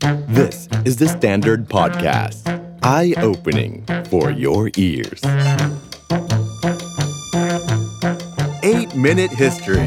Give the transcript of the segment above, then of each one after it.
This is the Standard Podcast. Eye-opening for your ears. 8-Minute History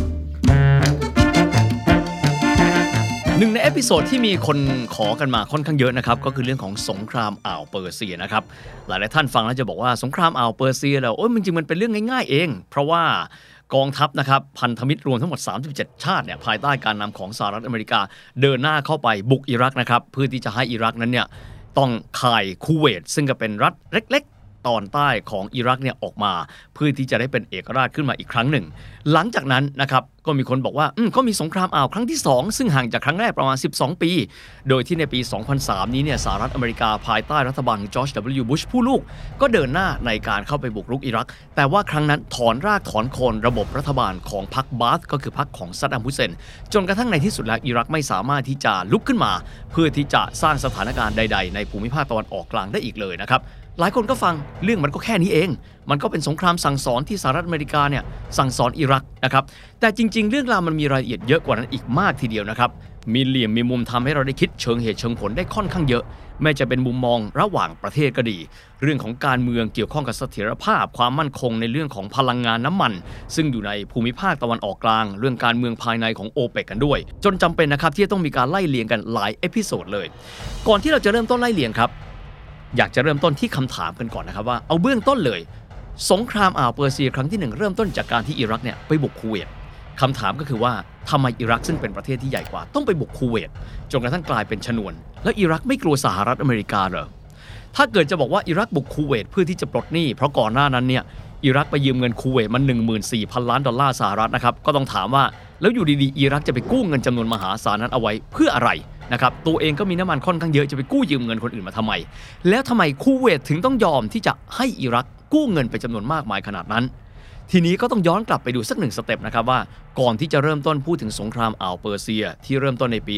หนึ่งในเอพิโซดที่มีคนขอกันมาค่อนข้างเยอะนะครับก็คือเรื่องของสงครามอ่าวเปอร์เซียนะครับหลายๆท่านฟังแล้วจะบอกว่าสงครามอ่าวเปอร์เซียแล้วจริงๆมันเป็นเรื่องง่ายๆเองเพราะว่ากองทัพนะครับพันธมิตรรวมทั้งหมด37ชาติเนี่ยภายใต้การนำของสหรัฐอเมริกาเดินหน้าเข้าไปบุกอิรักนะครับเพื่อที่จะให้อิรักนั้นเนี่ยต้องคายคูเวตซึ่งก็เป็นรัฐเล็กๆตอนใต้ของอิรักเนี่ยออกมาเพื่อที่จะได้เป็นเอกราชขึ้นมาอีกครั้งหนึ่งหลังจากนั้นนะครับก็มีคนบอกว่าก็มีสงครามอ่าวครั้งที่2ซึ่งห่างจากครั้งแรกประมาณ12ปีโดยที่ในปี2003นี้เนี่ยสหรัฐอเมริกาภายใต้รัฐบาลจอร์จ W. บุชผู้ลูกก็เดินหน้าในการเข้าไปบุกรุกอิรักแต่ว่าครั้งนั้นถอนรากถอนโคนระบบรัฐบาลของพรรคบาธก็คือพรรคของซัดดัม ฮุสเซนจนกระทั่งในที่สุดแล้วอิรักไม่สามารถที่จะลุกขึ้นมาเพื่อที่จะสร้างสถานการณ์ใดๆในภูมิภาคตะวันออกกลางได้อีกเลยนะครับหลายคนก็ฟังเรื่องมันก็แค่นี้เองมันก็เป็นสงครามสั่งสอนที่สหรัฐอเมริกาเนี่ยสั่งสอนอิรักนะครับแต่จริงๆเรื่องราวมันมีรายละเอียดเยอะกว่านั้นอีกมากทีเดียวนะครับมีเหลี่ยมมีมุมทำให้เราได้คิดเชิงเหตุเชิงผลได้ค่อนข้างเยอะแม้จะเป็นมุมมองระหว่างประเทศก็ดีเรื่องของการเมืองเกี่ยวข้องกับเสถียรภาพความมั่นคงในเรื่องของพลังงานน้ำมันซึ่งอยู่ในภูมิภาคตะวันออกกลางเรื่องการเมืองภายในของโอเปกกันด้วยจนจำเป็นนะครับที่จะต้องมีการไล่เลียงกันหลายเอพิโซดเลยก่อนที่เราจะเริ่มต้นไล่เลียงครับอยากจะเริ่มต้นที่คำถามกันก่อนนะครับว่าเอาเบื้องต้นเลยสงครามอ่าวเปอร์เซียครั้งที่1เริ่มต้นจากการที่อิรักเนี่ยไปบุกคูเวตคำถามก็คือว่าทำไมอิรักซึ่งเป็นประเทศที่ใหญ่กว่าต้องไปบุกคูเวตจนกระทั่งกลายเป็นชนวนแล้วอิรักไม่กลัวสหรัฐอเมริกาเหรอถ้าเกิดจะบอกว่าอิรักบุกคูเวตเพื่อที่จะปลดหนี้เพราะก่อนหน้านั้นเนี่ยอิรักไปยืมเงินคูเวตมัน 14,000 ล้านดอลลาร์สหรัฐนะครับก็ต้องถามว่าแล้วอยู่ดีๆอิรักจะไปกู้เงินจำนวนมหาศาลนั้นเอาไว้เพื่ออะไรนะครับตัวเองก็มีน้ำมันค่อนข้างเยอะจะไปกู้ยืมเงินคนอื่นมาทำไมแล้วทำไมคูเวตถึงต้องยอมที่จะให้อิรักกู้เงินไปจำนวนมากมายขนาดนั้นทีนี้ก็ต้องย้อนกลับไปดูสัก1สเต็ปนะครับว่าก่อนที่จะเริ่มต้นพูดถึงสงครามอ่าวเปอร์เซียที่เริ่มต้นในปี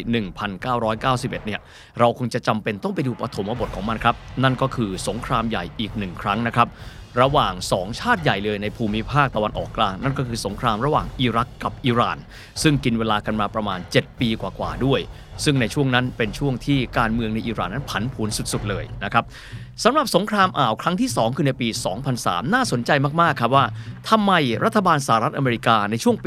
1991 เนี่ยเราคงจะจำเป็นต้องไปดูปฐมบทของมันครับนั่นก็คือสงครามใหญ่อีก1ครั้งนะครับระหว่าง2ชาติใหญ่เลยในภูมิภาคตะวันออกกลางนั่นก็คือสงครามระหว่างอิรักกับอิหร่านซึ่งกินเวลากันมาประมาณ7ปีกว่าๆด้วยซึ่งในช่วงนั้นเป็นช่วงที่การเมืองในอิหร่านนั้นผันผวนสุดๆเลยนะครับสำหรับสงครามอ่าวครั้งที่2คือในปี 2003 น่าสนใจมากๆครับว่าทำไมรัฐบาลสหรัฐอเมริกาในช่วงปี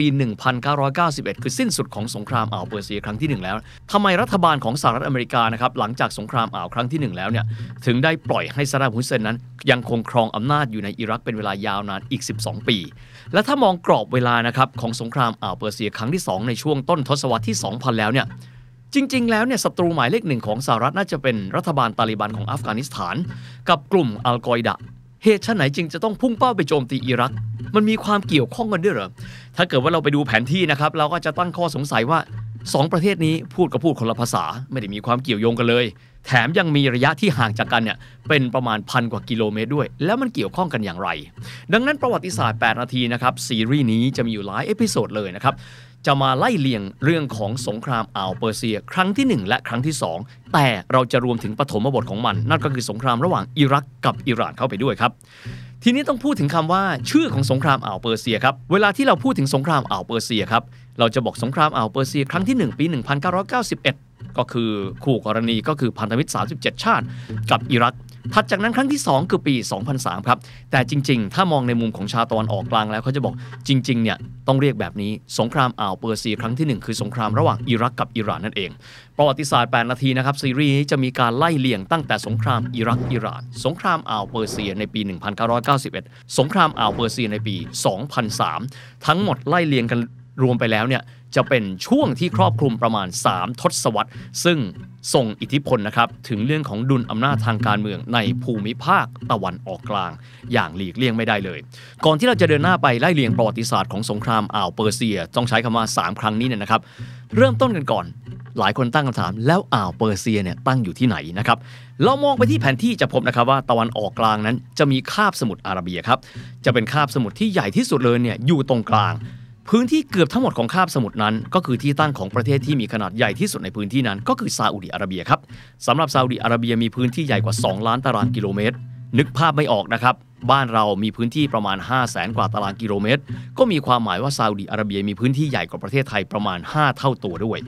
1991 คือสิ้นสุดของสงครามอ่าวเปอร์เซียครั้งที่1แล้วทำไมรัฐบาลของสหรัฐอเมริกานะครับหลังจากสงครามอ่าวครั้งที่1แล้วเนี่ยถึงได้ปล่อยให้ซัดดัม ฮุสเซนนั้นยังคงครองอำนาจอยู่ในอิรักเป็นเวลายาวนานอีก12ปีและถ้ามองกรอบเวลานะครับของสงครามอ่าวเปอร์เซียครั้งที่2ในช่วงต้นทศวรรษที่ 2000 แล้วเนี่ยจริงๆแล้วเนี่ยศัตรูหมายเลขหนึ่งของสหรัฐน่าจะเป็นรัฐบาลตาลิบันของอัฟกานิสถานกับกลุ่มอัลกอยดะเหตุไหนจึงจะต้องพุ่งเป้าไปโจมตีอิรักมันมีความเกี่ยวข้องกันด้วยเหรอถ้าเกิดว่าเราไปดูแผนที่นะครับเราก็จะตั้งข้อสงสัยว่า2ประเทศนี้พูดคนละภาษาไม่ได้มีความเกี่ยวโยงกันเลยแถมยังมีระยะที่ห่างจากกันเนี่ยเป็นประมาณ1,000 กว่ากิโลเมตรด้วยแล้วมันเกี่ยวข้องกันอย่างไรดังนั้นประวัติศาสตร์8นาทีนะครับซีรีส์นี้จะมีอยู่หลายเอพิโซดเลยนะครับจะมาไล่เลียงเรื่องของสงครามอ่าวเปอร์เซียครั้งที่1และครั้งที่2แต่เราจะรวมถึงปฐมบทของมันนั่นก็คือสงครามระหว่างอิรักกับอิหร่านเข้าไปด้วยครับทีนี้ต้องพูดถึงคำว่าชื่อของสงครามอ่าวเปอร์เซียครับเวลาที่เราพูดถึงสงครามอ่าวเปอร์เซียครับเราจะบอกสงครามอ่าวเปอร์เซียครั้งที่1ปี 1991 ก็คือคู่กรณีก็คือพันธมิตร37ชาติกับอิรักถัดจากนั้นครั้งที่2คือปี 2003 ครับแต่จริงๆถ้ามองในมุมของชาวตะวันออกกลางแล้วเขาจะบอกจริงๆเนี่ยต้องเรียกแบบนี้สงครามอ่าวเปอร์เซียครั้งที่1คือสงครามระหว่างอิรักกับอิหร่านนั่นเองประวัติศาสตร์8นาทีนะครับซีรีส์นี้จะมีการไล่เลียงตั้งแต่สงครามอิรักอิหร่านสงครามอ่าวเปอร์เซียในปี 1991 สงครามอ่าวเปอร์เซียในปี 2003 ทั้งหมดไล่เลียงกันรวมไปแล้วเนี่ยจะเป็นช่วงที่ครอบคลุมประมาณ3ทศวรรษซึ่งส่งอิทธิพลนะครับถึงเรื่องของดุลอำนาจทางการเมืองในภูมิภาคตะวันออกกลางอย่างหลีกเลี่ยงไม่ได้เลยก่อนที่เราจะเดินหน้าไปไล่เลียงประวัติศาสตร์ของสงครามอ่าวเปอร์เซียต้องใช้คำว่า3ครั้งนี้เนี่ยนะครับเริ่มต้นกันก่อนหลายคนตั้งคำถามแล้วอ่าวเปอร์เซียเนี่ยตั้งอยู่ที่ไหนนะครับเรามองไปที่แผนที่จะพบนะครับว่าตะวันออกกลางนั้นจะมีคาบสมุทรอาระเบียครับจะเป็นคาบสมุทรที่ใหญ่ที่สุดเลยเนี่ยอยู่ตรงกลาง พื้นที่เกือบทั้งหมดของคาบสมุทรนั้นก็คือที่ตั้งของประเทศที่มีขนาดใหญ่ที่สุดในพื้นที่นั้นก็คือซาอุดิอาระเบียครับสำหรับซาอุดิอาระเบียมีพื้นที่ใหญ่กว่า2ล้านตารางกิโลเมตรนึกภาพไม่ออกนะครับบ้านเรามีพื้นที่ประมาณ 500,000 กว่าตารางกิโลเมตรก็มีความหมายว่าซาอุดิอาระเบียมีพื้นที่ใหญ่กว่าประเทศไทยประมาณ5เท่าตัวด้วย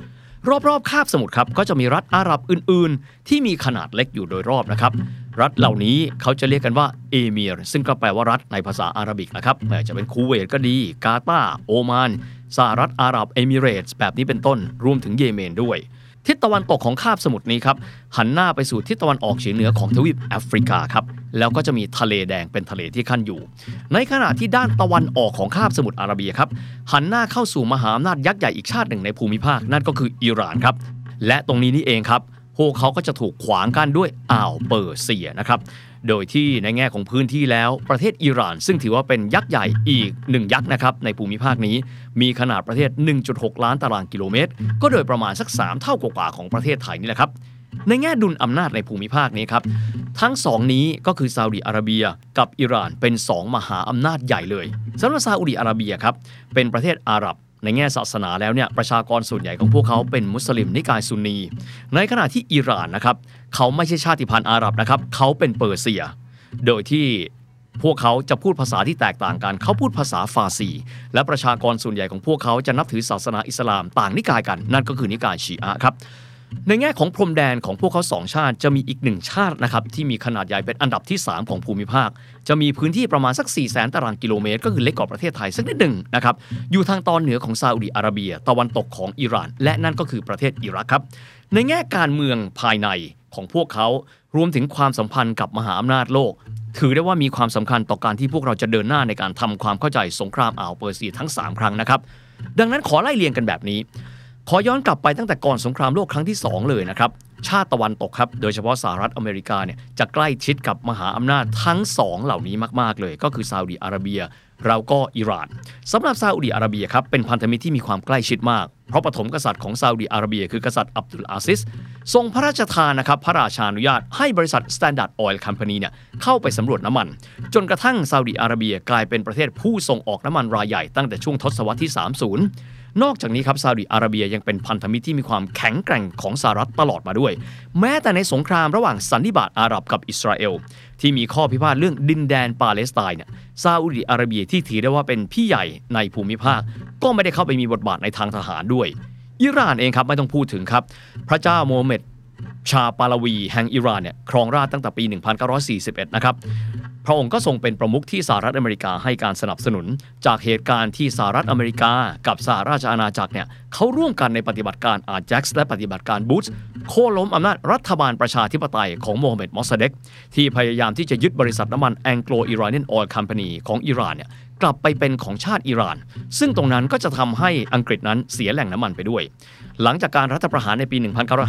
รอบๆคาบสมุทรครับก็จะมีรัฐอาหรับอื่นๆที่มีขนาดเล็กอยู่โดยรอบนะครับรัฐเหล่านี้เขาจะเรียกกันว่าเอมิรซึ่งก็แปลว่ารัฐในภาษาอาหรับิกนะครับไม่ว่าจะเป็นคูเวตก็ดีกาตาร์โอมานสหรัฐอาหรับเอมิเรตส์แบบนี้เป็นต้นรวมถึงเยเมนด้วยทิศตะวันตกของคาบสมุทรนี้ครับหันหน้าไปสู่ทิศตะวันออกเฉียงเหนือของทวีปแอฟริกาครับแล้วก็จะมีทะเลแดงเป็นทะเลที่ขั้นอยู่ในขณะที่ด้านตะวันออกของคาบสมุทรอาระเบียครับหันหน้าเข้าสู่มหาอำนาจยักษ์ใหญ่อีกชาติหนึ่งในภูมิภาคนั่นก็คืออิหร่านครับและตรงนี้นี่เองครับพวกเขาก็จะถูกขวางกั้นด้วยอ่าวเปอร์เซียนะครับโดยที่ในแง่ของพื้นที่แล้วประเทศอิหร่านซึ่งถือว่าเป็นยักษ์ใหญ่อีก1ยักษ์นะครับในภูมิภาคนี้มีขนาดประเทศ 1.6 ล้านตารางกิโลเมตรก็โดยประมาณสัก3เท่ากว่าของประเทศไทยนี่แหละครับในแง่ดุลอำนาจในภูมิภาคนี้ครับทั้ง2นี้ก็คือซาอุดิอาระเบียกับอิหร่านเป็น2มหาอำนาจใหญ่เลยสำหรับซาอุดิอาระเบียครับเป็นประเทศอาหรับในแง่ศาสนาแล้วเนี่ยประชากรส่วนใหญ่ของพวกเขาเป็นมุสลิมนิกายซุนนีในขณะที่อิหร่านนะครับเขาไม่ใช่ชาติพันธุ์อาหรับนะครับเขาเป็นเปอร์เซียโดยที่พวกเขาจะพูดภาษาที่แตกต่างกันเขาพูดภาษาฟาร์ซีและประชากรส่วนใหญ่ของพวกเขาจะนับถือศาสนาอิสลามต่างนิกายกันนั่นก็คือนิกายชีอะห์ครับในแง่ของพรมแดนของพวกเขา2ชาติจะมีอีก1ชาตินะครับที่มีขนาดใหญ่เป็นอันดับที่3ของภูมิภาคจะมีพื้นที่ประมาณสัก 400,000 ตารางกิโลเมตรก็คือเล็กกว่าประเทศไทยสักนิดหนึ่งนะครับอยู่ทางตอนเหนือของซาอุดิอาระเบียตะวันตกของอิหร่านและนั่นก็คือประเทศอิรักครับในแง่การเมืองภายในของพวกเขารวมถึงความสัมพันธ์กับมหาอำนาจโลกถือได้ว่ามีความสำคัญต่อการที่พวกเราจะเดินหน้าในการทำความเข้าใจสงครามอ่าวเปอร์เซียทั้ง3ครั้งนะครับดังนั้นขอไล่เรียงกันแบบนี้ขอย้อนกลับไปตั้งแต่ก่อนสงครามโลกครั้งที่2เลยนะครับชาติตะวันตกครับโดยเฉพาะสหรัฐอเมริกาเนี่ยจะใกล้ชิดกับมหาอำนาจทั้ง2เหล่านี้มากๆเลยก็คือซาอุดิอาระเบียเราก็อิหร่านสำหรับซาอุดิอาระเบียครับเป็นพันธมิตรที่มีความใกล้ชิดมากเพราะปฐมกษัตริย์ของซาอุดิอาระเบียคือกษัตริย์อับดุลอาซิซทรงพระราชทานนะครับพระราชานุญาตให้บริษัท Standard Oil Company เนี่ยเข้าไปสำรวจน้ำมันจนกระทั่งซาอุดิอาระเบียกลายเป็นประเทศผู้ส่งออกน้ำมันรายใหญ่ตั้งแต่ช่วงทศวรรษที่30นอกจากนี้ครับซาอุดิอาระเบียยังเป็นพันธมิตรที่มีความแข็งแกร่งของสหรัฐตลอดมาด้วยแม้แต่ในสงครามระหว่างสันนิบาตอาหรับกับอิสราเอลที่มีข้อพิพาทเรื่องดินแดนปาเลสไตน์เนี่ยซาอุดิอาระเบียที่ถือได้ว่าเป็นพี่ใหญ่ในภูมิภาคก็ไม่ได้เข้าไปมีบทบาทในทางทหารด้วยอิหร่านเองครับไม่ต้องพูดถึงครับพระเจ้าโมฮัมเหม็ดชาปาลาวีแห่งอิหร่านเนี่ยครองราชย์ตั้งแต่ปี 1941 นะครับพระองค์ก็ทรงเป็นประมุขที่สหรัฐอเมริกาให้การสนับสนุนจากเหตุการณ์ที่สหรัฐอเมริกากับสหราชอาณาจักรเนี่ยเขาร่วมกันในปฏิบัติการอาร์แจ็คส์และปฏิบัติการบูตส์โค่นล้มอำนาจรัฐบาลประชาธิปไตยของโมฮัมเหม็ดมอสซาเด็กที่พยายามที่จะยึดบริษัทน้ำมันแองโกลอิรานออยล์คัมพานีของอิหร่านเนี่ยกลับไปเป็นของชาติอิหร่านซึ่งตรงนั้นก็จะทำให้อังกฤษนั้นเสียแหล่งน้ำมันไปด้วยหลังจากการรัฐประหารในปี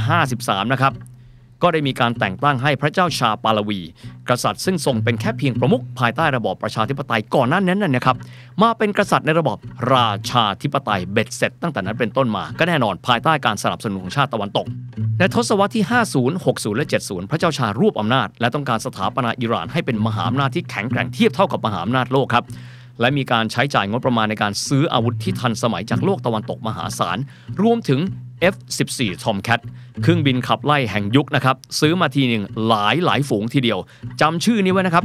1953 นะครับก็ได้มีการแต่งตั้งให้พระเจ้าชาปาลาวีกษัตริย์ซึ่งทรงเป็นแค่เพียงประมุขภายใต้ระบอบประชาธิปไตยก่อนหน้านั้นนะครับมาเป็นกษัตริย์ในระบอบราชาธิปไตยเบ็ดเสร็จตั้งแต่นั้นเป็นต้นมาก็แน่นอนภายใต้การสนับสนุนของชาติตะวันตกในทศวรรษที่ 50 60 และ 70 พระเจ้าชารวบอำนาจและต้องการสถาปนาอิหร่านให้เป็นมหาอำนาจที่แข็งแกร่งเทียบเท่ากับมหาอำนาจโลกครับและมีการใช้จ่ายงบประมาณในการซื้ออาวุธที่ทันสมัยจากโลกตะวันตกมหาศาลรวมถึง F-14 Tomcat เครื่องบินขับไล่แห่งยุคนะครับซื้อมาทีหนึ่งหลายฝูงทีเดียวจำชื่อนี้ไว้นะครับ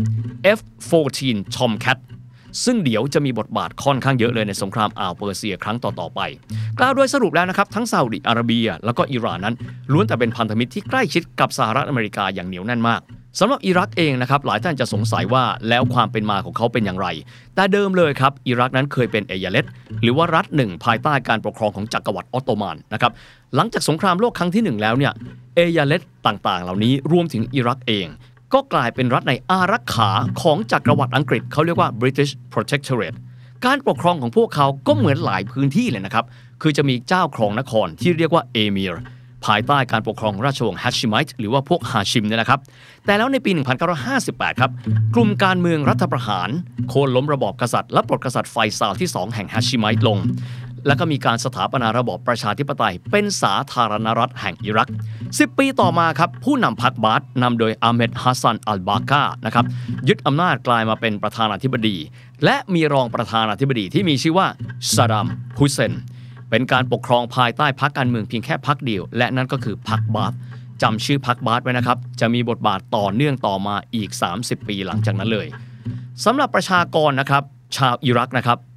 F-14 Tomcat ซึ่งเดี๋ยวจะมีบทบาทค่อนข้างเยอะเลยในสงครามอ่าวเปอร์เซียครั้งต่อๆไปกล่าวโดยสรุปแล้วนะครับทั้งซาอุดิอาระเบียแล้วก็อิหร่านนั้นล้วนแต่เป็นพันธมิตรที่ใกล้ชิดกับสหรัฐอเมริกาอย่างเหนียวแน่นมากสำหรับอิรักเองนะครับหลายท่านจะสงสัยว่าแล้วความเป็นมาของเขาเป็นอย่างไรแต่เดิมเลยครับอิรักนั้นเคยเป็นเอยาเลตหรือว่ารัฐหนึ่งภายใต้การปกครองของจักรวรรดิออตโตมันนะครับหลังจากสงครามโลกครั้งที่1แล้วเนี่ยเอยาเลตต่างๆเหล่านี้รวมถึงอิรักเองก็กลายเป็นรัฐในอารักขาของจักรวรรดิอังกฤษเขาเรียกว่า British Protectorate การปกครองของพวกเขาก็เหมือนหลายพื้นที่เลยนะครับคือจะมีเจ้าครองนครที่เรียกว่าเอมิรภายใต้การปกครองราชวงศ์ฮัชชิไมต์หรือว่าพวกฮาชิมเนี่ยนะครับแต่แล้วในปี 1958 ครับกลุ่มการเมืองรัฐประหารโค่นล้มระบอบกษัตริย์และปลดกษัตริย์ไฟซาลที่2แห่งฮัชชิไมต์ลงแล้วก็มีการสถาปนาระบอบประชาธิปไตยเป็นสาธารณรัฐแห่งอิรัก10 ปีต่อมาครับผู้นำพรรคบาธนำโดยอาเมดฮัสซันอัลบากานะครับยึดอำนาจกลายมาเป็นประธานาธิบดีและมีรองประธานาธิบดีที่มีชื่อว่าซาดัมฮุสเซนเป็นการปกครองภายใต้พรรคการเมืองเพียงแค่พรรคเดียวและนั่นก็คือพรรคบาธจำชื่อพรรคบาธไว้นะครับจะมีบทบาทต่อเนื่องต่อมาอีก30 ปีหลังจากนั้นเลยสำหรับประชากรนะครับชาวอิรักนะครับ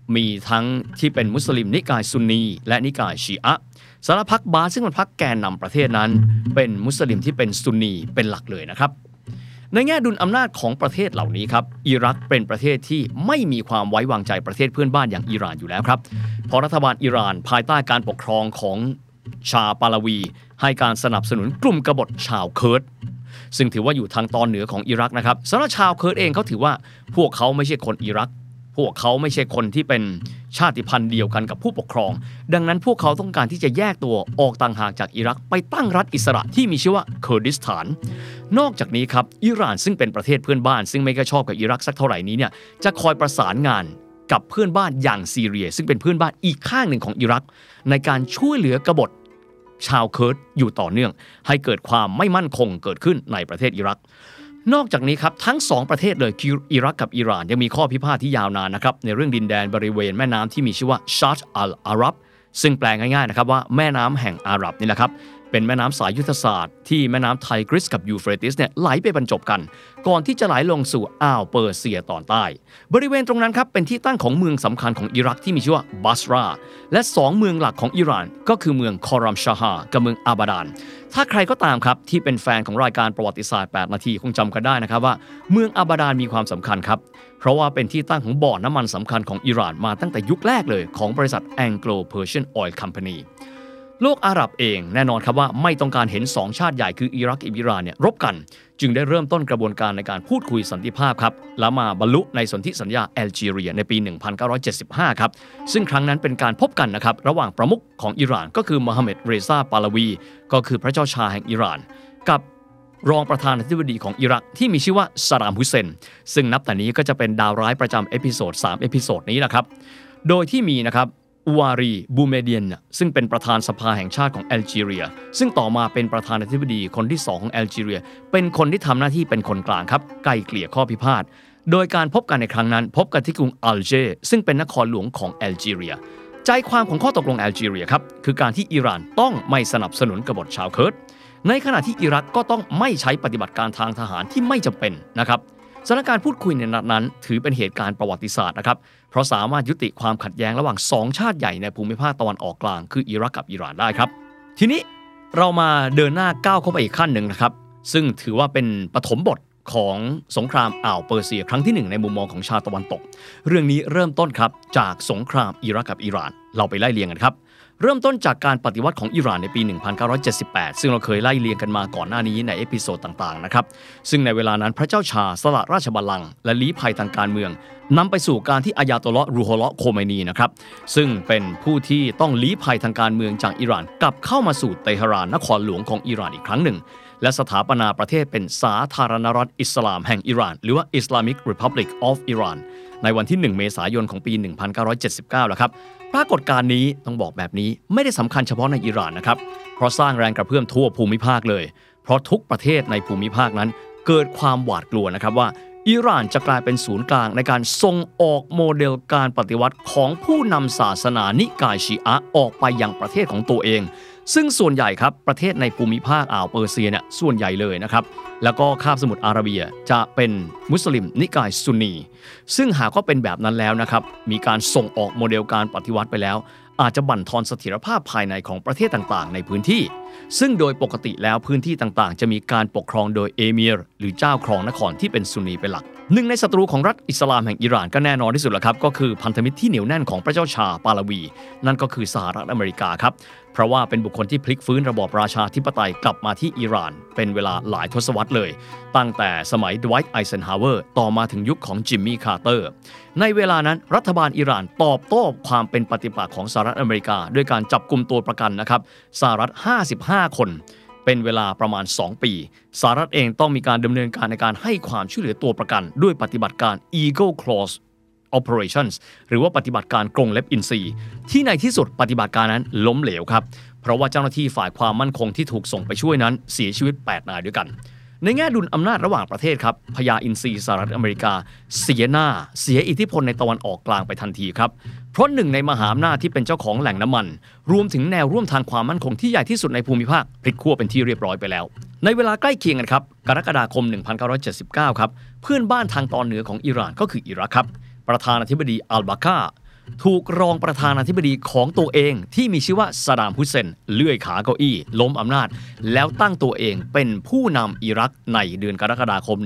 มีทั้งที่เป็นมุสลิมนิกายซุนนีและนิกายชีอะห์สารพรรคบาธซึ่งเป็นพรรคแกนนำประเทศนั้นเป็นมุสลิมที่เป็นซุนนีเป็นหลักเลยนะครับในแง่ดุลอำนาจของประเทศเหล่านี้ครับอิรักเป็นประเทศที่ไม่มีความไว้วางใจประเทศเพื่อนบ้านอย่างอิหร่านอยู่แล้วครับเพราะรัฐบาลอิหร่านภายใต้การปกครองของชาปาลาวีให้การสนับสนุนกลุ่มกบฏชาวเคิร์ดซึ่งถือว่าอยู่ทางตอนเหนือของอิรักนะครับสำหรับชาวเคิร์ดเองเขาถือว่าพวกเขาไม่ใช่คนอิรักพวกเขาไม่ใช่คนที่เป็นชาติพันธุ์เดียวกันกับผู้ปกครองดังนั้นพวกเขาต้องการที่จะแยกตัวออกต่างหากจากอิรักไปตั้งรัฐอิสระที่มีชื่อว่าเคอร์ดิสถานนอกจากนี้ครับอิหร่านซึ่งเป็นประเทศเพื่อนบ้านซึ่งไม่ค่อยชอบกับอิรักสักเท่าไหร่นี้เนี่ยจะคอยประสานงานกับเพื่อนบ้านอย่างซีเรียซึ่งเป็นเพื่อนบ้านอีกข้างหนึ่งของอิรักในการช่วยเหลือกบฏชาวเคิร์ดอยู่ต่อเนื่องให้เกิดความไม่มั่นคงเกิดขึ้นในประเทศอิรักนอกจากนี้ครับทั้ง2ประเทศเลยคืออิรักกับอิหร่านยังมีข้อพิพาทที่ยาวนานนะครับในเรื่องดินแดนบริเวณแม่น้ำที่มีชื่อว่าชาร์ตอัลอารับซึ่งแปลง่ายๆนะครับว่าแม่น้ำแห่งอาหรับนี่แหละครับเป็นแม่น้ำสายยุทธศาสตร์ที่แม่น้ำไทกริสกับยูเฟรติสเนี่ยไหลไปบรรจบกันก่อนที่จะไหลลงสู่อ่าวเปอร์เซียตอนใต้บริเวณตรงนั้นครับเป็นที่ตั้งของเมืองสำคัญของอิรักที่มีชื่อว่าบัสราและ2เมืองหลักของอิหร่านก็คือเมืองคอรัมชาฮากับเมืองอาบาดานถ้าใครก็ตามครับที่เป็นแฟนของรายการประวัติศาสตร์8นาทีคงจำกันได้นะครับว่าเมืองอาบาดานมีความสำคัญครับเพราะว่าเป็นที่ตั้งของบ่อน้ำมันสำคัญของอิหร่านมาตั้งแต่ยุคแรกเลยของบริษัท Anglo-Persian Oil Companyโลกอาหรับเองแน่นอนครับว่าไม่ต้องการเห็น2ชาติใหญ่คืออิรักกับอิหร่านเนี่ยรบกันจึงได้เริ่มต้นกระบวนการในการพูดคุยสันติภาพครับแล้วมาบรรลุในสนธิสัญญาแอลจีเรียในปี 1975 ครับซึ่งครั้งนั้นเป็นการพบกันนะครับระหว่างประมุขของอิหร่านก็คือโมฮัมเหม็ด เรซา ปาลาวีก็คือพระเจ้าชาแห่งอิหร่านกับรองประธานาธิบดีของอิรักที่มีชื่อว่าซาดาม ฮุสเซนซึ่งนับแต่นี้ก็จะเป็นดาวร้ายประจำเอพิโซด3เอพิโซดนี้นะครับโดยที่มีนะครับอูวารี บูเมเดียนซึ่งเป็นประธานสภาแห่งชาติของแอลจีเรียซึ่งต่อมาเป็นประธานาธิบดีคนที่2ของแอลจีเรียเป็นคนที่ทำหน้าที่เป็นคนกลางครับไกล่เกลี่ยข้อพิพาทโดยการพบกันในครั้งนั้นพบกันที่กรุงอัลเจร์ซึ่งเป็นนครหลวงของแอลจีเรียใจความของข้อตกลงแอลจีเรียครับคือการที่อิหร่านต้องไม่สนับสนุนกบฏชาวเคิร์ดในขณะที่อิรักก็ต้องไม่ใช้ปฏิบัติการทางทหารที่ไม่จำเป็นนะครับสถานการณ์พูดคุยในนัดนั้นถือเป็นเหตุการณ์ประวัติศาสตร์นะครับเพราะสามารถยุติความขัดแย้งระหว่าง2ชาติใหญ่ในภูมิภาคตะวันออกกลางคืออิรักกับอิหร่านได้ครับทีนี้เรามาเดินหน้าก้าวเข้าไปอีกขั้นหนึ่งนะครับซึ่งถือว่าเป็นปฐมบทของสงครามอ่าวเปอร์เซียครั้งที่1ในมุมมองของชาวตะวันตกเรื่องนี้เริ่มต้นครับจากสงครามอิรักกับอิหร่านเราไปไล่เรียงกันครับเริ่มต้นจากการปฏิวัติของอิหร่านในปี 1978 ซึ่งเราเคยไล่เรียงกันมาก่อนหน้านี้ในเอพิโซดต่างๆนะครับซึ่งในเวลานั้นพระเจ้าชาสละราชบัลลังก์และลี้ภัยทางการเมืองนำไปสู่การที่อายาโตลลอฮ์ รูฮอลลอฮ์ โคเมนีนะครับซึ่งเป็นผู้ที่ต้องลี้ภัยทางการเมืองจากอิหร่านกลับเข้ามาสู่เตหะรานนครหลวงของอิหร่านอีกครั้งหนึ่งและสถาปนาประเทศเป็นสาธารณรัฐอิสลามแห่งอิหร่านหรือว่า Islamic Republic of Iran ในวันที่1เมษายนของปี 1979 แล้วครับปรากฏการณ์นี้ต้องบอกแบบนี้ไม่ได้สำคัญเฉพาะในอิหร่านนะครับเพราะสร้างแรงกระเพื่อมทั่วภูมิภาคเลยเพราะทุกประเทศในภูมิภาคนั้นเกิดความหวาดกลัวนะครับว่าอิหร่านจะกลายเป็นศูนย์กลางในการส่งออกโมเดลการปฏิวัติของผู้นำศาสนานิกายชีอะห์ออกไปยังประเทศของตัวเองซึ่งส่วนใหญ่ครับประเทศในภูมิภาคอ่าวเปอร์เซียเนี่ยส่วนใหญ่เลยนะครับแล้วก็คาบสมุทรอาระเบียจะเป็นมุสลิมนิกายซุนนีซึ่งหากว่าเป็นแบบนั้นแล้วนะครับมีการส่งออกโมเดลการปฏิวัติไปแล้วอาจจะบั่นทอนเสถียรภาพภายในของประเทศต่างๆในพื้นที่ซึ่งโดยปกติแล้วพื้นที่ต่างๆจะมีการปกครองโดยเอมิรหรือเจ้าครองนครที่เป็นซุนนีเป็นหลักหนึ่งในศัตรูของรัฐอิสลามแห่งอิหร่านก็แน่นอนที่สุดแล้วครับก็คือพันธมิตรที่เหนียวแน่นของพระเจ้าชาปาลาวีนั่นก็คือสหรัฐอเมริกาครับเพราะว่าเป็นบุคคลที่พลิกฟื้นระบอบราชาธิปไตยกลับมาที่อิหร่านเป็นเวลาหลายทศวรรษเลยตั้งแต่สมัยดไวท์ ไอเซนฮาวเวอร์ต่อมาถึงยุคของจิมมี่ คาร์เตอร์ในเวลานั้นรัฐบาลอิหร่านตอบโต้ความเป็นปฏิปักษ์ของสหรัฐอเมริกาด้วยการจับกุมตัวประกันนะครับสหรัฐ55 คนเป็นเวลาประมาณ2ปีสหรัฐเองต้องมีการดำเนินการในการให้ความช่วยเหลือตัวประกันด้วยปฏิบัติการ Eagle Claws Operations หรือว่าปฏิบัติการกรงเล็บอินทรีที่ในที่สุดปฏิบัติการนั้นล้มเหลวครับเพราะว่าเจ้าหน้าที่ฝ่ายความมั่นคงที่ถูกส่งไปช่วยนั้นเสียชีวิต8 นายด้วยกันในแง่ดุลอำนาจระหว่างประเทศครับพญาอินทรีสหรัฐอเมริกาเสียอิทธิพลในตะวันออกกลางไปทันทีครับเพราะหนึ่งในมหาอำนาจที่เป็นเจ้าของแหล่งน้ำมันรวมถึงแนวร่วมทางความมั่นคงที่ใหญ่ที่สุดในภูมิภาคพลิกขั้วเป็นที่เรียบร้อยไปแล้วในเวลาใกล้เคียงกันครับกรกฎาคม 1979 ครับเพื่อนบ้านทางตอนเหนือของอิหร่านก็คืออิรักครับประธานาธิบดีอัลบาคาถูกรองประธานาธิบดีของตัวเองที่มีชื่อว่าซาดามฮุสเซนเลื่อยขาเก้าอี้ล้มอำนาจแล้วตั้งตัวเองเป็นผู้นำอิรักในเดือนกรกฎาคม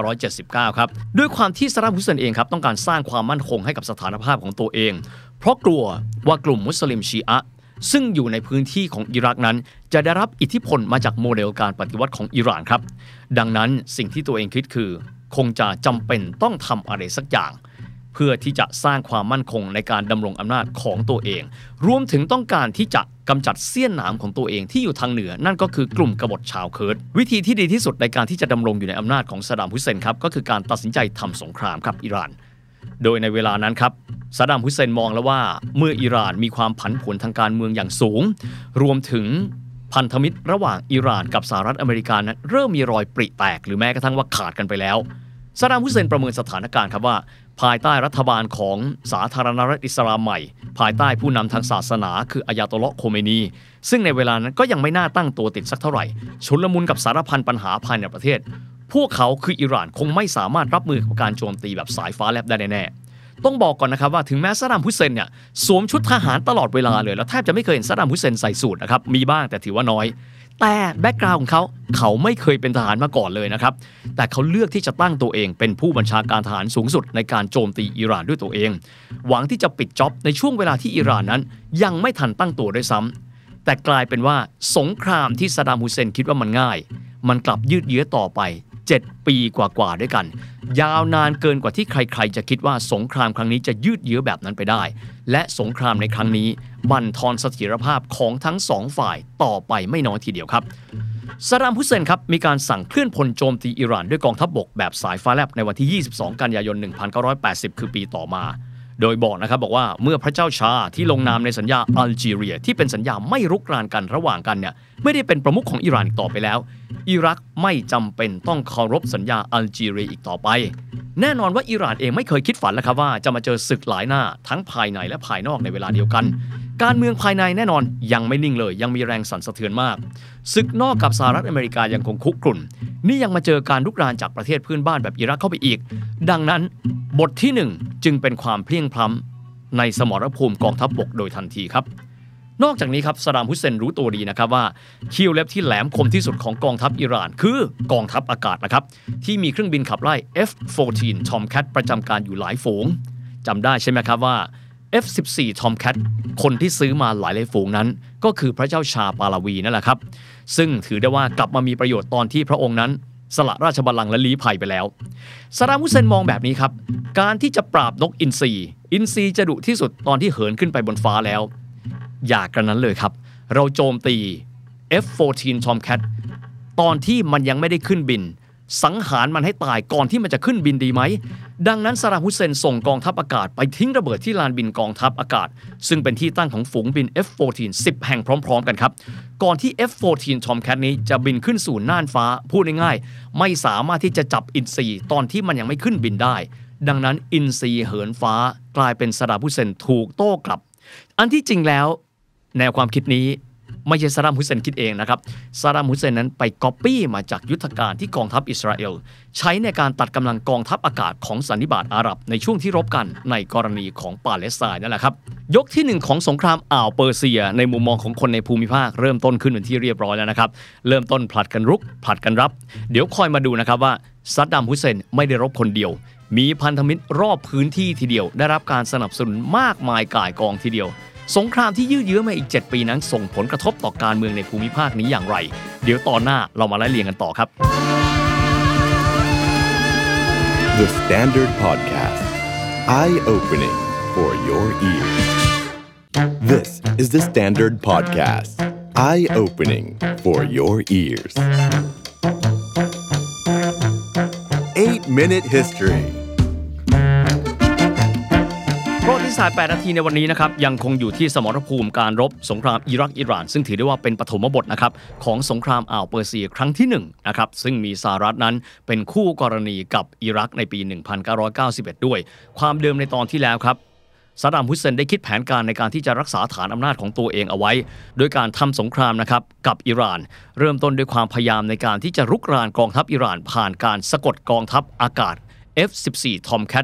1979 ครับด้วยความที่ซาดามฮุสเซนเองครับต้องการสร้างความมั่นคงให้กับสถานภาพของตัวเองเพราะกลัวว่ากลุ่มมุสลิมชีอะห์ซึ่งอยู่ในพื้นที่ของอิรักนั้นจะได้รับอิทธิพลมาจากโมเดลการปฏิวัติของอิหร่านครับดังนั้นสิ่งที่ตัวเองคิดคือคงจะจำเป็นต้องทำอะไรสักอย่างเพื่อที่จะสร้างความมั่นคงในการดำรงอำนาจของตัวเองรวมถึงต้องการที่จะกำจัดเสี้ยนหนามของตัวเองที่อยู่ทางเหนือนั่นก็คือกลุ่มกบฏชาวเคิร์ดวิธีที่ดีที่สุดในการที่จะดำรงอยู่ในอำนาจของซาดามฮุสเซนครับก็คือการตัดสินใจทำสงครามกับอิหร่านโดยในเวลานั้นครับซาดามฮุสเซนมองแล้วว่าเมื่ออิหร่านมีความผันผวนทางการเมืองอย่างสูงรวมถึงพันธมิตรระหว่างอิหร่านกับสหรัฐอเมริกานั้นเริ่มมีรอยปริแตกหรือแม้กระทั่งว่าขาดกันไปแล้วซาดามฮุสเซนประเมินสถานการณ์ครับว่าภายใต้รัฐบาลของสาธารณรัฐอิสลามใหม่ภายใต้ผู้นำทางศาสนาคืออายาตอลลอฮ์โคเมนีซึ่งในเวลานั้นก็ยังไม่น่าตั้งตัวติดสักเท่าไหร่ชุลมุนกับสารพันปัญหาภายในประเทศพวกเขาคืออิหร่านคงไม่สามารถรับมือกับการโจมตีแบบสายฟ้าแลบได้แน่ๆต้องบอกก่อนนะครับว่าถึงแม้ซาดามฮุสเซนเนี่ยสวมชุดทหารตลอดเวลาเลยแล้วแทบจะไม่เคยเห็นซาดามฮุสเซนใส่สูทนะครับมีบ้างแต่ถือว่าน้อยแต่แบ็กกราวด์ของเขาไม่เคยเป็นทหารมาก่อนเลยนะครับแต่เขาเลือกที่จะตั้งตัวเองเป็นผู้บัญชาการทหารสูงสุดในการโจมตีอิหร่านด้วยตัวเองหวังที่จะปิดจ็อบในช่วงเวลาที่อิหร่านนั้นยังไม่ทันตั้งตัวด้วยซ้ำแต่กลายเป็นว่าสงครามที่ซาดามฮุสเซนคิดว่ามันง่ายมันกลับยืดเยื้อต่อไป7 ปีกว่าๆด้วยกันยาวนานเกินกว่าที่ใครๆจะคิดว่าสงครามครั้งนี้จะยืดเยื้อแบบนั้นไปได้และสงครามในครั้งนี้บั่นทอนเสถียรภาพของทั้งสองฝ่ายต่อไปไม่น้อยทีเดียวครับซาดามฮุสเซนครับมีการสั่งเคลื่อนพลโจมตีอิหร่านด้วยกองทัพบกแบบสายฟ้าแลบในวันที่ 22 กันยายน 1980 คือปีต่อมาโดยบอกนะครับบอกว่าเมื่อพระเจ้าชาที่ลงนามในสัญญาอัลจีเรียที่เป็นสัญญาไม่รุกรานกันระหว่างกันเนี่ยไม่ได้เป็นประมุขของอิหร่านอีกต่อไปแล้วอิรักไม่จำเป็นต้องเคารพสัญญาอัลจีเรียอีกต่อไปแน่นอนว่าอิหร่านเองไม่เคยคิดฝันแล้วครับว่าจะมาเจอศึกหลายหน้าทั้งภายในและภายนอกในเวลาเดียวกันการเมืองภายในแน่นอนยังไม่นิ่งเลยยังมีแรงสั่นสะเทือนมากศึกนอกกับสหรัฐอเมริกายังคงคุกรุ่นนี่ยังมาเจอการรุกรานจากประเทศเพื่อนบ้านแบบอิรักเข้าไปอีกดังนั้นบทที่1จึงเป็นความเพลียงพล้ำในสมรภูมิกองทัพบกโดยทันทีครับนอกจากนี้ครับซาดามฮุสเซนรู้ตัวดีนะครับว่าเขี้ยวเล็บที่แหลมคมที่สุดของกองทัพอิหร่านคือกองทัพอากาศนะครับที่มีเครื่องบินขับไล่ F-14 Tomcat ประจำการอยู่หลายฝูงจำได้ใช่ไหมครับว่า F-14 Tomcat คนที่ซื้อมาหลายฝูงนั้นก็คือพระเจ้าชาปาลาวีนั่นแหละครับซึ่งถือได้ว่ากลับมามีประโยชน์ตอนที่พระองค์นั้นสละราชบัลลังก์และลี้ภัยไปแล้วซาดามฮุสเซนมองแบบนี้ครับการที่จะปราบนกอินทรีจะดุที่สุดตอนที่เหินขึ้นไปบนฟ้าแล้วอย่ากระนั้นเลยครับเราโจมตี F-14 Tomcat ตอนที่มันยังไม่ได้ขึ้นบินสังหารมันให้ตายก่อนที่มันจะขึ้นบินดีไหมดังนั้นซาดามฮุสเซนส่งกองทัพอากาศไปทิ้งระเบิดที่ลานบินกองทัพอากาศซึ่งเป็นที่ตั้งของฝูงบิน F-14 10 แห่งพร้อมๆกันครับก่อนที่ F-14 Tomcat นี้จะบินขึ้นสู่น่านฟ้าพูดง่ายๆไม่สามารถที่จะจับอินทรีตอนที่มันยังไม่ขึ้นบินได้ดังนั้นอินทรีเหินฟ้ากลายเป็นซาดามฮุสเซนถูกโต้กลับอันที่จริงแล้วแนวความคิดนี้ไม่ใช่ซาดามฮุสเซนคิดเองนะครับซาดามฮุสเซนนั้นไปก๊อปปี้มาจากยุทธการที่กองทัพอิสราเอลใช้ในการตัดกำลังกองทัพอากาศของสันนิบาตอาหรับในช่วงที่รบกันในกรณีของปาเลสไตน์นั่นแหละครับยกที่1ของสงครามอ่าวเปอร์เซียในมุมมองของคนในภูมิภาคเริ่มต้นขึ้นเป็นที่เรียบร้อยแล้วนะครับเริ่มต้นผลัดกันรุกผลัดกันรับเดี๋ยวคอยมาดูนะครับว่าซาดามฮุสเซนไม่ได้รบคนเดียวมีพันธมิตรรอบพื้นที่ทีเดียวได้รับการสนับสนุนมากมายก่ายกองทีเดียวสงครามที่ยืดเยื้อมาอีก7 ปีนั้นส่งผลกระทบต่อการเมืองในภูมิภาคนี้อย่างไรเดี๋ยวตอนหน้าเรามาไล่เรียงกันต่อครับ The Standard Podcast Eye-opening for your ears This is the Standard Podcast Eye-opening for your ears 8-Minute Historyประวัติศาสตร์8 นาทีในวันนี้นะครับยังคงอยู่ที่สมรภูมิการรบสงครามอิรักอิหร่านซึ่งถือได้ว่าเป็นปฐมบทนะครับของสงครามอ่าวเปอร์เซียครั้งที่1นะครับซึ่งมีสหรัฐนั้นเป็นคู่กรณีกับอิรักในปี 1991 ด้วยความเดิมในตอนที่แล้วครับซาดามฮุสเซนได้คิดแผนการในการที่จะรักษาฐานอำนาจของตัวเองเอาไว้โดยการทำสงครามนะครับกับอิหร่านเริ่มต้นด้วยความพยายามในการที่จะรุกรานกองทัพอิหร่านผ่านการสะกดกองทัพอากาศ F-14 Tomcat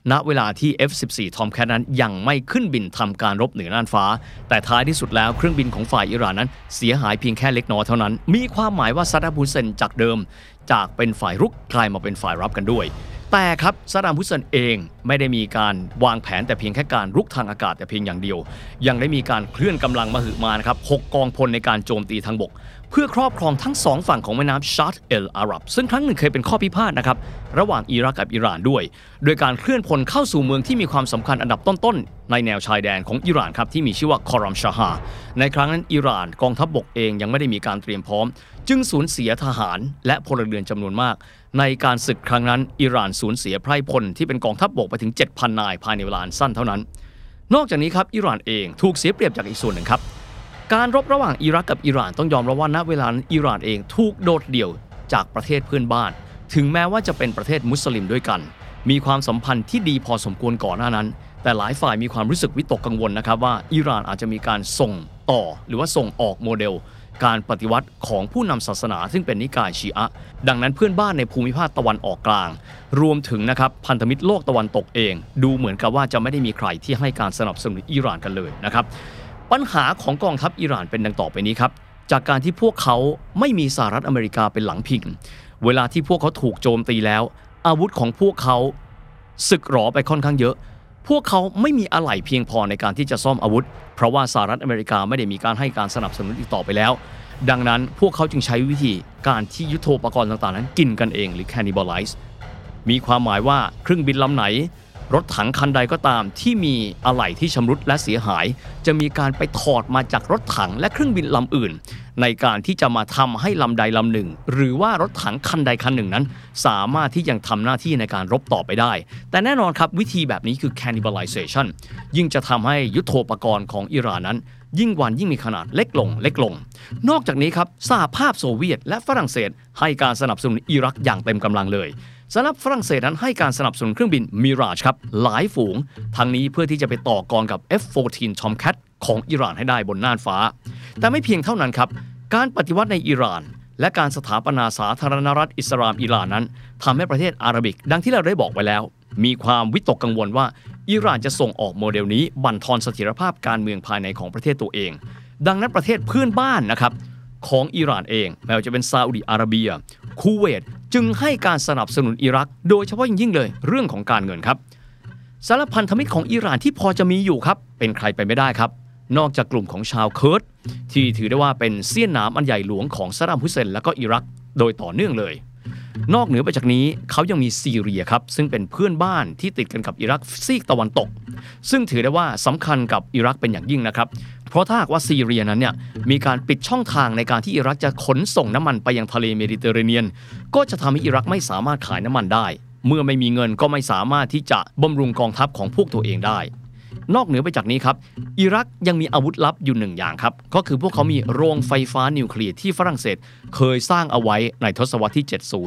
ณเวลาที่ F-14 Tomcat นั้นยังไม่ขึ้นบินทำการรบเหนือน่านฟ้าแต่ท้ายที่สุดแล้วเครื่องบินของฝ่ายอิหร่านนั้นเสียหายเพียงแค่เล็กน้อยเท่านั้นมีความหมายว่าซัดดัม ฮุสเซนจากเดิมจากเป็นฝ่ายรุกกลายมาเป็นฝ่ายรับกันด้วยแต่ครับซัดดัม ฮุสเซนเองไม่ได้มีการวางแผนแต่เพียงแค่การรุกทางอากาศแต่เพียงอย่างเดียวยังได้มีการเคลื่อนกำลังมหึมานะครับ6กองพลในการโจมตีทางบกเพื่อครอบครองทั้ง2ฝั่งของแม่น้ำชาร์ตเอลอาหรับซึ่งครั้งหนึ่งเคยเป็นข้อพิพาทนะครับระหว่างอิรักกับอิหร่านด้วยโดยการเคลื่อนพลเข้าสู่เมืองที่มีความสำคัญอันดับต้นๆในแนวชายแดนของอิหร่านครับที่มีชื่อว่าคอรัมชาฮาในครั้งนั้นอิหร่านกองทัพบกเองยังไม่ได้มีการเตรียมพร้อมจึงสูญเสียทหารและพลเรือนจำนวนมากในการศึกครั้งนั้นอิหร่านสูญเสียไพร่พลที่เป็นกองทัพบกไปถึง 7,000 นายภายในเวลาสั้นเท่านั้นนอกจากนี้ครับอิหร่านเองถูกเสียเปรียบจากอีกส่วนหนึ่งครับการรบระหว่างอิรักกับอิหร่านต้องยอมรับว่าณเวลานั้นอิหร่านเองถูกโดดเดี่ยวจากประเทศเพื่อนบ้านถึงแม้ว่าจะเป็นประเทศมุสลิมด้วยกันมีความสัมพันธ์ที่ดีพอสมควรก่อนหน้านั้นแต่หลายฝ่ายมีความรู้สึกวิตกกังวลนะครับว่าอิหร่านอาจจะมีการส่งต่อหรือว่าส่งออกโมเดลการปฏิวัติของผู้นำศาสนาซึ่งเป็นนิกายชีอะห์ดังนั้นเพื่อนบ้านในภูมิภาคตะวันออกกลางรวมถึงนะครับพันธมิตรโลกตะวันตกเองดูเหมือนกับว่าจะไม่ได้มีใครที่ให้การสนับสนุนอิหร่านกันเลยนะครับปัญหาของกองทัพอิหร่านเป็นดังต่อไปนี้ครับจากการที่พวกเขาไม่มีสหรัฐอเมริกาเป็นหลังพิงเวลาที่พวกเขาถูกโจมตีแล้วอาวุธของพวกเขาสึกหรอไปค่อนข้างเยอะพวกเขาไม่มีอะไหล่เพียงพอในการที่จะซ่อมอาวุธเพราะว่าสหรัฐอเมริกาไม่ได้มีการให้การสนับสนุนอีกต่อไปแล้วดังนั้นพวกเขาจึงใช้วิธีการที่ยุทโธปกรณ์ต่างๆนั้นกินกันเองหรือ cannibalize มีความหมายว่าเครื่องบินลำไหนรถถังคันใดก็ตามที่มีอะไหล่ที่ชำรุดและเสียหายจะมีการไปถอดมาจากรถถังและเครื่องบินลำอื่นในการที่จะมาทำให้ลำใดลำหนึ่งหรือว่ารถถังคันใดคันหนึ่งนั้นสามารถที่ยังทำหน้าที่ในการรบต่อไปได้แต่แน่นอนครับวิธีแบบนี้คือ cannibalization ยิ่งจะทำให้ยุทโธปกรณ์ของอิหร่านนั้นยิ่งวันยิ่งมีขนาดเล็กลงนอกจากนี้ครับสหภาพโซเวียตและฝรั่งเศสให้การสนับสนุนอิรักอย่างเต็มกำลังเลยสำหรับฝรั่งเศสนั้นให้การสนับสนุนเครื่องบิน Mirage ครับหลายฝูงทั้งนี้เพื่อที่จะไปต่อกรกับ F-14 Tomcat ของอิหร่านให้ได้บนน่านฟ้าแต่ไม่เพียงเท่านั้นครับการปฏิวัติในอิหร่านและการสถาปนาสาธารณรัฐอิสลามอิหร่านนั้นทำให้ประเทศอาหรับิกดังที่เราได้บอกไว้แล้วมีความวิตกกังวลว่าอิหร่านจะส่งออกโมเดลนี้บั่นทอนเสถียรภาพการเมืองภายในของประเทศตัวเองดังนั้นประเทศเพื่อนบ้านนะครับของอิหร่านเองแม้ว่าจะเป็นซาอุดิอาระเบียคูเวตจึงให้การสนับสนุนอิรักโดยเฉพาะยิ่งเลยเรื่องของการเงินครับสารพันธมิตรของอิหร่านที่พอจะมีอยู่ครับเป็นใครไปไม่ได้ครับนอกจากกลุ่มของชาวเคิร์ดที่ถือได้ว่าเป็นเสี้ยนน้ำอันใหญ่หลวงของซัดดัม ฮุสเซนและก็อิรักโดยต่อเนื่องเลยนอกเหนือไปจากนี้เขายังมีซีเรียครับซึ่งเป็นเพื่อนบ้านที่ติดกันกับอิรักซีกตะวันตกซึ่งถือได้ว่าสำคัญกับอิรักเป็นอย่างยิ่งนะครับเพราะถ้าหากว่าซีเรียนั้นเนี่ยมีการปิดช่องทางในการที่อิรักจะขนส่งน้ำมันไปยังทะเลเมดิเตอร์เรเนียนก็จะทำให้อิรักไม่สามารถขายน้ำมันได้เมื่อไม่มีเงินก็ไม่สามารถที่จะบำรุงกองทัพของพวกตัวเองได้นอกเหนือไปจากนี้ครับอิรักยังมีอาวุธลับอยู่หนึ่งอย่างครับก็คือพวกเขามีโรงไฟฟ้านิวเคลียร์ที่ฝรั่งเศสเคยสร้างเอาไว้ในทศวรรษที่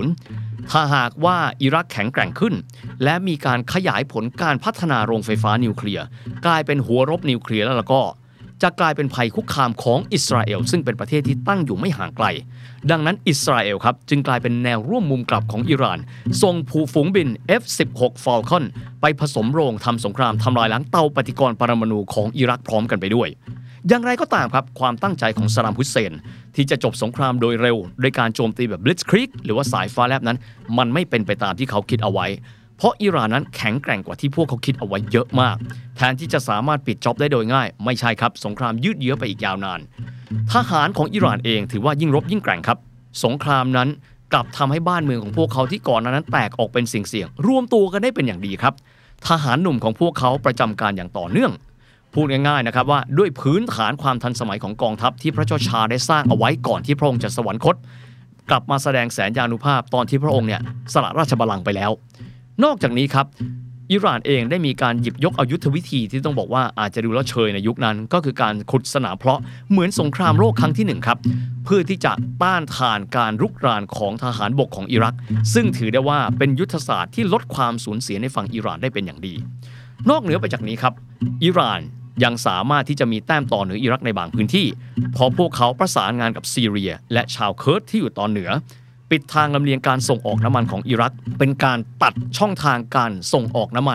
70 ถ้าหากว่าอิรักแข็งแกร่งขึ้นและมีการขยายผลการพัฒนาโรงไฟฟ้านิวเคลียร์กลายเป็นหัวรบนิวเคลียร์แล้วก็จะกลายเป็นภัยคุกคามของอิสราเอลซึ่งเป็นประเทศที่ตั้งอยู่ไม่ห่างไกลดังนั้นอิสราเอลครับจึงกลายเป็นแนวร่วมมุมกลับของอิหร่านส่งฝูงบิน F-16 Falcon ไปผสมโรงทำสงครามทำลายล้างเตาปฏิกรณ์ปรมาณูของอิรักพร้อมกันไปด้วยอย่างไรก็ตามครับความตั้งใจของซัดดัม ฮุสเซนที่จะจบสงครามโดยเร็วโดยการโจมตีแบบ Blitzkrieg หรือว่าสายฟ้าแลบนั้นมันไม่เป็นไปตามที่เขาคิดเอาไว้เพราะอิหร่านนั้นแข็งแกร่งกว่าที่พวกเขาคิดเอาไว้เยอะมากแทนที่จะสามารถปิดจ็อบได้โดยง่ายไม่ใช่ครับสงครามยืดเยื้อไปอีกยาวนานทหารของอิหร่านเองถือว่ายิ่งรบยิ่งแกร่งครับสงครามนั้นกลับทำให้บ้านเมืองของพวกเขาที่ก่อนนั้นแตกออกเป็นสิ่งเสี่ยงรวมตัวกันได้เป็นอย่างดีครับทหารหนุ่มของพวกเขาประจำการอย่างต่อเนื่องพูดง่ายๆนะครับว่าด้วยพื้นฐานความทันสมัยของกองทัพที่พระเจ้าชาได้สร้างเอาไว้ก่อนที่พระองค์จะสวรรคตกลับมาแสดงแสนยานุภาพตอนที่พระองค์เนี่ยสละราชบัลลังก์ไปแล้วนอกจากนี้ครับอิหร่านเองได้มีการหยิบยกเอายุทธวิธีที่ต้องบอกว่าอาจจะดูแล้วเชยในยุคนั้นก็คือการขุดสนามเพลาะเหมือนสงครามโลกครั้งที่1ครับเพื่อที่จะต้านทานการรุกรานของทหารบกของอิรักซึ่งถือได้ว่าเป็นยุทธศาสตร์ที่ลดความสูญเสียในฝั่งอิหร่านได้เป็นอย่างดีนอกเหนือไปจากนี้ครับอิหร่านยังสามารถที่จะมีแต้มต่อเหนืออิรักในบางพื้นที่เพราะพวกเขาประสานงานกับซีเรียและชาวเคิร์ดที่อยู่ตอนเหนือปิดทางลำเลียงการส่งออกน้ำมันของอิรักเป็นการตัดช่องทางการส่งออกน้ำมัน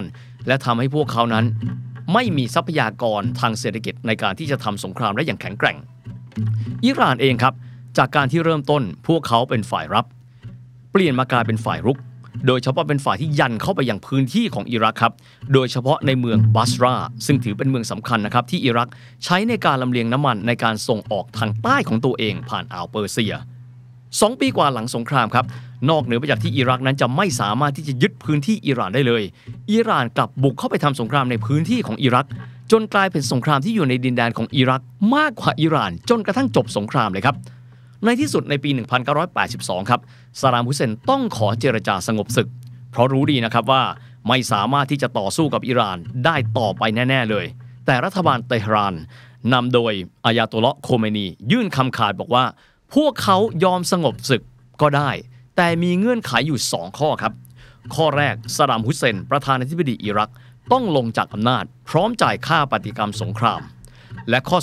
และทำให้พวกเขานั้นไม่มีทรัพยากรทางเศรษฐกิจในการที่จะทำสงครามได้อย่างแข็งแกร่งอิหร่านเองครับจากการที่เริ่มต้นพวกเขาเป็นฝ่ายรับเปลี่ยนมากลายเป็นฝ่ายรุกโดยเฉพาะเป็นฝ่ายที่ยันเข้าไปยังพื้นที่ของอิรักครับโดยเฉพาะในเมืองบัสราซึ่งถือเป็นเมืองสำคัญนะครับที่อิรักใช้ในการลำเลียงน้ำมันในการส่งออกทางใต้ของตัวเองผ่านอ่าวเปอร์เซีย2 ปีกว่าหลังสงครามครับนอกเหนือไปจากที่อิรักนั้นจะไม่สามารถที่จะยึดพื้นที่อิหร่านได้เลยอิหร่านกลับบุกเข้าไปทำสงครามในพื้นที่ของอิรักจนกลายเป็นสงครามที่อยู่ในดินแดนของอิรักมากกว่าอิหร่านจนกระทั่งจบสงครามเลยครับในที่สุดในปี 1982 ครับซาดัม ฮุสเซนต้องขอเจรจาสงบศึกเพราะรู้ดีนะครับว่าไม่สามารถที่จะต่อสู้กับอิหร่านได้ต่อไปแน่ๆเลยแต่รัฐบาลเตหะรานนำโดยอายาตุลลอฮ์โคเมนียื่นคำขาดบอกว่าพวกเขายอมสงบศึกก็ได้แต่มีเงื่อนไขอยู่2ข้อครับข้อแรกซาดัม ฮุสเซนประธานาธิบดีอิรักต้องลงจากอำนาจพร้อมจ่ายค่าปฏิกรรมสงครามและข้อ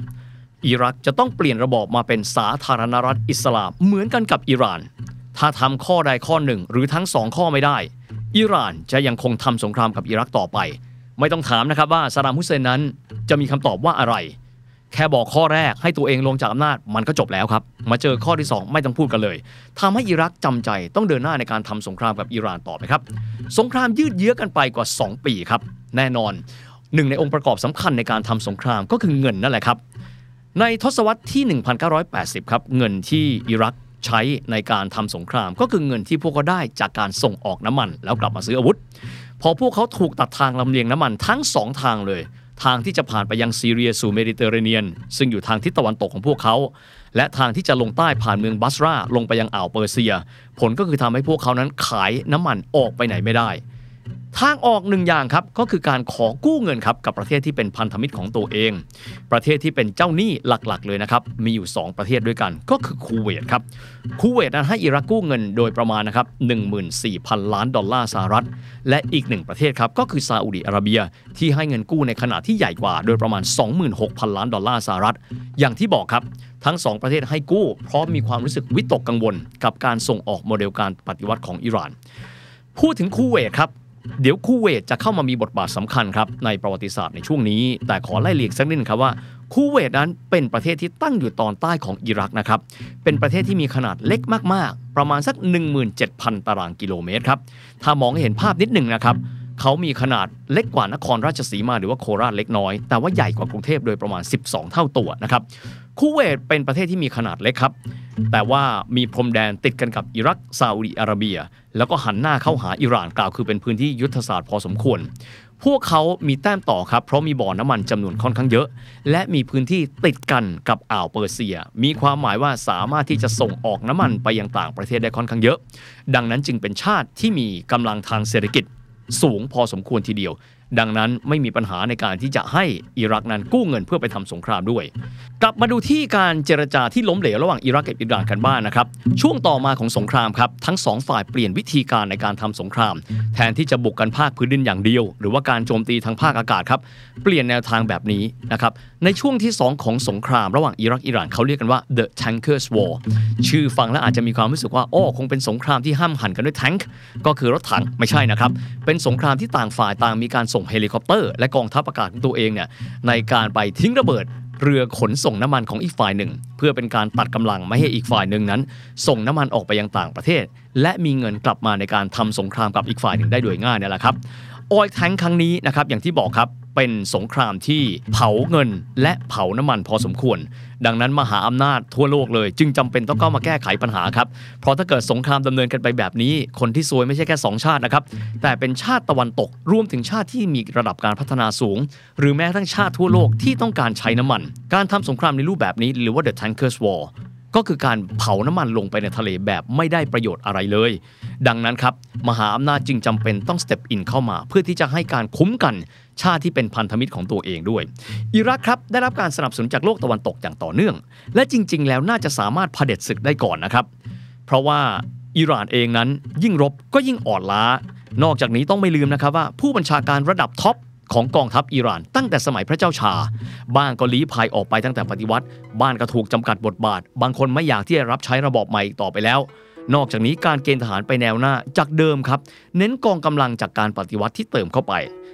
2อิรักจะต้องเปลี่ยนระบอบมาเป็นสาธารณรัฐอิสลามเหมือนกันกับอิหร่านถ้าทำข้อใดข้อหนึ่งหรือทั้ง2ข้อไม่ได้อิหร่านจะยังคงทำสงครามกับอิรักต่อไปไม่ต้องถามนะครับว่าซาดัม ฮุสเซนนั้นจะมีคำตอบว่าอะไรแค่บอกข้อแรกให้ตัวเองลงจากอำนาจมันก็จบแล้วครับมาเจอข้อที่2ไม่ต้องพูดกันเลยทำให้อิรักจำใจต้องเดินหน้าในการทำสงครามกับอิหร่านต่อไปครับสงครามยืดเยื้อกันไปกว่า2 ปีครับแน่นอนหนึ่งในองค์ประกอบสำคัญในการทำสงครามก็คือเงินนั่นแหละครับในทศวรรษที่ 1980 ครับเงินที่อิรักใช้ในการทำสงครามก็คือเงินที่พวกเขาได้จากการส่งออกน้ำมันแล้วกลับมาซื้ออาวุธพอพวกเขาถูกตัดทางลำเลียงน้ำมันทั้ง2 ทางเลยทางที่จะผ่านไปยังซีเรียสู่เมดิเตอร์เรเนียนซึ่งอยู่ทางทิศตะวันตกของพวกเขาและทางที่จะลงใต้ผ่านเมืองบัสราลงไปยังอ่าวเปอร์เซียผลก็คือทำให้พวกเขานั้นขายน้ำมันออกไปไหนไม่ได้ทางออกหนึ่งอย่างครับก็คือการขอกู้เงินครับกับประเทศที่เป็นพันธมิตรของตัวเองประเทศที่เป็นเจ้าหนี้หลักๆเลยนะครับมีอยู่2 ประเทศด้วยกันก็คือคูเวตครับคูเวตนั้นให้อิรักกู้เงินโดยประมาณนะครับ 14,000 ล้านดอลลาร์สหรัฐและอีก1ประเทศครับก็คือซาอุดิอาระเบียที่ให้เงินกู้ในขนาดที่ใหญ่กว่าโดยประมาณ 26,000 ล้านดอลลาร์สหรัฐอย่างที่บอกครับทั้ง2ประเทศให้กู้เพราะมีความรู้สึกวิตกกังวลกับการส่งออกโมเดลการปฏิวัติของอิหร่านพูดถึงคูเวตครับเดี๋ยวคูเวตจะเข้ามามีบทบาทสำคัญครับในประวัติศาสตร์ในช่วงนี้แต่ขอไล่เรียงสักนิดนึงครับว่าคูเวตนั้นเป็นประเทศที่ตั้งอยู่ตอนใต้ของอิรักนะครับเป็นประเทศที่มีขนาดเล็กมากๆประมาณสัก 17,000 ตารางกิโลเมตรครับถ้ามองให้เห็นภาพนิดหนึ่งนะครับเขามีขนาดเล็กกว่านครราชสีมาหรือว่าโคราชเล็กน้อยแต่ว่าใหญ่กว่ากรุงเทพโดยประมาณ12 เท่าตัวนะครับคูเวตเป็นประเทศที่มีขนาดเล็กครับแต่ว่ามีพรมแดนติดกันกับอิรักซาอุดิอาระเบียแล้วก็หันหน้าเข้าหาอิหร่านกล่าวคือเป็นพื้นที่ยุทธศาสตร์พอสมควรพวกเขามีแต้มต่อครับเพราะมีบ่อน้ำมันจำนวนค่อนข้างเยอะและมีพื้นที่ติดกันกับอ่าวเปอร์เซียมีความหมายว่าสามารถที่จะส่งออกน้ำมันไปยังต่างประเทศได้ค่อนข้างเยอะดังนั้นจึงเป็นชาติที่มีกำลังทางเศรษฐกิจสูงพอสมควรทีเดียวดังนั้นไม่มีปัญหาในการที่จะให้อิรักนั้นกู้เงินเพื่อไปทำสงครามด้วยกลับมาดูที่การเจรจาที่ล้มเหลวระหว่างอิรักกับอิหร่านกันบ้างนะครับช่วงต่อมาของสงครามครับทั้ง2 ฝ่ายเปลี่ยนวิธีการในการทำสงครามแทนที่จะบุกกันภาคพื้นดินอย่างเดียวหรือว่าการโจมตีทางภาคอากาศครับเปลี่ยนแนวทางแบบนี้นะครับในช่วงที่2ของสงครามระหว่างอิรักอิหร่านเขาเรียกกันว่า The Tankers War ชื่อฟังแล้วอาจจะมีความรู้สึกว่าคงเป็นสงครามที่ห้ามหันกันด้วยแทงค์ก็คือรถถังไม่ใช่นะครับเป็นสงครามที่ต่างฝ่ายต่างมีการส่งเฮลิคอปเตอร์และกองทัพอากาศของตัวเองเนี่ยในการไปทิ้งระเบิดเรือขนส่งน้ำมันของอีกฝ่ายหนึ่งเพื่อเป็นการตัดกำลังไม่ให้อีกฝ่ายหนึ่งนั้นส่งน้ำมันออกไปยังต่างประเทศและมีเงินกลับมาในการทำสงครามกับอีกฝ่ายหนึ่งได้โดยง่ายนี่แหละครับออยล์แทงค์ครั้งนี้นะครับอย่างที่บอกครับเป็นสงครามที่เผาเงินและเผาน้ำมันพอสมควรดังนั้นมหาอำนาจทั่วโลกเลยจึงจำเป็นต้องเข้ามาแก้ไขปัญหาครับเพราะถ้าเกิดสงครามดำเนินกันไปแบบนี้คนที่ซวยไม่ใช่แค่2 ชาตินะครับแต่เป็นชาติตะวันตกรวมถึงชาติที่มีระดับการพัฒนาสูงหรือแม้กระทั่งชาติทั่วโลกที่ต้องการใช้น้ำมันการทำสงครามในรูปแบบนี้หรือว่า The Tankers War ก็คือการเผาน้ำมันลงไปในทะเลแบบไม่ได้ประโยชน์อะไรเลยดังนั้นครับมหาอำนาจจึงจำเป็นต้องสเต็ปอินเข้ามาเพื่อที่จะให้การคุ้มกันชาติที่เป็นพันธมิตรของตัวเองด้วยอิรักครับได้รับการสนับสนุนจากโลกตะวันตกอย่างต่อเนื่องและจริงๆแล้วน่าจะสามารถเผด็จศึกได้ก่อนนะครับเพราะว่าอิหร่านเองนั้นยิ่งรบก็ยิ่งอ่อนล้านอกจากนี้ต้องไม่ลืมนะครับว่าผู้บัญชาการระดับท็อปของกองทัพอิหร่านตั้งแต่สมัยพระเจ้าชาบ้างก็ลี้ภัยออกไปตั้งแต่ปฏิวัติบ้านก็ถูกจำกัดบทบาทบางคนไม่อยากที่จะรับใช้ระบอบใหม่ต่อไปแล้วนอกจากนี้การเกณฑ์ทหารไปแนวหน้าจากเดิมครับเน้นกองกำลังจากการปฏิวัติที่เติมเข้าไป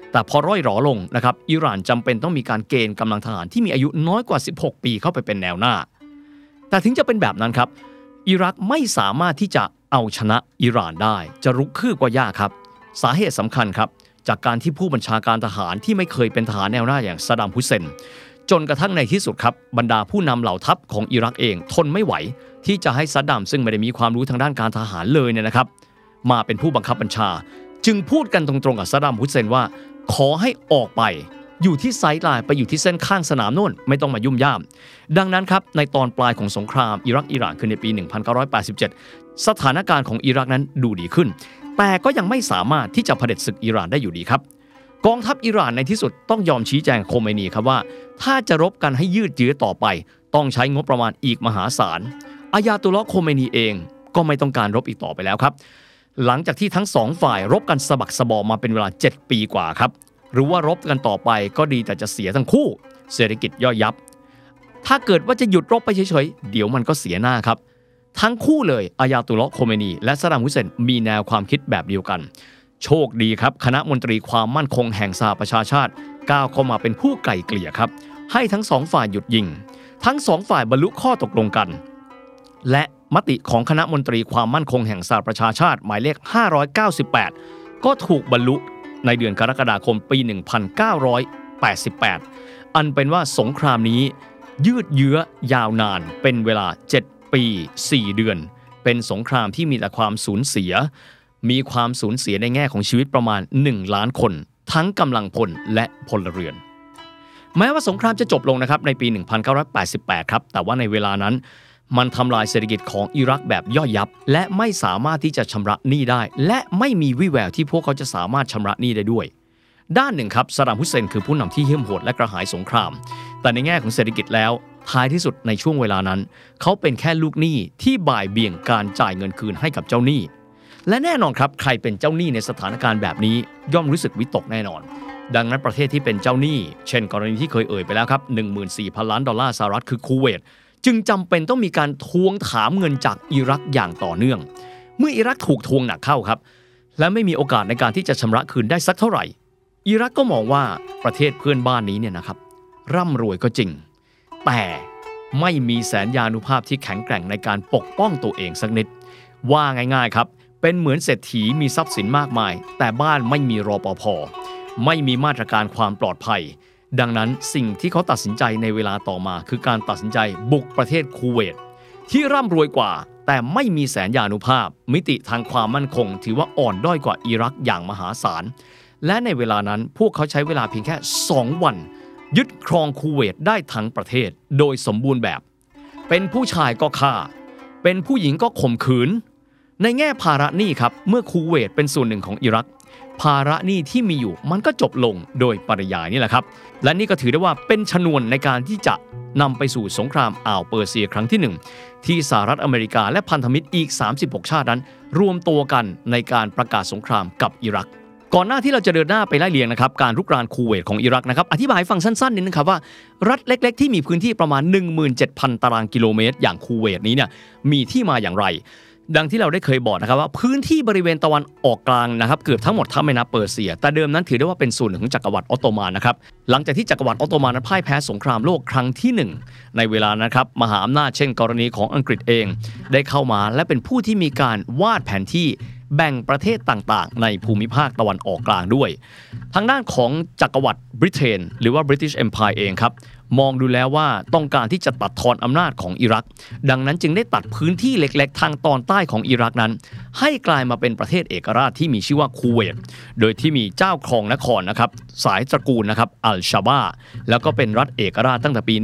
แต่พอร่อยหรอลงนะครับอิหร่านจำเป็นต้องมีการเกณฑ์กำลังทหารที่มีอายุน้อยกว่า16ปีเข้าไปเป็นแนวหน้าแต่ถึงจะเป็นแบบนั้นครับอิรักไม่สามารถที่จะเอาชนะอิหร่านได้จะรุกคืบกว่ายากครับสาเหตุสำคัญครับจากการที่ผู้บัญชาการทหารที่ไม่เคยเป็นทหารแนวหน้าอย่างซัดดัม ฮุสเซนจนกระทั่งในที่สุดครับบรรดาผู้นำเหล่าทัพของอิรักเองทนไม่ไหวที่จะให้ซัดดัมซึ่งไม่ได้มีความรู้ทางด้านการทหารเลยเนี่ยนะครับมาเป็นผู้บังคับบัญชาจึงพูดกันตรงๆกับซัดดัม ฮุสเซนว่าขอให้ออกไปอยู่ที่ไซด์ไลน์ไปอยู่ที่เส้นข้างสนามโน่นไม่ต้องมายุ่มย่ามดังนั้นครับในตอนปลายของสงครามอิรักอิหร่านคือในปี 1987 สถานการณ์ของอิรักนั้นดูดีขึ้นแต่ก็ยังไม่สามารถที่จะเผด็จศึกอิหร่านได้อยู่ดีครับกองทัพอิหร่านในที่สุดต้องยอมชี้แจงโคเมนีครับว่าถ้าจะรบกันให้ยืดเยื้อต่อไปต้องใช้งบประมาณอีกมหาศาลอายาตุลลอฮ์โคเมนีเองก็ไม่ต้องการรบอีกต่อไปแล้วครับหลังจากที่ทั้งสองฝ่ายรบกันสะบักสะบอมมาเป็นเวลา7ปีกว่าครับหรือว่ารบกันต่อไปก็ดีแต่จะเสียทั้งคู่เศรษฐกิจย่อยยับถ้าเกิดว่าจะหยุดรบไปเฉยๆเดี๋ยวมันก็เสียหน้าครับทั้งคู่เลยอายาตุลลอฮ์โคเมนีและซัดดัม ฮุสเซนมีแนวความคิดแบบเดียวกันโชคดีครับคณะมนตรีความมั่นคงแห่งสหประชาชาติก้าวเข้ามาเป็นผู้ไกล่เกลี่ยครับให้ทั้งสองฝ่ายหยุดยิงทั้งสองฝ่ายบรรลุข้อตกลงกันและมติของคณะมนตรีความมั่นคงแห่งสหประชาชาติหมายเลข598ก็ถูกบรรลุในเดือนกรกฎาคมปี 1988 อันเป็นว่าสงครามนี้ยืดเยื้อยาวนานเป็นเวลา7ปี4เดือนเป็นสงครามที่มีแต่ความสูญเสียมีความสูญเสียในแง่ของชีวิตประมาณ1ล้านคนทั้งกำลังพลและพลเรือนแม้ว่าสงครามจะจบลงนะครับในปี 1988 ครับแต่ว่าในเวลานั้นมันทำลายเศรษฐกิจของอิรักแบบย่อยยับและไม่สามารถที่จะชำระหนี้ได้และไม่มีวี่แววที่พวกเขาจะสามารถชำระหนี้ได้ด้วยด้านหนึ่งครับซัดดัม ฮุสเซนคือผู้นำที่เหี้ยมโหดและกระหายสงครามแต่ในแง่ของเศรษฐกิจแล้วท้ายที่สุดในช่วงเวลานั้นเขาเป็นแค่ลูกหนี้ที่บ่ายเบี่ยงการจ่ายเงินคืนให้กับเจ้าหนี้และแน่นอนครับใครเป็นเจ้าหนี้ในสถานการณ์แบบนี้ย่อมรู้สึกวิตกแน่นอนดังนั้นประเทศที่เป็นเจ้าหนี้เช่นกรณีที่เคยเอ่ยไปแล้วครับ 14,000 ล้านดอลลาร์สหรัฐคือคูเวตจึงจำเป็นต้องมีการทวงถามเงินจากอิรักอย่างต่อเนื่องเมื่ออิรักถูกทวงหนักเข้าครับและไม่มีโอกาสในการที่จะชำระคืนได้สักเท่าไหร่อิรักก็มองว่าประเทศเพื่อนบ้านนี้เนี่ยนะครับร่ำรวยก็จริงแต่ไม่มีแสนยานุภาพที่แข็งแกร่งในการปกป้องตัวเองสักนิดว่าง่ายๆครับเป็นเหมือนเศรษฐีมีทรัพย์สินมากมายแต่บ้านไม่มีรปภ.ไม่มีมาตรการความปลอดภัยดังนั้นสิ่งที่เขาตัดสินใจในเวลาต่อมาคือการตัดสินใจบุกประเทศคูเวตที่ร่ำรวยกว่าแต่ไม่มีแสนยานุภาพมิติทางความมั่นคงถือว่าอ่อนด้อยกว่าอิรักอย่างมหาศาลและในเวลานั้นพวกเขาใช้เวลาเพียงแค่2วันยึดครองคูเวตได้ทั้งประเทศโดยสมบูรณ์แบบเป็นผู้ชายก็ฆ่าเป็นผู้หญิงก็ข่มขืนในแง่ภาระหนี้ครับเมื่อคูเวตเป็นส่วนหนึ่งของอิรักภาระหนี้ที่มีอยู่มันก็จบลงโดยปริยายนี่แหละครับและนี่ก็ถือได้ว่าเป็นชนวนในการที่จะนำไปสู่สงครามอ่าวเปอร์เซียครั้งที่1ที่สหรัฐอเมริกาและพันธมิตรอีก36ชาตินั้นรวมตัวกันในการประกาศสงครามกับอิรักก่อนหน้าที่เราจะเดินหน้าไปไล่เรียงนะครับการรุกรานคูเวตของอิรักนะครับอธิบายให้ฟังสั้นๆนิดนึงครับว่ารัฐเล็กๆที่มีพื้นที่ประมาณ 17,000 ตารางกิโลเมตรอย่างคูเวตนี้เนี่ยมีที่มาอย่างไรดังที่เราได้เคยบอกนะครับว่าพื้นที่บริเวณตะวันออกกลางนะครับเกือบทั้งหมดถ้าไม่นับเปอร์เซียแต่เดิมนั้นถือได้ว่าเป็นส่วนหนึ่งของจักรวรรดิออตโตมันนะครับหลังจากที่จักรวรรดิออตโตมันนั้นพ่ายแพ้สงครามโลกครั้งที่1ในเวลานะครับมหาอำนาจเช่นกรณีของอังกฤษเองได้เข้ามาและเป็นผู้ที่มีการวาดแผนที่แบ่งประเทศต่างๆในภูมิภาคตะวันออกกลางด้วยทางด้านของจักรวรรดิบริเตนหรือว่า British Empire เองครับมองดูแล้วว่าต้องการที่จะตัดทอนอำนาจของอิรักดังนั้นจึงได้ตัดพื้นที่เล็กๆทางตอนใต้ของอิรักนั้นให้กลายมาเป็นประเทศเอกราชที่มีชื่อว่าคูเวตโดยที่มีเจ้าครองนครนะครับสายตระกูลนะครับอัลชาบาแล้วก็เป็นรัฐเอกราชตั้งแต่ปี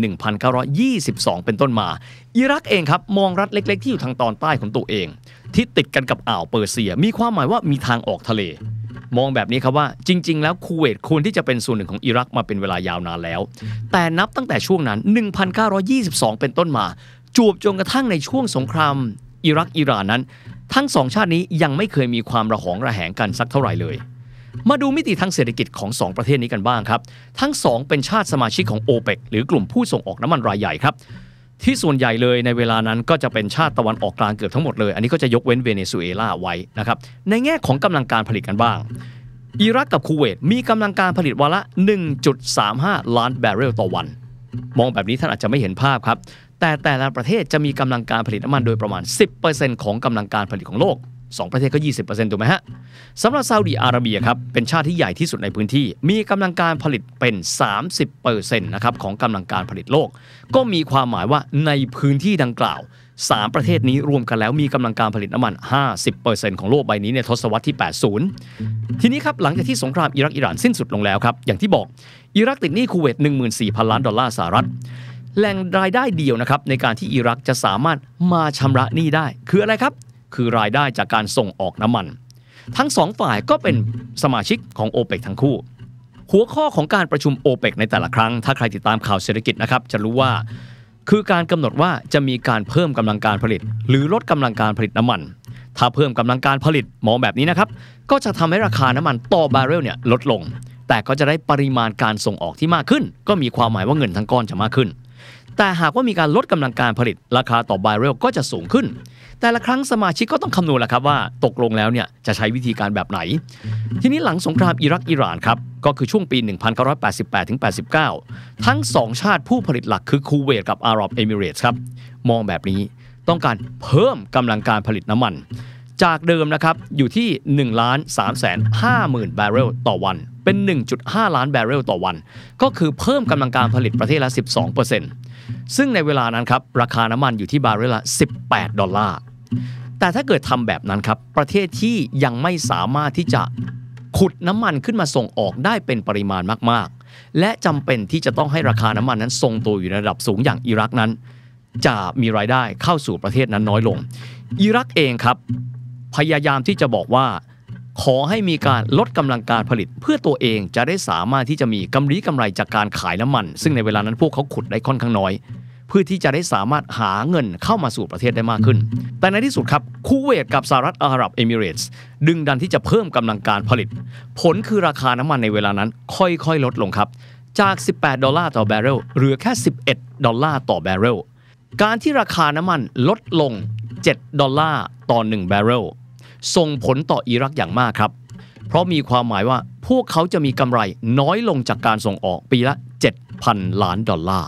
1922 เป็นต้นมาอิรักเองครับมองรัฐเล็กๆที่อยู่ทางตอนใต้ของตัวเองที่ติดกันกับอ่าวเปอร์เซียมีความหมายว่ามีทางออกทะเลมองแบบนี้ครับว่าจริงๆแล้วคูเวตควรที่จะเป็นส่วนหนึ่งของอิรักมาเป็นเวลายาวนานแล้วแต่นับตั้งแต่ช่วงนั้น 1922 เป็นต้นมาจวบจนกระทั่งในช่วงสงครามอิรักอิหร่านนั้นทั้งสองชาตินี้ยังไม่เคยมีความระหองระแหงกันสักเท่าไหร่เลยมาดูมิติทางเศรษฐกิจของ2ประเทศนี้กันบ้างครับทั้ง2เป็นชาติสมาชิกของโอเปกหรือกลุ่มผู้ส่งออกน้ำมันรายใหญ่ครับที่ส่วนใหญ่เลยในเวลานั้นก็จะเป็นชาติตะวันออกกลางเกือบทั้งหมดเลยอันนี้ก็จะยกเว้นเวเนซุเอลาไว้นะครับในแง่ของกำลังการผลิตกันบ้างอิรักกับคูเวตมีกำลังการผลิตวันละ 1.35 ล้านบาร์เรลต่อวันมองแบบนี้ท่านอาจจะไม่เห็นภาพครับแต่ละประเทศจะมีกำลังการผลิตน้ำมันโดยประมาณ 10% ของกำลังการผลิตของโลก2ประเทศก็ 20% ถูกไหมฮะสำหรับซาอุดิอาระเบียครับเป็นชาติที่ใหญ่ที่สุดในพื้นที่มีกำลังการผลิตเป็น 30% นะครับของกำลังการผลิตโลกก็มีความหมายว่าในพื้นที่ดังกล่าว3ประเทศนี้รวมกันแล้วมีกำลังการผลิตน้ำมัน 50% ของโลกใบนี้ในทศวรรษที่ 80 ทีนี้ครับหลังจากที่สงครามอิรักอิหร่านสิ้นสุดลงแล้วครับอย่างที่บอกอิรักติดหนี้คูเวต 14,000 ล้านดอลลาร์สหรัฐแหล่งรายได้เดียวนะครับในการที่อิรักจะสามารถมาชำระหนี้ได้คืออะไรครับคือรายได้จากการส่งออกน้ำมันทั้งสองฝ่ายก็เป็นสมาชิกของโอเปกทั้งคู่หัวข้อของการประชุมโอเปกในแต่ละครั้งถ้าใครติดตามข่าวเศรษฐกิจนะครับจะรู้ว่าคือการกำหนดว่าจะมีการเพิ่มกำลังการผลิตหรือลดกำลังการผลิตน้ำมันถ้าเพิ่มกำลังการผลิตมองแบบนี้นะครับก็จะทำให้ราคาน้ำมันต่อบาร์เรลเนี่ยลดลงแต่ก็จะได้ปริมาณการส่งออกที่มากขึ้นก็มีความหมายว่าเงินทั้งก้อนจะมากขึ้นแต่หากว่ามีการลดกำลังการผลิตราคาต่อบาร์เรลก็จะสูงขึ้นแต่ละครั้งสมาชิกก็ต้องคำนวณแหละครับว่าตกลงแล้วเนี่ยจะใช้วิธีการแบบไหนทีนี้หลังสงครามอิรักอิหร่านครับก็คือช่วงปี 1988-89 ทั้ง2ชาติผู้ผลิตหลักคือคูเวตกับอาหรับเอมิเรตส์ครับมองแบบนี้ต้องการเพิ่มกำลังการผลิตน้ำมันจากเดิมนะครับอยู่ที่ 1,350,000 บาร์เรลต่อวันเป็น 1.5 ล้านบาร์เรลต่อวันก็คือเพิ่มกำลังการผลิตประเทศละ 12% ซึ่งในเวลานั้นครับราคาน้ำมันอยู่ที่บาร์เรลละ$18แต่ถ้าเกิดทำแบบนั้นครับประเทศที่ยังไม่สามารถที่จะขุดน้ำมันขึ้นมาส่งออกได้เป็นปริมาณมากๆและจำเป็นที่จะต้องให้ราคาน้ำมันนั้นทรงตัวอยู่ในระดับสูงอย่างอิรักนั้นจะมีรายได้เข้าสู่ประเทศนั้นน้อยลงอิรักเองครับพยายามที่จะบอกว่าขอให้มีการลดกำลังการผลิตเพื่อตัวเองจะได้สามารถที่จะมีกำไรจากการขายน้ำมันซึ่งในเวลานั้นพวกเขาขุดได้ค่อนข้างน้อยเพื่อที่จะได้สามารถหาเงินเข้ามาสู่ประเทศได้มากขึ้นแต่ในที่สุดครับคูเวตกับสหรัฐอาหรับเอมิเรตส์ดึงดันที่จะเพิ่มกำลังการผลิตผลคือราคาน้ำมันในเวลานั้นค่อยๆลดลงครับจาก$18ต่อบาร์เรลเหลือแค่$11ต่อบาร์เรลการที่ราคาน้ำมันลดลง$7ต่อ1บาร์เรลส่งผลต่ออิรักอย่างมากครับเพราะมีความหมายว่าพวกเขาจะมีกำไรน้อยลงจากการส่งออกปีละ $7,000 ล้าน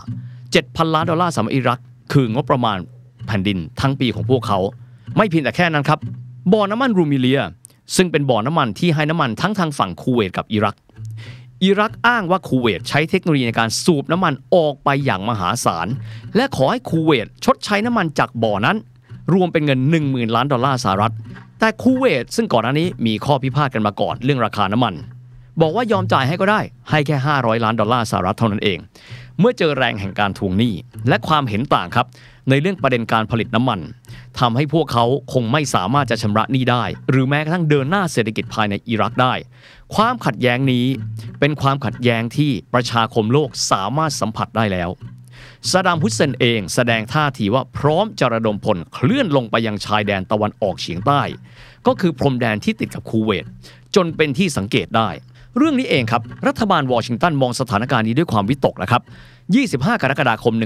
$7,000 ล้านสำหรับอิรักคืองบประมาณแผ่นดินทั้งปีของพวกเขาไม่เพียงแต่แค่นั้นครับบ่อน้ำมันรูมิเลียซึ่งเป็นบ่อน้ำมันที่ให้น้ำมันทั้งทางฝั่งคูเวตกับอิรักอ้างว่าคูเวตใช้เทคโนโลยีในการสูบน้ำมันออกไปอย่างมหาศาลและขอให้คูเวตชดใช้น้ำมันจากบ่อนั้นรวมเป็นเงิน 10,000 ล้านดอลลาร์สหรัฐแต่คูเวตซึ่งก่อนหน้านี้มีข้อพิพาทกันมาก่อนเรื่องราคาน้ำมันบอกว่ายอมจ่ายให้ก็ได้ให้แค่$500 ล้านสหรัฐเท่านั้นเองเมื่อเจอแรงแห่งการทวงหนี้และความเห็นต่างครับในเรื่องประเด็นการผลิตน้ำมันทำให้พวกเขาคงไม่สามารถจะชำระหนี้ได้หรือแม้กระทั่งเดินหน้าเศรษฐกิจภายในอิรักได้ความขัดแย้งนี้เป็นความขัดแย้งที่ประชาคมโลกสามารถสัมผัสได้แล้วซาดัม ฮุสเซนเองแสดงท่าทีว่าพร้อมจะระดมพลเคลื่อนลงไปยังชายแดนตะวันออกเฉียงใต้ก็คือพรมแดนที่ติดกับคูเวตจนเป็นที่สังเกตได้เรื่องนี้เองครับรัฐบาลวอชิงตันมองสถานการณ์นี้ด้วยความวิตกนะครับ25 กรกฎาคม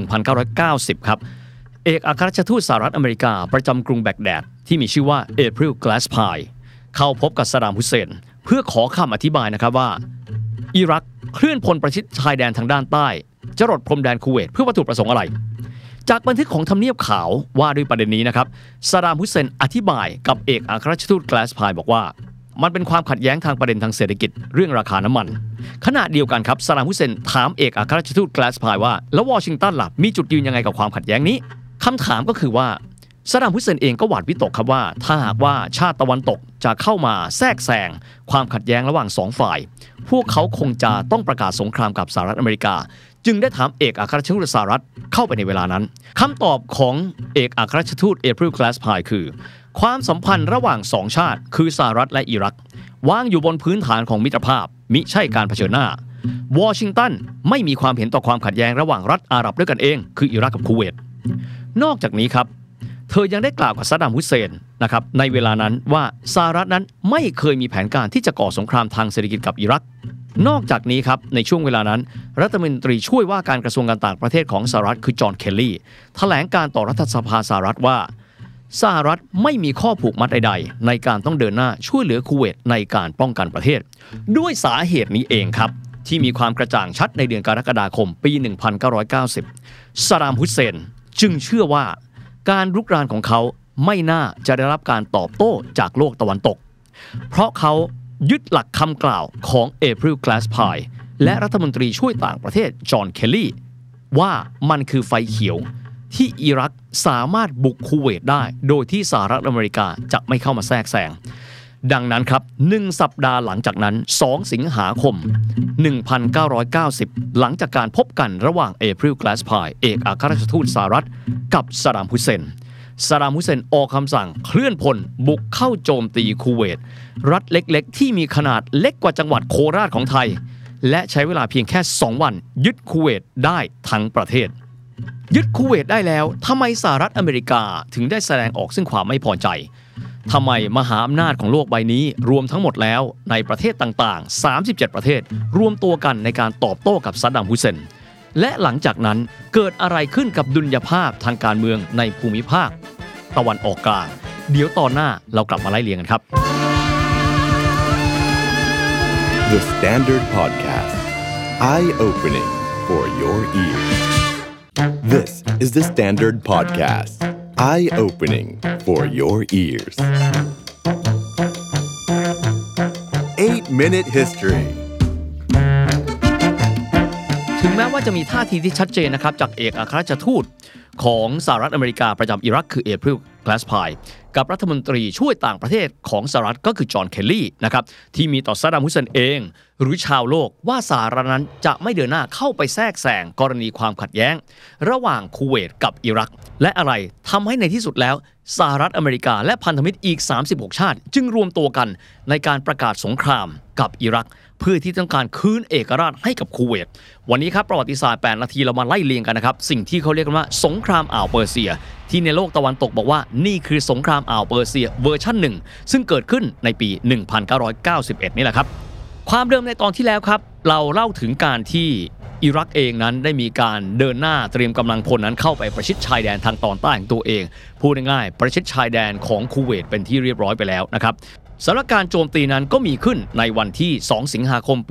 1990 ครับเอกอัครราชทูตสหรัฐอเมริกาประจำกรุงแบกแดดที่มีชื่อว่าเอพริล กลาสพายเข้าพบกับซาดัม ฮุสเซนเพื่อขอคำอธิบายนะครับว่าอิรักเคลื่อนพลประชิดชายแดนทางด้านใต้จรดพรมแดนคูเวตเพื่อวัตถุประสงค์อะไรจากบันทึกของทำเนียบขาวว่าด้วยประเด็นนี้นะครับซาดัม ฮุสเซนอธิบายกับเอกอัครราชทูต กลาสพายบอกว่ามันเป็นความขัดแย้งทางประเด็นทางเศรษฐกิจเรื่องราคาน้ำมันขณะเดียวกันครับซาดัม ฮุสเซนถามเอกอัครราชทูต กลาสพายว่าแล้ววอชิงตันล่ะมีจุดยืนยังไงกับความขัดแย้งนี้คำถามก็คือว่าซาดัม ฮุสเซนเองก็หวาดวิตกครับว่าถ้าหากว่าชาติตะวันตกจะเข้ามาแทรกแซงความขัดแย้งระหว่าง2ฝ่ายพวกเขาคงจะต้องประกาศสงครามกับสหรัฐอเมริกาจึงได้ถามเอกอัครราชทูตสหรัฐเข้าไปในเวลานั้นคำตอบของเอกอัครราชทูตเอพริล กลาสพายคือความสัมพันธ์ระหว่าง2ชาติคือสหรัฐและอิรักวางอยู่บนพื้นฐานของมิตรภาพมิใช่การเผชิญหน้าวอชิงตันไม่มีความเห็นต่อความขัดแย้งระหว่างรัฐอาหรับด้วยกันเองคืออิรักกับคูเวตนอกจากนี้ครับเธอยังได้กล่าวกับซาดัม ฮุสเซนนะครับในเวลานั้นว่าสหรัฐนั้นไม่เคยมีแผนการที่จะก่อสงครามทางเศรษฐกิจกับอิรักนอกจากนี้ครับในช่วงเวลานั้นรัฐมนตรีช่วยว่าการกระทรวงการต่างประเทศของสหรัฐคือจอห์น เคลลี่แถลงการต่อรัฐสภาสหรัฐว่าสหรัฐไม่มีข้อผูกมัดใดๆในการต้องเดินหน้าช่วยเหลือคูเวตในการป้องกันประเทศด้วยสาเหตุนี้เองครับที่มีความกระจ่างชัดในเดือนกรกฎาคมปี 1990 ซาดาม ฮุสเซนจึงเชื่อว่าการรุกรานของเขาไม่น่าจะได้รับการตอบโต้จากโลกตะวันตกเพราะเขายึดหลักคำกล่าวของเอพริล แกลสพายและรัฐมนตรีช่วยต่างประเทศจอห์น เคลลี่ว่ามันคือไฟเขียวที่อิรักสามารถบุกคูเวตได้โดยที่สหรัฐอเมริกาจะไม่เข้ามาแทรกแซงดังนั้นครับ1สัปดาห์หลังจากนั้น2สิงหาคม 1990 หลังจากการพบกันระหว่างเอพริล แกลสพายเอกอัครราชทูตสหรัฐกับซาดาม ฮุสเซนซาดาม ฮุสเซนออกคำสั่งเคลื่อนพลบุกเข้าโจมตีคูเวตรัฐเล็กๆที่มีขนาดเล็กกว่าจังหวัดโคราชของไทยและใช้เวลาเพียงแค่2วันยึดคูเวตได้ทั้งประเทศยึดคูเวตได้แล้วทำไมสหรัฐอเมริกาถึงได้แสดงออกซึ่งความไม่พอใจทำไมมหาอำนาจของโลกใบนี้รวมทั้งหมดแล้วในประเทศต่างๆ37ประเทศรวมตัวกันในการตอบโต้กับซาดาม ฮุสเซนและหลังจากนั้นเกิดอะไรขึ้นกับดุลยภาพทางการเมืองในภูมิภาคตะวันออกกลางเดี๋ยวตอนหน้าเรากลับมาไล่เรียงกันครับ The Standard Podcast Eye-opening for your ears This is the Standard Podcast Eye-opening for your ears 8-Minute History ถึงแม้ว่าจะมีท่าทีที่ชัดเจนนะครับจากเอกอัครราชทูตของสหรัฐอเมริกาประจำอิรักคือเอพริล แกลสพายกับรัฐมนตรีช่วยต่างประเทศของสหรัฐก็คือจอห์น เคลลี่นะครับที่มีต่อซาดาม ฮุสเซนเองหรือชาวโลกว่าสหรัฐนั้นจะไม่เดินหน้าเข้าไปแทรกแซงกรณีความขัดแย้งระหว่างคูเวตกับอิรักและอะไรทำให้ในที่สุดแล้วสหรัฐอเมริกาและพันธมิตรอีก36ชาติจึงรวมตัวกันในการประกาศสงครามกับอิรักเพื่อที่ต้องการคืนเอกราชให้กับคูเวตวันนี้ครับประวัติศาสตร์8นาทีเรามาไล่เรียงกันนะครับสิ่งที่เขาเรียกกันว่าสงครามอ่าวเปอร์เซียที่ในโลกตะวันตกบอกว่านี่คือสงครามอ่าวเปอร์เซียเวอร์ชัน1ซึ่งเกิดขึ้นในปี 1991 นี่แหละครับความเดิมในตอนที่แล้วครับเราเล่าถึงการที่อิรักเองนั้นได้มีการเดินหน้าเตรียมกำลังพลนั้นเข้าไปประชิดชายแดนทางตอนใต้ของตัวเองพูดง่ายๆประชิดชายแดนของคูเวตเป็นที่เรียบร้อยไปแล้วนะครับสำหรับการโจมตีนั้นก็มีขึ้นในวันที่2สิงหาคมปี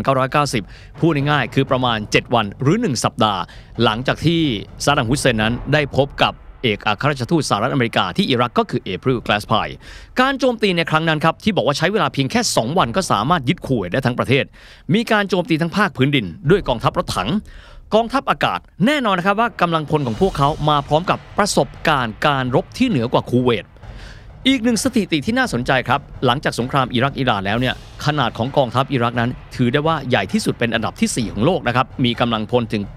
1990 พูดง่ายๆคือประมาณ7วันหรือ1สัปดาห์หลังจากที่ซาดาม ฮุสเซนนั้นได้พบกับเอกอัครราชทูตสหรัฐอเมริกาที่อิรักก็คือเอพริล แกลสพายการโจมตีในครั้งนั้นครับที่บอกว่าใช้เวลาเพียงแค่2วันก็สามารถยึดคูเวตได้ทั้งประเทศมีการโจมตีทั้งภาคพื้นดินด้วยกองทัพรถถังกองทัพอากาศแน่นอนนะครับว่ากำลังพลของพวกเขามาพร้อมกับประสบการณ์การรบที่เหนือกว่าคูเวตอีกหนึ่งสถิติที่น่าสนใจครับหลังจากสงครามอิรักอิหร่านแล้วเนี่ยขนาดของกองทัพอิรักนั้นถือได้ว่าใหญ่ที่สุดเป็นอันดับที่4ของโลกนะครับมีกำลังพลถึง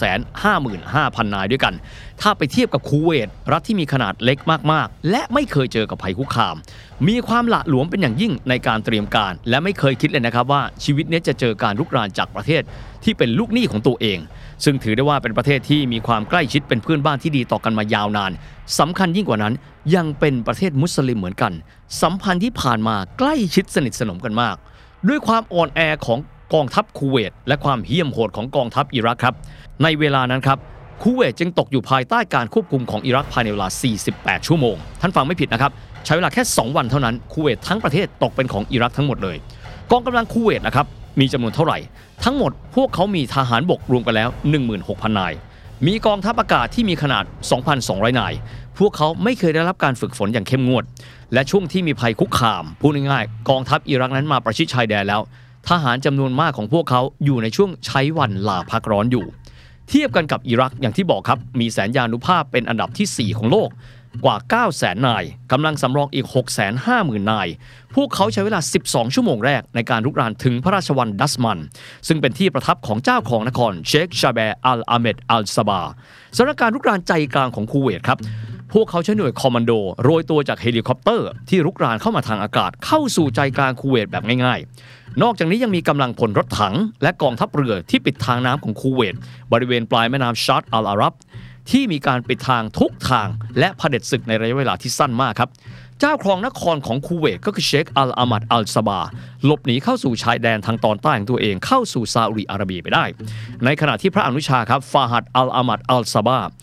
955,000 นายด้วยกันถ้าไปเทียบกับคูเวตรัฐที่มีขนาดเล็กมากๆและไม่เคยเจอกับภัยคุกคามมีความหละหลวมเป็นอย่างยิ่งในการเตรียมการและไม่เคยคิดเลยนะครับว่าชีวิตนี้จะเจอการรุกรานจากประเทศที่เป็นลูกหนี้ของตัวเองซึ่งถือได้ว่าเป็นประเทศที่มีความใกล้ชิดเป็นเพื่อนบ้านที่ดีต่อกันมายาวนานสำคัญยิ่งกว่านั้นยังเป็นประเทศมุสลิมเหมือนกันสัมพันธ์ที่ผ่านมาใกล้ชิดสนิทสนมกันมากด้วยความอ่อนแอของกองทัพคูเวตและความเหี้ยมโหดของกองทัพอิรักครับในเวลานั้นครับคูเวตจึงตกอยู่ภายใต้การควบคุมของอิรักภายในเวลา48ชั่วโมงท่านฟังไม่ผิดนะครับใช้เวลาแค่2วันเท่านั้นคูเวตทั้งประเทศตกเป็นของอิรักทั้งหมดเลยกองกำลังคูเวตนะครับมีจำนวนเท่าไหร่ทั้งหมดพวกเขามีทหารบกรวมกันแล้ว 16,000 นายมีกองทัพอากาศที่มีขนาด 2,200 นายพวกเขาไม่เคยได้รับการฝึกฝนอย่างเข้มงวดและช่วงที่มีภัยคุกคามพูดง่ายๆกองทัพอิรักนั้นมาประชิดชายแดนแล้วทหารจำนวนมากของพวกเขาอยู่ในช่วงใช้วันลาพักร้อนอยู่เทียบกันกับอิรักอย่างที่บอกครับมีแสนยานุภาพเป็นอันดับที่4ของโลกกว่า 900,000 นายกำลังสำรองอีก 650,000 นายพวกเขาใช้เวลา12ชั่วโมงแรกในการรุกรานถึงพระราชวังดัสมันซึ่งเป็นที่ประทับของเจ้าของนครเชคชาแบร์อัลอาเมดอัลซาบาสถานการณ์รุกรานใจกลางของคูเวตครับพวกเขาใช้หน่วยคอมมานโดโรยตัวจากเฮลิคอปเตอร์ที่รุกรานเข้ามาทางอากาศเข้าสู่ใจกลางคูเวตแบบง่ายๆนอกจากนี้ยังมีกำลังพลรถถังและกองทัพเรือที่ปิดทางน้ำของคูเวตบริเวณปลายแม่น้ำชาร์ตอัลอารับที่มีการปิดทางทุกทางและเผด็จศึกในระยะเวลาที่สั้นมากครับเจ้าครองนครของคูเวตก็คือเชคอัลอามัดอัลซาบาหลบหนีเข้าสู่ชายแดนทางตอนใต้ของตัวเองเข้าสู่ซาอุดิอาระเบียไปได้ในขณะที่พระอนุชาครับฟาฮัดอัลอามัดอัลซาบา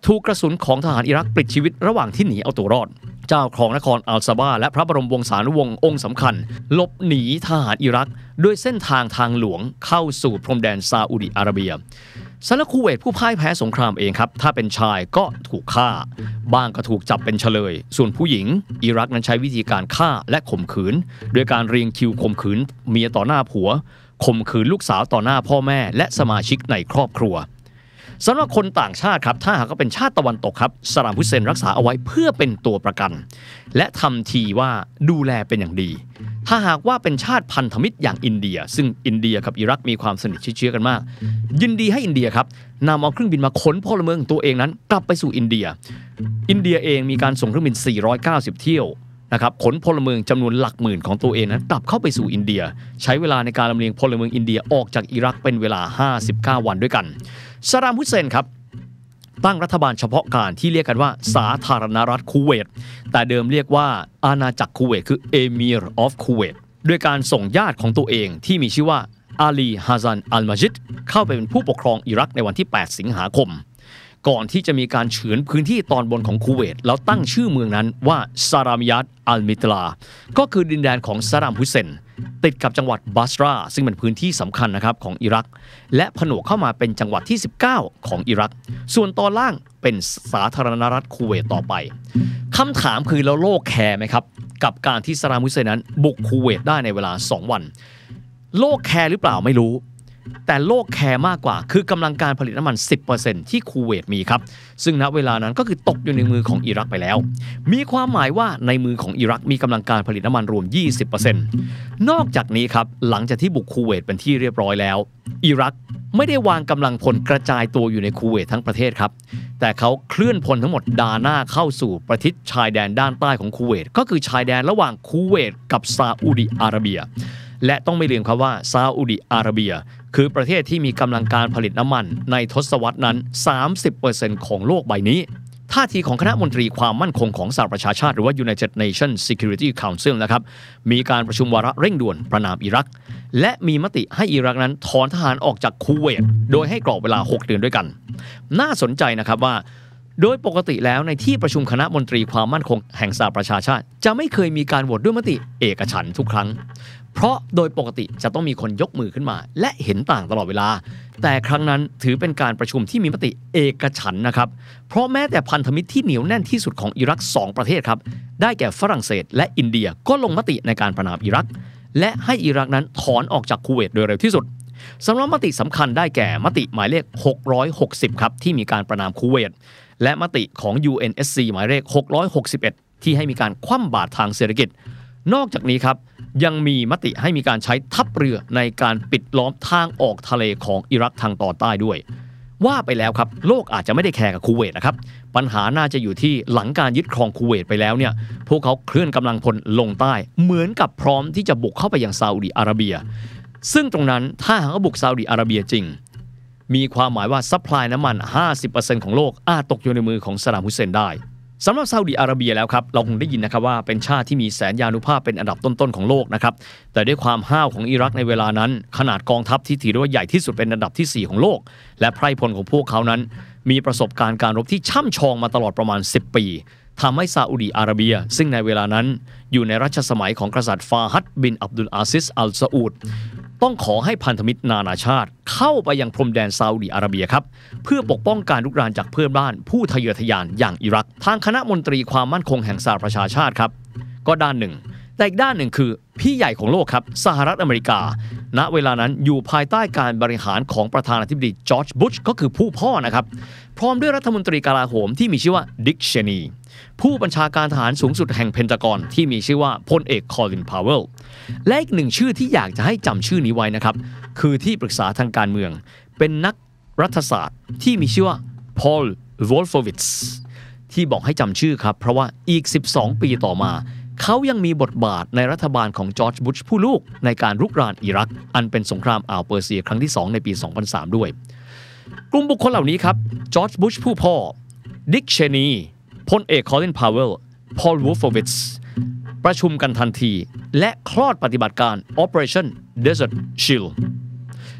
ถูกกระสุนของทหารอิรักปลิดชีวิตระหว่างที่หนีเอาตัวรอดเจ้าครองนครอัลซาบาและพระบรมวงศานุวงศ์องค์สำคัญหลบหนีทหารอิรักด้วยเส้นทางหลวงเข้าสู่พรมแดนซาอุดิอาระเบียสำหรับคูเวตผู้พ่ายแพ้สงครามเองครับถ้าเป็นชายก็ถูกฆ่าบ้างก็ถูกจับเป็นเฉลยส่วนผู้หญิงอิรักนั้นใช้วิธีการฆ่าและข่มขืนโดยการเรียงคิวข่มขืนเมียต่อหน้าผัวข่มขืนลูกสาวต่อหน้าพ่อแม่และสมาชิกในครอบครัวสำหรับคนต่างชาติครับถ้าหากเป็นชาติตะวันตกครับซาดัมฮุสเซนรักษาเอาไว้เพื่อเป็นตัวประกันและทำทีว่าดูแลเป็นอย่างดีถ้าหากว่าเป็นชาติพันธมิตรอย่างอินเดียซึ่งอินเดียกับอิรักมีความสนิทชิดเชื้อกันมากยินดีให้อินเดียครับนำเอาเครื่องบินมาขนพลเมืองตัวเองนั้นกลับไปสู่อินเดียเองมีการส่งเครื่องบิน490เที่ยวนะครับขนพลเมืองจำนวนหลักหมื่นของตัวเองนั้นกลับเข้าไปสู่อินเดียใช้เวลาในการลำเลียงพลเมืองอินเดียออกจากอิรักเป็นเวลา59วันด้วยกันซาดัมฮุสเซนครับตั้งรัฐบาลเฉพาะการที่เรียกกันว่าสาธารณรัฐคูเวตแต่เดิมเรียกว่าอาณาจักรคูเวตคือเอมิรออฟคูเวตด้วยการส่งญาติของตัวเองที่มีชื่อว่าอาลีฮาซันอัลมาจิดเข้าไปเป็นผู้ปกครองอิรักในวันที่8สิงหาคมก่อนที่จะมีการเฉือนพื้นที่ตอนบนของคูเวตแล้วตั้งชื่อเมืองนั้นว่าซารามิยัตอัลมิตลาก็คือดินแดนของซาดัมฮุสเซนติดกับจังหวัดบัสราซึ่งเป็นพื้นที่สำคัญนะครับของอิรักและผนวกเข้ามาเป็นจังหวัดที่19ของอิรักส่วนตอนล่างเป็นสาธารณรัฐคูเวตต่อไปคำถามคือแล้วโลกแคร์ไหมครับกับการที่ซาดัมฮุสเซนนั้นบุกคูเวตได้ในเวลา2วันโลกแคร์หรือเปล่าไม่รู้แต่โลกแคร์มากกว่าคือกำลังการผลิตน้ำมัน 10% ที่คูเวตมีครับซึ่งณเวลานั้นก็คือตกอยู่ในมือของอิรักไปแล้วมีความหมายว่าในมือของอิรักมีกำลังการผลิตน้ำมันรวม 20% นอกจากนี้ครับหลังจากที่บุกคูเวตเป็นที่เรียบร้อยแล้วอิรักไม่ได้วางกำลังพลกระจายตัวอยู่ในคูเวตทั้งประเทศครับแต่เขาเคลื่อนพลทั้งหมดดาหน้าเข้าสู่ประทิศชายแดนด้านใต้ของคูเวตก็คือชายแดนระหว่างคูเวตกับซาอุดิอาระเบียและต้องไม่ลืมครับว่าซาอุดิอาระเบียคือประเทศที่มีกำลังการผลิตน้ำมันในทศวรรษนั้น 30% ของโลกใบนี้ท่าทีของคณะมนตรีความมั่นคงของสหประชาชาติหรือว่า United Nations Security Council นะครับมีการประชุมวาระเร่งด่วนประณามอิรักและมีมติให้อิรักนั้นถอนทหารออกจากคูเวตโดยให้กรอบเวลา6 เดือนด้วยกันน่าสนใจนะครับว่าโดยปกติแล้วในที่ประชุมคณะมนตรีความมั่นคงแห่งสหประชาชาติจะไม่เคยมีการโหวตด้วยมติเอกฉันท์ทุกครั้งเพราะโดยปกติจะต้องมีคนยกมือขึ้นมาและเห็นต่างตลอดเวลาแต่ครั้งนั้นถือเป็นการประชุมที่มีมติเอกฉันท์นะครับเพราะแม้แต่พันธมิตรที่เหนียวแน่นที่สุดของอิรัก2ประเทศครับได้แก่ฝรั่งเศสและอินเดียก็ลงมติในการประณามอิรักและให้อิรักนั้นถอนออกจากคูเวตโดยเร็วที่สุดสำหรับมติสำคัญได้แก่มติหมายเลข660ครับที่มีการประณามคูเวตและมติของ UNSC หมายเลข661ที่ให้มีการคว่ำบาตรทางเศรษฐกิจนอกจากนี้ครับยังมีมติให้มีการใช้ทัพเรือในการปิดล้อมทางออกทะเลของอิรักทางตอนใต้ด้วยว่าไปแล้วครับโลกอาจจะไม่ได้แคร์กับคูเวตนะครับปัญหาน่าจะอยู่ที่หลังการยึดครองคูเวตไปแล้วเนี่ยพวกเขาเคลื่อนกำลังพลลงใต้เหมือนกับพร้อมที่จะบุกเข้าไปยังซาอุดิอาระเบียซึ่งตรงนั้นถ้าหากว่าบุกซาอุดิอาระเบียจริงมีความหมายว่าซัพพลายน้ำมัน 50% ของโลกอาจตกอยู่ในมือของซาดัมฮุสเซนได้สำหรับซาอุดิอาระเบียแล้วครับเราคงได้ยินนะครับว่าเป็นชาติที่มีแสนยานุภาพเป็นอันดับต้นๆของโลกนะครับแต่ด้วยความห้าวของอิรักในเวลานั้นขนาดกองทัพที่ถือว่าใหญ่ที่สุดเป็นอันดับที่4ของโลกและไพร่พลของพวกเขานั้นมีประสบการณ์การรบที่ช่ำชองมาตลอดประมาณ10 ปีทำให้ซาอุดิอาระเบียซึ่งในเวลานั้นอยู่ในรัชสมัยของกษัตริย์ฟาฮัดบินอับดุลอาซิซอัลซาอูดต้องขอให้พันธมิตรนานาชาติเข้าไปยังพรมแดนซาอุดิอาระเบียครับเพื่อปกป้องการรุกรานจากเพื่อนบ้านผู้ทะเยอทะยานอย่างอิรักทางคณะมนตรีความมั่นคงแห่งสหประชาชาติครับก็ด้านหนึ่งแต่อีกด้านหนึ่งคือพี่ใหญ่ของโลกครับสหรัฐอเมริกาณเวลานั้นอยู่ภายใต้การบริหารของประธานาธิบดีจอร์จบุชก็คือผู้พ่อนะครับพร้อมด้วยรัฐมนตรีกลาโหมที่มีชื่อว่าดิกเชนีผู้บัญชาการทหารสูงสุดแห่งเพนทากอนที่มีชื่อว่าพลเอกคอลินพาวเวลและอีกหนึ่งชื่อที่อยากจะให้จำชื่อนี้ไว้นะครับคือที่ปรึกษาทางการเมืองเป็นนักรัฐศาสตร์ที่มีชื่อว่าพอล วอลโฟวิตซ์ที่บอกให้จำชื่อครับเพราะว่าอีก12 ปีต่อมาเขายังมีบทบาทในรัฐบาลของจอร์จบุชผู้ลูกในการรุกรานอิรักอันเป็นสงครามอ่าวเปอร์เซียครั้งที่2ในปี 2003 ด้วยกลุ่มบุคคลเหล่านี้ครับจอร์จบุชผู้พ่อดิกเชนีพลเอกคอลินพาวเวลพอล วอลโฟวิตซ์ประชุมกันทันทีและคลอดปฏิบัติการ Operation Desert Shield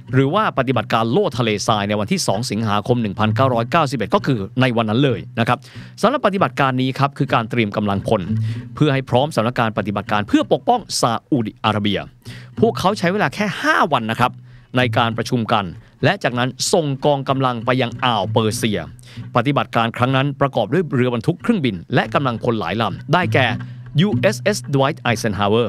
หรือว่าปฏิบัติการโล่ทะเลทรายในวันที่2สิงหาคม1991ก็คือในวันนั้นเลยนะครับสำหรับปฏิบัติการนี้ครับคือการเตรียมกำลังพลเพื่อให้พร้อมสำหรับการปฏิบัติการเพื่อปกป้องซาอุดิอาระเบียพวกเขาใช้เวลาแค่5วันนะครับในการประชุมกันและจากนั้นส่งกองกำลังไปยังอ่าวเปอร์เซียปฏิบัติการครั้งนั้นประกอบด้วยเรือบรรทุกเครื่องบินและกำลังพลหลายลำได้แก่ USS Dwight Eisenhower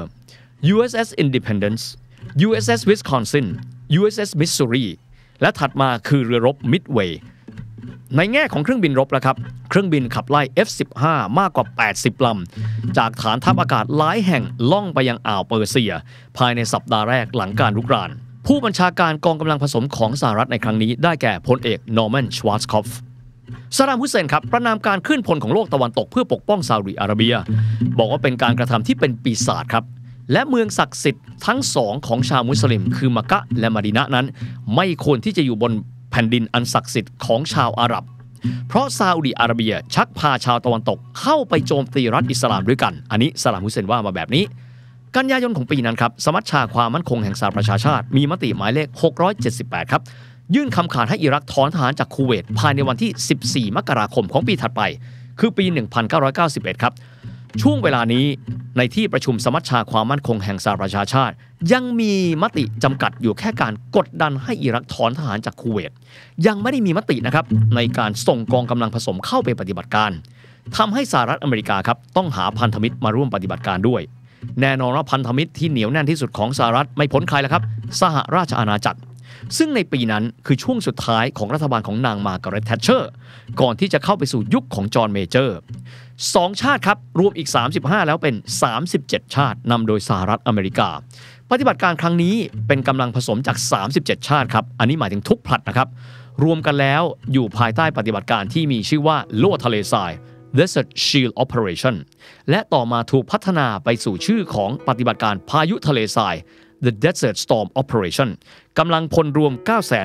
USS Independence USS Wisconsin USS Missouri และถัดมาคือเรือรบ Midway ในแง่ของเครื่องบินรบนะครับเครื่องบินขับไล่ F-15 มากกว่า80ลำจากฐานทัพอากาศหลายแห่งล่องไปยังอ่าวเปอร์เซียภายในสัปดาห์แรกหลังการรุกรานผู้บัญชาการกองกำลังผสมของสหรัฐในครั้งนี้ได้แก่พลเอกนอร์แมนชวาร์ซคอฟซาดัม ฮุสเซนครับประนามการเคลื่อนพลของโลกตะวันตกเพื่อปกป้องซาอุดิอาระเบียบอกว่าเป็นการกระทำที่เป็นปีศาจครับและเมืองศักดิ์สิทธิ์ทั้งสองของชาวมุสลิมคือมักกะและมะดีนะห์นั้นไม่ควรที่จะอยู่บนแผ่นดินอันศักดิ์สิทธิ์ของชาวอาหรับเพราะซาอุดิอาระเบียชักพาชาวตะวันตกเข้าไปโจมตีรัฐอิสลามด้วยกันอันนี้ซาดัม ฮุสเซนว่ามาแบบนี้กันยายนของปีนั้นครับสมัชชาความมั่นคงแห่งสหประชาชาติมีมติหมายเลข678ครับยื่นคำขาดให้อิรักถอนทหารจากคูเวตภายในวันที่14มกราคมของปีถัดไปคือปี1991ครับช่วงเวลานี้ในที่ประชุมสมัชชาความมั่นคงแห่งสหประชาชาติยังมีมติจำกัดอยู่แค่การกดดันให้อิรักถอนทหารจากคูเวตยังไม่ได้มีมตินะครับในการส่งกองกำลังผสมเข้าไปปฏิบัติการทำให้สหรัฐอเมริกาครับต้องหาพันธมิตรมาร่วมปฏิบัติการด้วยแน่นอนว่าพันธมิตรที่เหนียวแน่นที่สุดของสหรัฐไม่พ้นใครแล้วครับสหราชอาณาจักรซึ่งในปีนั้นคือช่วงสุดท้ายของรัฐบาลของนางมาร์กาเร็ต แทชเชอร์ก่อนที่จะเข้าไปสู่ยุคของจอห์นเมเจอร์2ชาติครับรวมอีก35แล้วเป็น37ชาตินำโดยสหรัฐอเมริกาปฏิบัติการครั้งนี้เป็นกำลังผสมจาก37ชาติครับอันนี้หมายถึงทุกผลัดนะครับรวมกันแล้วอยู่ภายใต้ปฏิบัติการที่มีชื่อว่าโล่ทะเลทราย Desert Shield Operation และต่อมาถูกพัฒนาไปสู่ชื่อของปฏิบัติการพายุทะเลทราย The Desert Storm Operation กำลังพลรวม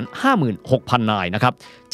956,000 นายนะครับ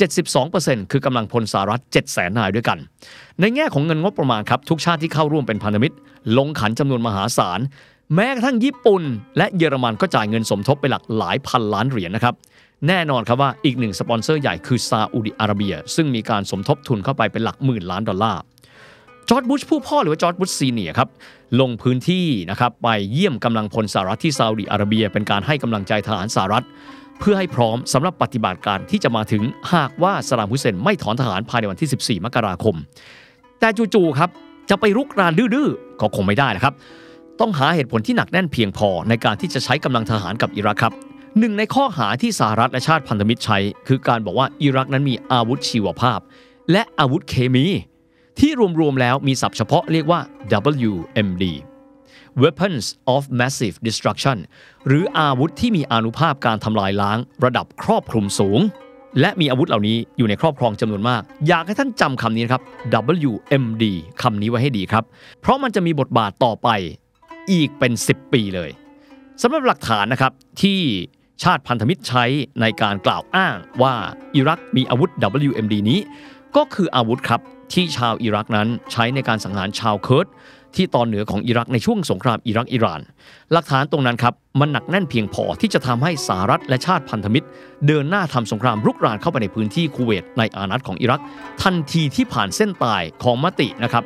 72% คือกำลังพลสหรัฐ 700,000 นายด้วยกันในแง่ของเงินงบประมาณครับทุกชาติที่เข้าร่วมเป็นพันธมิตรลงขันจำนวนมหาศาลแม้กระทั่งญี่ปุ่นและเยอรมันก็จ่ายเงินสมทบไปหลายพันล้านเหรียญนะครับแน่นอนครับว่าอีกหนึ่งสปอนเซอร์ใหญ่คือซาอุดิอาระเบียซึ่งมีการสมทบทุนเข้าไปเป็นหลักหมื่นล้านดอลลาร์จอร์จบุชผู้พ่อหรือว่าจอร์จบุชซีเนียร์ครับลงพื้นที่นะครับไปเยี่ยมกำลังพลสหรัฐที่ซาอุดิอาระเบียเป็นการให้กำลังใจทหารสหรัฐเพื่อให้พร้อมสำหรับปฏิบัติการที่จะมาถึงหากว่าซาดัม ฮุสเซนไม่ถอนทหารภายในวันที่14มกราคมแต่จู่ๆครับจะไปรุกรานดื้อๆก็คงไม่ได้นะครับต้องหาเหตุผลที่หนักแน่นเพียงพอในการที่จะใช้กำลังทหารกับอิรักครับหนึ่งในข้อหาที่สหรัฐและชาติพันธมิตรใช้คือการบอกว่าอิรักนั้นมีอาวุธชีวภาพและอาวุธเคมีที่รวมๆแล้วมีศัพท์เฉพาะเรียกว่า WMD Weapons of Massive Destruction หรืออาวุธที่มีอานุภาพการทำลายล้างระดับครอบคลุมสูงและมีอาวุธเหล่านี้อยู่ในครอบครองจำนวนมากอยากให้ท่านจำคำนี้นะครับ WMD คำนี้ไว้ให้ดีครับเพราะมันจะมีบทบาทต่อไปอีกเป็น10ปีเลยสำหรับหลักฐานนะครับที่ชาติพันธมิตรใช้ในการกล่าวอ้างว่าอิรักมีอาวุธ WMD นี้ก็คืออาวุธครับที่ชาวอิรักนั้นใช้ในการสังหารชาวเคิร์ดที่ตอนเหนือของอิรักในช่วงสงครามอิรักอิหร่านหลักฐานตรงนั้นครับมันหนักแน่นเพียงพอที่จะทำให้สหรัฐและชาติพันธมิตรเดินหน้าทำสงครามรุกรานเข้าไปในพื้นที่คูเวตในอานัตของอิรักทันทีที่ผ่านเส้นตายของมตินะครับ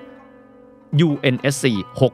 UNSC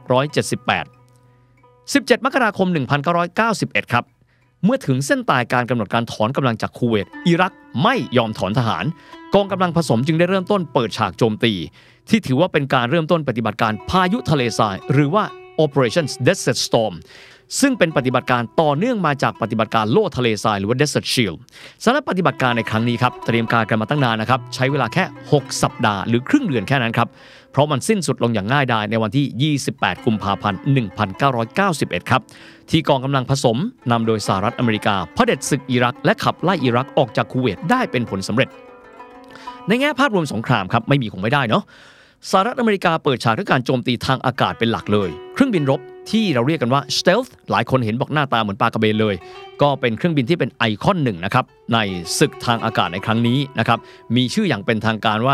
678 17 มกราคม 1991 ครับเมื่อถึงเส้นตายการกำหนดการถอนกำลังจากคูเวตอิรักไม่ยอมถอนทหารกองกำลังผสมจึงได้เริ่มต้นเปิดฉากโจมตีที่ถือว่าเป็นการเริ่มต้นปฏิบัติการพายุทะเลทรายหรือว่า Operation Desert Storm ซึ่งเป็นปฏิบัติการต่อเนื่องมาจากปฏิบัติการโล่ทะเลทรายหรือว่า Desert Shield สำหรับปฏิบัติการในครั้งนี้ครับเตรียมการกันมาตั้งนานนะครับใช้เวลาแค่6สัปดาห์หรือครึ่งเดือนแค่นั้นครับเพราะมันสิ้นสุดลงอย่างง่ายดายในวันที่28กุมภาพันธ์1991ครับที่กองกำลังผสมนำโดยสหรัฐอเมริกาเผด็จศึกอิรักและขับไล่อิรักออกจากคูเวตได้เป็นผลสำเร็จในแง่ภาพรวมสงครามครับไม่มีคงไม่ได้เนาะสหรัฐอเมริกาเปิดฉากด้วยการโจมตีทางอากาศเป็นหลักเลยเครื่องบินรบที่เราเรียกกันว่า Stealth หลายคนเห็นบอกหน้าตาเหมือนปลากระเบนเลยก็เป็นเครื่องบินที่เป็นไอคอนหนึ่งนะครับในศึกทางอากาศในครั้งนี้นะครับมีชื่ออย่างเป็นทางการว่า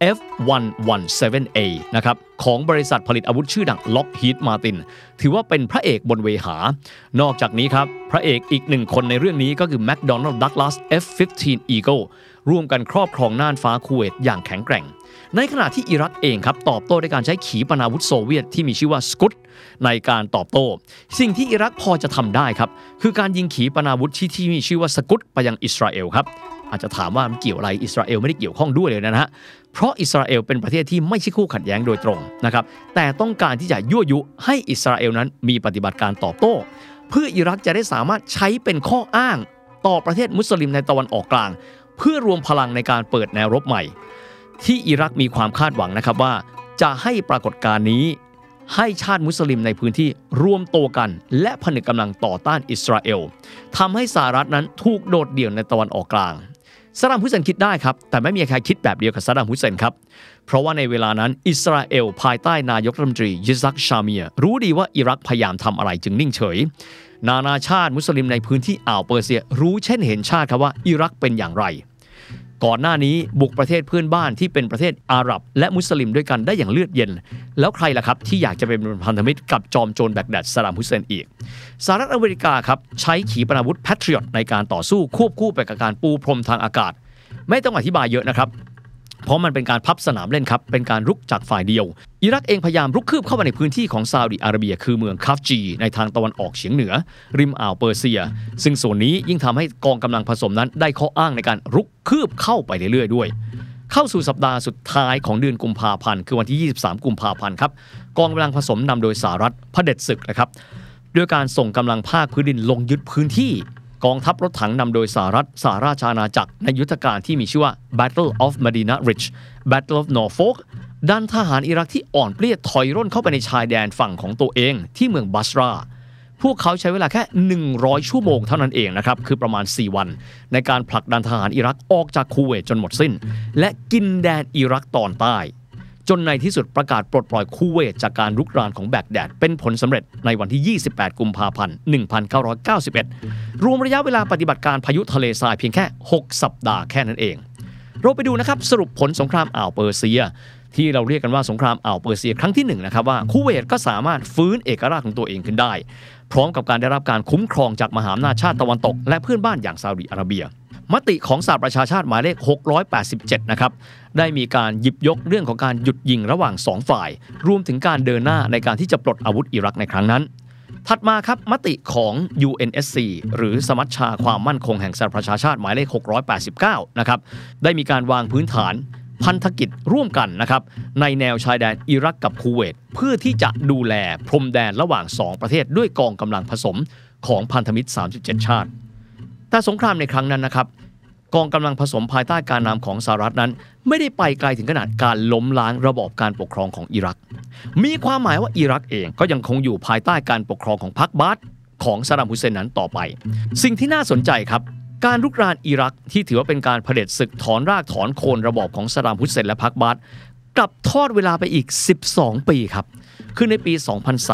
F117A นะครับของบริษัทผลิตอาวุธชื่อดัง Lockheed Martin ถือว่าเป็นพระเอกบนเวหานอกจากนี้ครับพระเอกอีกหนึ่งคนในเรื่องนี้ก็คือ McDonnell Douglas F-15 Eagle ร่วมกันครอบครองน่านฟ้าคูเวตอย่างแข็งแกร่งในขณะที่อิรักเองครับตอบโต้ด้วยการใช้ขีปนาวุธโซเวียตที่มีชื่อว่าสกุตในการตอบโต้สิ่งที่อิรักพอจะทำได้ครับคือการยิงขีปนาวุธที่มีชื่อว่าสกุตไปยังอิสราเอลครับอาจจะถามว่ามันเกี่ยวอะไรอิสราเอลไม่ได้เกี่ยวข้องด้วยเลยนะฮะเพราะอิสราเอลเป็นประเทศที่ไม่ใช่คู่ขัดแย้งโดยตรงนะครับแต่ต้องการที่จะยั่วยุให้อิสราเอลนั้นมีปฏิบัติการตอบโต้เพื่ออิรักจะได้สามารถใช้เป็นข้ออ้างต่อประเทศมุสลิมในตะวันออกกลางเพื่อรวมพลังในการเปิดแนวรบใหม่ที่อิรักมีความคาดหวังนะครับว่าจะให้ปรากฏการณ์นี้ให้ชาติมุสลิมในพื้นที่รวมตัวกันและผนึกกำลังต่อต้านอิสราเอลทำให้สหรัฐนั้นถูกโดดเดี่ยวในตะวันออกกลางซัดดัม ฮุสเซนคิดได้ครับแต่ไม่มีใครคิดแบบเดียวกับซัดดัม ฮุสเซนครับเพราะว่าในเวลานั้นอิสราเอลภายใต้นายกรัฐมนตรียิซัก ชาเมียร์รู้ดีว่าอิรักพยายามทำอะไรจึงนิ่งเฉยนานาชาติมุสลิมในพื้นที่อ่าวเปอร์เซียรู้เช่นเห็นชาติครับว่าอิรักเป็นอย่างไรก่อนหน้านี้บุกประเทศเพื่อนบ้านที่เป็นประเทศอาหรับและมุสลิมด้วยกันได้อย่างเลือดเย็นแล้วใครล่ะครับที่อยากจะเป็นพันธมิตรกับจอมโจรแบกแดดซัดดัม ฮุสเซนอีกสหรัฐอเมริกาครับใช้ขีปนาวุธ Patriot ในการต่อสู้ควบคู่ไปกับการปูพรมทางอากาศไม่ต้องอธิบายเยอะนะครับเพราะมันเป็นการพับสนามเล่นครับเป็นการรุกจากฝ่ายเดียวอิรักเองพยายามรุกคืบเข้ามาในพื้นที่ของซาอุดิอาระเบียคือเมืองคาฟจีในทางตะวันออกเฉียงเหนือริมอ่าวเปอร์เซียซึ่งส่วนนี้ยิ่งทำให้กองกำลังผสมนั้นได้ข้ออ้างในการรุกคืบเข้าไปเรื่อยๆด้วยเข้าสู่สัปดาห์สุดท้ายของเดือนกุมภาพันธ์คือวันที่23กุมภาพันธ์ครับกองกำลังผสมนำโดยสหรัฐเผด็จศึกนะครับด้วยการส่งกำลังภาคพื้นดินลงยึดพื้นที่กองทัพรถถังนำโดยสหรัฐสหราชอาณาจักรในยุทธการที่มีชื่อว่า Battle of Medina Ridge Battle of Norfolk ดันทหารอิรักที่อ่อนเปลี้ยถอยร่นเข้าไปในชายแดนฝั่งของตัวเองที่เมืองบัสราพวกเขาใช้เวลาแค่100ชั่วโมงเท่านั้นเองนะครับคือประมาณ4วันในการผลักดันทหารอิรักออกจากคูเวตจนหมดสิ้นและกินแดนอิรักตอนใต้จนในที่สุดประกาศปลดปล่อยคูเวตจากการรุกรานของแบกแดดเป็นผลสำเร็จในวันที่28กุมภาพันธ์1991รวมระยะเวลาปฏิบัติการพายุทะเลทรายเพียงแค่6สัปดาห์แค่นั้นเองเราไปดูนะครับสรุปผลสงครามอ่าวเปอร์เซียที่เราเรียกกันว่าสงครามอ่าวเปอร์เซียครั้งที่1นะครับว่าคูเวตก็สามารถฟื้นเอกราชของตัวเองขึ้นได้พร้อมกับการได้รับการคุ้มครองจากมหาอำนาจชาติตะวันตกและเพื่อนบ้านอย่างซาอุดิอาระเบียมติของสหประชาชาติหมายเลข687นะครับได้มีการหยิบยกเรื่องของการหยุดยิงระหว่าง2ฝ่ายรวมถึงการเดินหน้าในการที่จะปลดอาวุธอิรักในครั้งนั้นถัดมาครับมติของ UNSC หรือสมัชชาความมั่นคงแห่งสหประชาชาติหมายเลข689นะครับได้มีการวางพื้นฐานพันธกิจร่วมกันนะครับในแนวชายแดนอิรักกับคูเวตเพื่อที่จะดูแลพรมแดนระหว่าง2ประเทศด้วยกองกำลังผสมของพันธมิตร37ชาติแต่สงครามในครั้งนั้นนะครับกองกำลังผสมภายใต้การนำของสหรัฐนั้นไม่ได้ไปไกลถึงขนาดการล้มล้างระบอบการปกครองของอิรักมีความหมายว่าอิรักเองก็ยังคงอยู่ภายใต้การปกครองของพรรคบาธของซัดดัม ฮุสเซนนั้นต่อไปสิ่งที่น่าสนใจครับการรุกรานอิรักที่ถือว่าเป็นการเผด็จศึกถอนรากถอนโคนระบอบของซัดดัม ฮุสเซนและพรรคบาธกลับทอดเวลาไปอีก12ปีครับคือในปี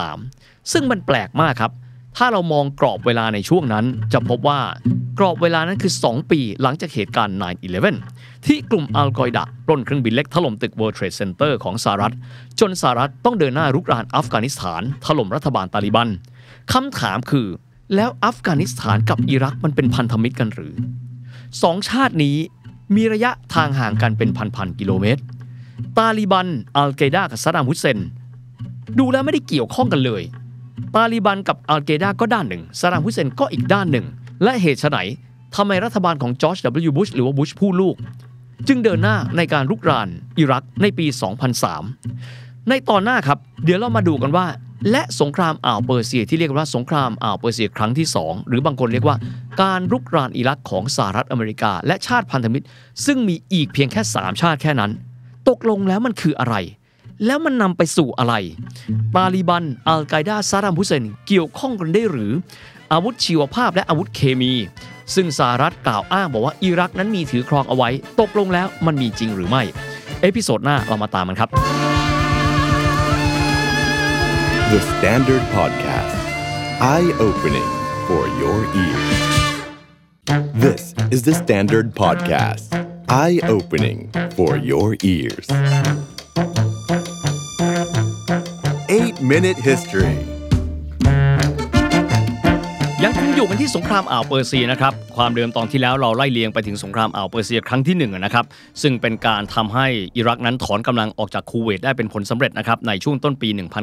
2003ซึ่งมันแปลกมากครับถ้าเรามองกรอบเวลาในช่วงนั้นจะพบว่ากรอบเวลานั้นคือ2ปีหลังจากเหตุการณ์ 9/11 ที่กลุ่มอัลกอยดะปล้นเครื่องบินเล็กถล่มตึก World Trade Center ของสหรัฐจนสหรัฐต้องเดินหน้ารุกรานอัฟกานิสถานถล่มรัฐบาลตาลิบันคำถามคือแล้วอัฟกานิสถานกับอิรักมันเป็นพันธมิตรกันหรือ2ชาตินี้มีระยะทางห่างกันเป็นพันกิโลเมตรตาลิบันอัลกอยดะกับซัดดัม ฮุสเซนดูแล้วไม่ได้เกี่ยวข้องกันเลยตาลิบันกับอัลกอยดะก็ด้านหนึ่งซัดดัม ฮุสเซนก็อีกด้านหนึ่งและเหตุไฉนทำไมรัฐบาลของจอร์จ W. บุชหรือว่าบุชผู้ลูกจึงเดินหน้าในการรุกรานอิรักในปี 2003 ในตอนหน้าครับเดี๋ยวเรามาดูกันว่าและสงครามอ่าวเปอร์เซียที่เรียกว่าสงครามอ่าวเปอร์เซียครั้งที่2หรือบางคนเรียกว่าการรุกรานอิรักของสหรัฐอเมริกาและชาติพันธมิตรซึ่งมีอีกเพียงแค่3ชาติแค่นั้นตกลงแล้วมันคืออะไรแล้วมันนำไปสู่อะไรตาลิบันอัลกอยดะซัดดัม ฮุสเซนเกี่ยวข้องกันได้หรืออาวุธชีวภาพและอาวุธเคมีซึ่งสหรัฐกล่าวอ้างบอกว่าอิรักนั้นมีถือครองเอาไว้ตกลงแล้วมันมีจริงหรือไม่เอพิโซดหน้าเรามาตามมันครับ The Standard Podcast Eye-opening for your ears This is the Standard Podcast Eye-opening for your ears. 8-Minute History ยังคงอยู่กันที่สงครามอ่าวเปอร์เซียนะครับความเดิมตอนที่แล้วเราไล่เลียงไปถึงสงครามอ่าวเปอร์เซียครั้งที่1นะครับซึ่งเป็นการทำให้อิรักนั้นถอนกำลังออกจากคูเวตได้เป็นผลสำเร็จนะครับในช่วงต้นปี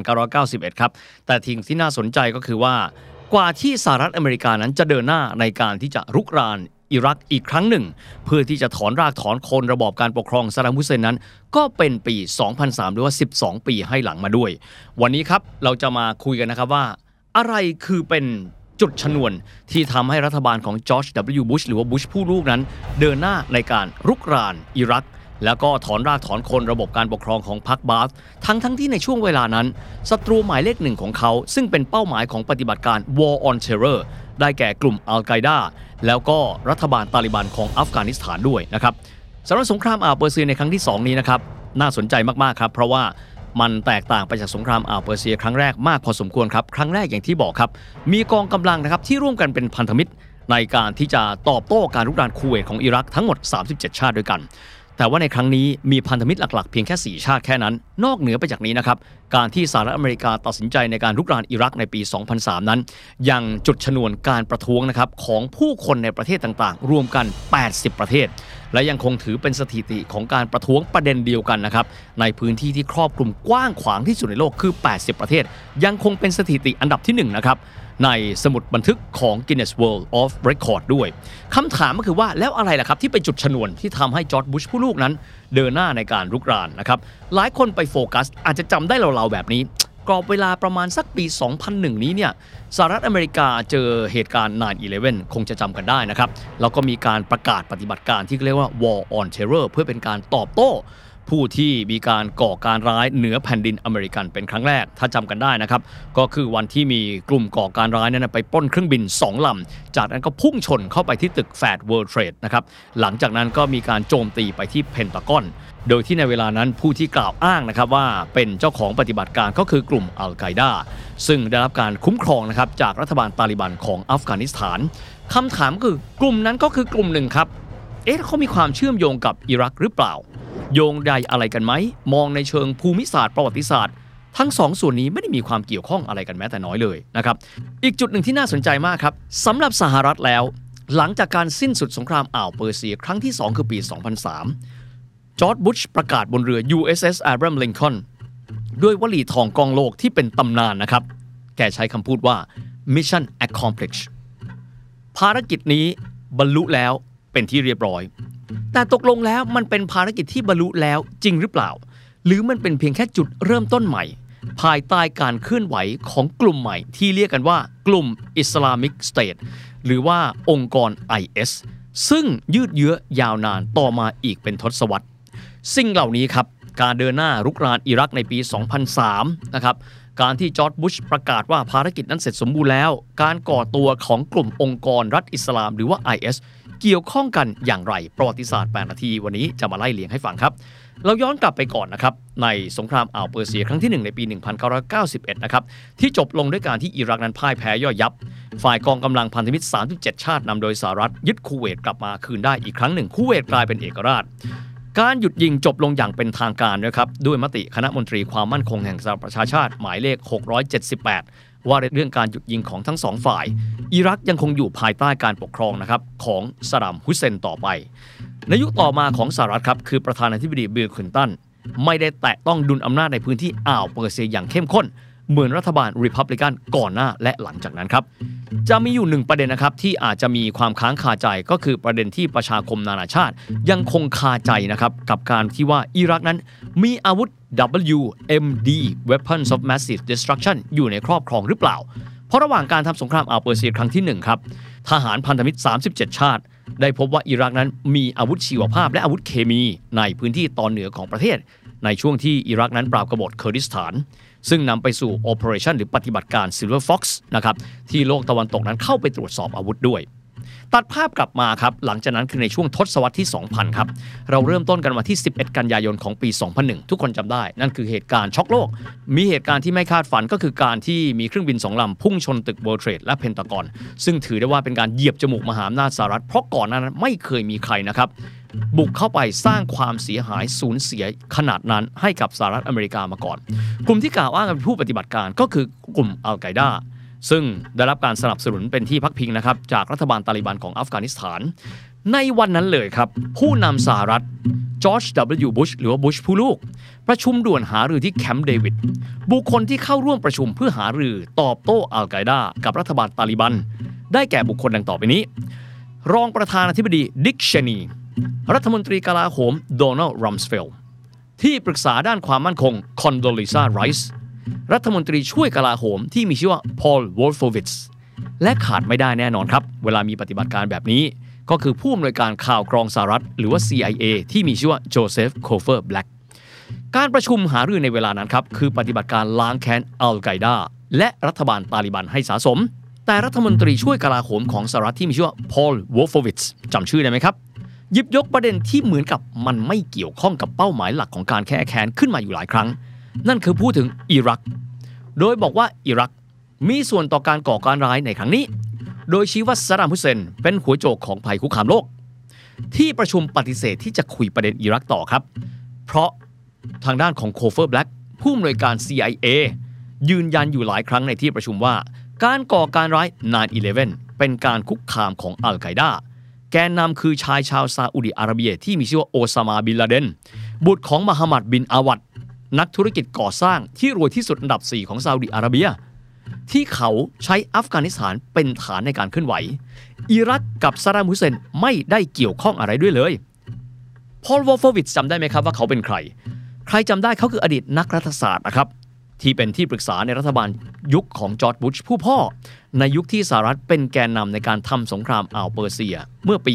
1991 ครับแต่สิ่งที่น่าสนใจก็คือว่ากว่าที่สหรัฐอเมริกานั้นจะเดินหน้าในการที่จะรุกรานอิรักอีกครั้งหนึ่งเพื่อที่จะถอนรากถอนโคนระบอบการปกครองซาดัมฮุสเซนนั้นก็เป็นปี 2003 หรือว่า 12 ปีให้หลังมาด้วยวันนี้ครับเราจะมาคุยกันนะครับว่าอะไรคือเป็นจุดชนวนที่ทำให้รัฐบาลของจอร์จ W. บุชหรือว่าบุชผู้ลูกนั้นเดินหน้าในการรุกรานอิรักแล้วก็ถอนรากถอนโคนระบบการปกครองของพรรคบาธทั้งที่ในช่วงเวลานั้นศัตรูหมายเลขหนึ่งของเขาซึ่งเป็นเป้าหมายของปฏิบัติการ War on Terror ได้แก่กลุ่มอัลไกดาแล้วก็รัฐบาลตาลิบันของอัฟกานิสถานด้วยนะครับสำหรับสงครามอ่าวเปอร์เซียในครั้งที่2นี้นะครับน่าสนใจมากๆครับเพราะว่ามันแตกต่างไปจากสงครามอ่าวเปอร์เซียครั้งแรกมากพอสมควรครับครั้งแรกอย่างที่บอกครับมีกองกำลังนะครับที่ร่วมกันเป็นพันธมิตรในการที่จะตอบโต้การรุกรานคูเวตของอิรักทั้งหมด37ชาติด้วยกันแต่ว่าในครั้งนี้มีพันธมิตรหลักๆเพียงแค่4ชาติแค่นั้นนอกเหนือไปจากนี้นะครับการที่สหรัฐอเมริกาตัดสินใจในการรุกรานอิรักในปี 2003 นั้นยังจุดชนวนการประท้วงนะครับของผู้คนในประเทศต่างๆรวมกัน80ประเทศและยังคงถือเป็นสถิติของการประท้วงประเด็นเดียวกันนะครับในพื้นที่ที่ครอบคลุมกว้างขวางที่สุดในโลกคือ80ประเทศยังคงเป็นสถิติอันดับที่1นะครับในสมุดบันทึกของ Guinness World of Record ด้วยคำถามก็คือว่าแล้วอะไรล่ะครับที่เป็นจุดชนวนที่ทำให้จอร์จบุชผู้ลูกนั้นเดินหน้าในการรุกรานนะครับหลายคนไปโฟกัสอาจจะจำได้เราๆแบบนี้กรอบเวลาประมาณสักปี 2001 นี้เนี่ยสหรัฐอเมริกาเจอเหตุการณ์ 9/11 คงจะจำกันได้นะครับแล้วก็มีการประกาศปฏิบัติการที่เรียกว่า War on Terror เพื่อเป็นการตอบโต้ผู้ที่มีการก่อการร้ายเหนือแผ่นดินอเมริกันเป็นครั้งแรกถ้าจำกันได้นะครับก็คือวันที่มีกลุ่มก่อการร้ายนั้นไปปล้นเครื่องบิน2ลำจากนั้นก็พุ่งชนเข้าไปที่ตึก Fed World Trade นะครับหลังจากนั้นก็มีการโจมตีไปที่เพนทากอนโดยที่ในเวลานั้นผู้ที่กล่าวอ้างนะครับว่าเป็นเจ้าของปฏิบัติการก็คือกลุ่มอัลไกดาซึ่งได้รับการคุ้มครองนะครับจากรัฐบาลตาลิบันของอัฟกานิสถานคำถามคือกลุ่มนั้นก็คือกลุ่มหนึ่งครับเขามีความเชื่อมโยงกับอิรักหรือเปล่าโยงใดอะไรกันไหมมองในเชิงภูมิศาสตร์ประวัติศาสตร์ทั้งสองส่วนนี้ไม่ได้มีความเกี่ยวข้องอะไรกันแม้แต่น้อยเลยนะครับอีกจุดหนึ่งที่น่าสนใจมากครับสำหรับสหรัฐแล้วหลังจากการสิ้นสุดสงครามอ่าวเปอร์เซียครั้งที่2คือปี 2003 จอร์จบุชประกาศบนเรือ USS Abraham Lincoln ด้วยวลีทองกองโลกที่เป็นตำนานนะครับแกใช้คำพูดว่า Mission Accomplished ภารกิจนี้บรรลุแล้วเป็นที่เรียบร้อยแต่ตกลงแล้วมันเป็นภารกิจที่บรรลุแล้วจริงหรือเปล่าหรือมันเป็นเพียงแค่จุดเริ่มต้นใหม่ภายใต้การเคลื่อนไหวของกลุ่มใหม่ที่เรียกกันว่ากลุ่ม Islamic State หรือว่าองค์กร IS ซึ่งยืดเยื้อยาวนานต่อมาอีกเป็นทศวรรษสิ่งเหล่านี้ครับการเดินหน้ารุกรานอิรักในปี 2003 นะครับการที่จอร์จบุชประกาศว่าภารกิจนั้นเสร็จสมบูรณ์แล้วการก่อตัวของกลุ่มองค์กรรัฐอิสลามหรือว่า ISเกี่ยวข้องกันอย่างไรประวัติศาสตร์8นาทีวันนี้จะมาไล่เลียงให้ฟังครับเราย้อนกลับไปก่อนนะครับในสงครามอ่าวเปอร์เซียครั้งที่1ในปี 1991 นะครับที่จบลงด้วยการที่อิรักนั้นพ่ายแพ้ย่อยยับฝ่ายกองกำลังพันธมิตร37ชาตินำโดยสหรัฐยึดคูเวตกลับมาคืนได้อีกครั้งหนึ่งคูเวตกลายเป็นเอกราชการหยุดยิงจบลงอย่างเป็นทางการนะครับด้วยมติคณะมนตรีความมั่นคงแห่งสหประชาชาติหมายเลข678ว่าเรื่องการหยุดยิงของทั้งสองฝ่ายอิรักยังคงอยู่ภายใต้การปกครองนะครับของซาดัมฮุสเซนต่อไปในยุคต่อมาของสหรัฐครับคือประธานาธิบดีบิล คลินตันไม่ได้แตะต้องดุลอำนาจในพื้นที่อ่าวเปอร์เซียอย่างเข้มข้นเหมือนรัฐบาลรีพับลิกันก่อนหน้าและหลังจากนั้นครับจะมีอยู่1ประเด็นนะครับที่อาจจะมีความค้างคาใจก็คือประเด็นที่ประชาคมนานาชาติยังคงคาใจนะครับกับการที่ว่าอิรักนั้นมีอาวุธ WMD Weapons of Massive Destruction อยู่ในครอบครองหรือเปล่าเพราะระหว่างการทำสงครามอ่าวเปอร์เซียครั้งที่1ครับทหารพันธมิตร37ชาติได้พบว่าอิรักนั้นมีอาวุธชีวภาพและอาวุธเคมีในพื้นที่ตอนเหนือของประเทศในช่วงที่อิรักนั้นปราบกบฏเคอร์ดิสถานซึ่งนำไปสู่ Operation หรือปฏิบัติการ Silver Fox นะครับที่โลกตะวันตกนั้นเข้าไปตรวจสอบอาวุธด้วยตัดภาพกลับมาครับหลังจากนั้นคือในช่วงทศวรรษที่ 2000 ครับเราเริ่มต้นกันวันที่11กันยายนของปี 2001 ทุกคนจำได้นั่นคือเหตุการณ์ช็อกโลกมีเหตุการณ์ที่ไม่คาดฝันก็คือการที่มีเครื่องบิน2ลำพุ่งชนตึก World Trade และเพนทากอนซึ่งถือได้ว่าเป็นการเหยียบจมูกมหาอำนาจสหรัฐเพราะก่อนหน้านั้นไม่เคยมีใครนะครับบุกเข้าไปสร้างความเสียหายสูญเสียขนาดนั้นให้กับสหรัฐอเมริกามาก่อนกลุ่มที่กล่าวอ้างเป็นผู้ปฏิบัติการก็คือกลุ่มอัลไกอดาซึ่งได้รับการสนับสนุนเป็นที่พักพิงนะครับจากรัฐบาลตาลิบันของอัฟกานิสถานในวันนั้นเลยครับผู้นำสหรัฐจอร์จ W. บุชหรือว่าบุชผู้ลูกประชุมด่วนหารือที่แคมป์เดวิดบุคคลที่เข้าร่วมประชุมเพื่อหารือตอบโต้อัลไกอดากับรัฐบาลตาลิบันได้แก่บุคคลดังต่อไปนี้รองประธานาธิบดีดิกเชนีรัฐมนตรีกลาโหมโดนัลด์รัมสเฟลด์ที่ปรึกษาด้านความมั่นคงคอนโดลิซาไรส์รัฐมนตรีช่วยกลาโหมที่มีชื่อว่าพอลวอลโฟวิตซ์และขาดไม่ได้แน่นอนครับเวลามีปฏิบัติการแบบนี้ก็คือผู้อำนวยการข่าวกรองสหรัฐหรือว่า CIA ที่มีชื่อว่าโจเซฟโคเฟอร์แบล็กการประชุมหารือในเวลานั้นครับคือปฏิบัติการล้างแค้นอัลไกอดาและรัฐบาลตาลิบันให้สะสมแต่รัฐมนตรีช่วยกลาโหมของสหรัฐที่มีชื่อว่าพอลวอลโฟวิตซ์จำชื่อได้ไหมครับหยิบยกประเด็นที่เหมือนกับมันไม่เกี่ยวข้องกับเป้าหมายหลักของการแก้แค้นขึ้นมาอยู่หลายครั้งนั่นคือพูดถึงอิรักโดยบอกว่าอิรักมีส่วนต่อการก่อการร้ายในครั้งนี้โดยชี้ว่าซัดดัม ฮุสเซนเป็นหัวโจกของภัยคุกคามโลกที่ประชุมปฏิเสธที่จะคุยประเด็นอิรักต่อครับเพราะทางด้านของโคเฟอร์แบล็กผู้อำนวยการ CIA ยืนยันอยู่หลายครั้งในที่ประชุมว่าการก่อการร้าย 9/11 เป็นการคุกคามของอัลไกอดาแกนนำคือชายชาวซาอุดิอาระเบียที่มีชื่อว่าโอซามาบินลาเดนบุตรของมหมัดบินอาวัดนักธุรกิจก่อสร้างที่รวยที่สุดอันดับ 4 ของซาอุดิอาระเบียที่เขาใช้อัฟกานิสถานเป็นฐานในการเคลื่อนไหวอิรักกับซัดดัม ฮุสเซนไม่ได้เกี่ยวข้องอะไรด้วยเลยพอล วอลโฟวิตซ์จำได้ไหมครับว่าเขาเป็นใครจำได้เขาคืออดีตนักรัฐศาสตร์นะครับที่เป็นที่ปรึกษาในรัฐบาลยุคของจอร์จบุชผู้พ่อในยุคที่สหรัฐเป็นแกนนำในการทำสงครามอ่าวเปอร์เซียเมื่อปี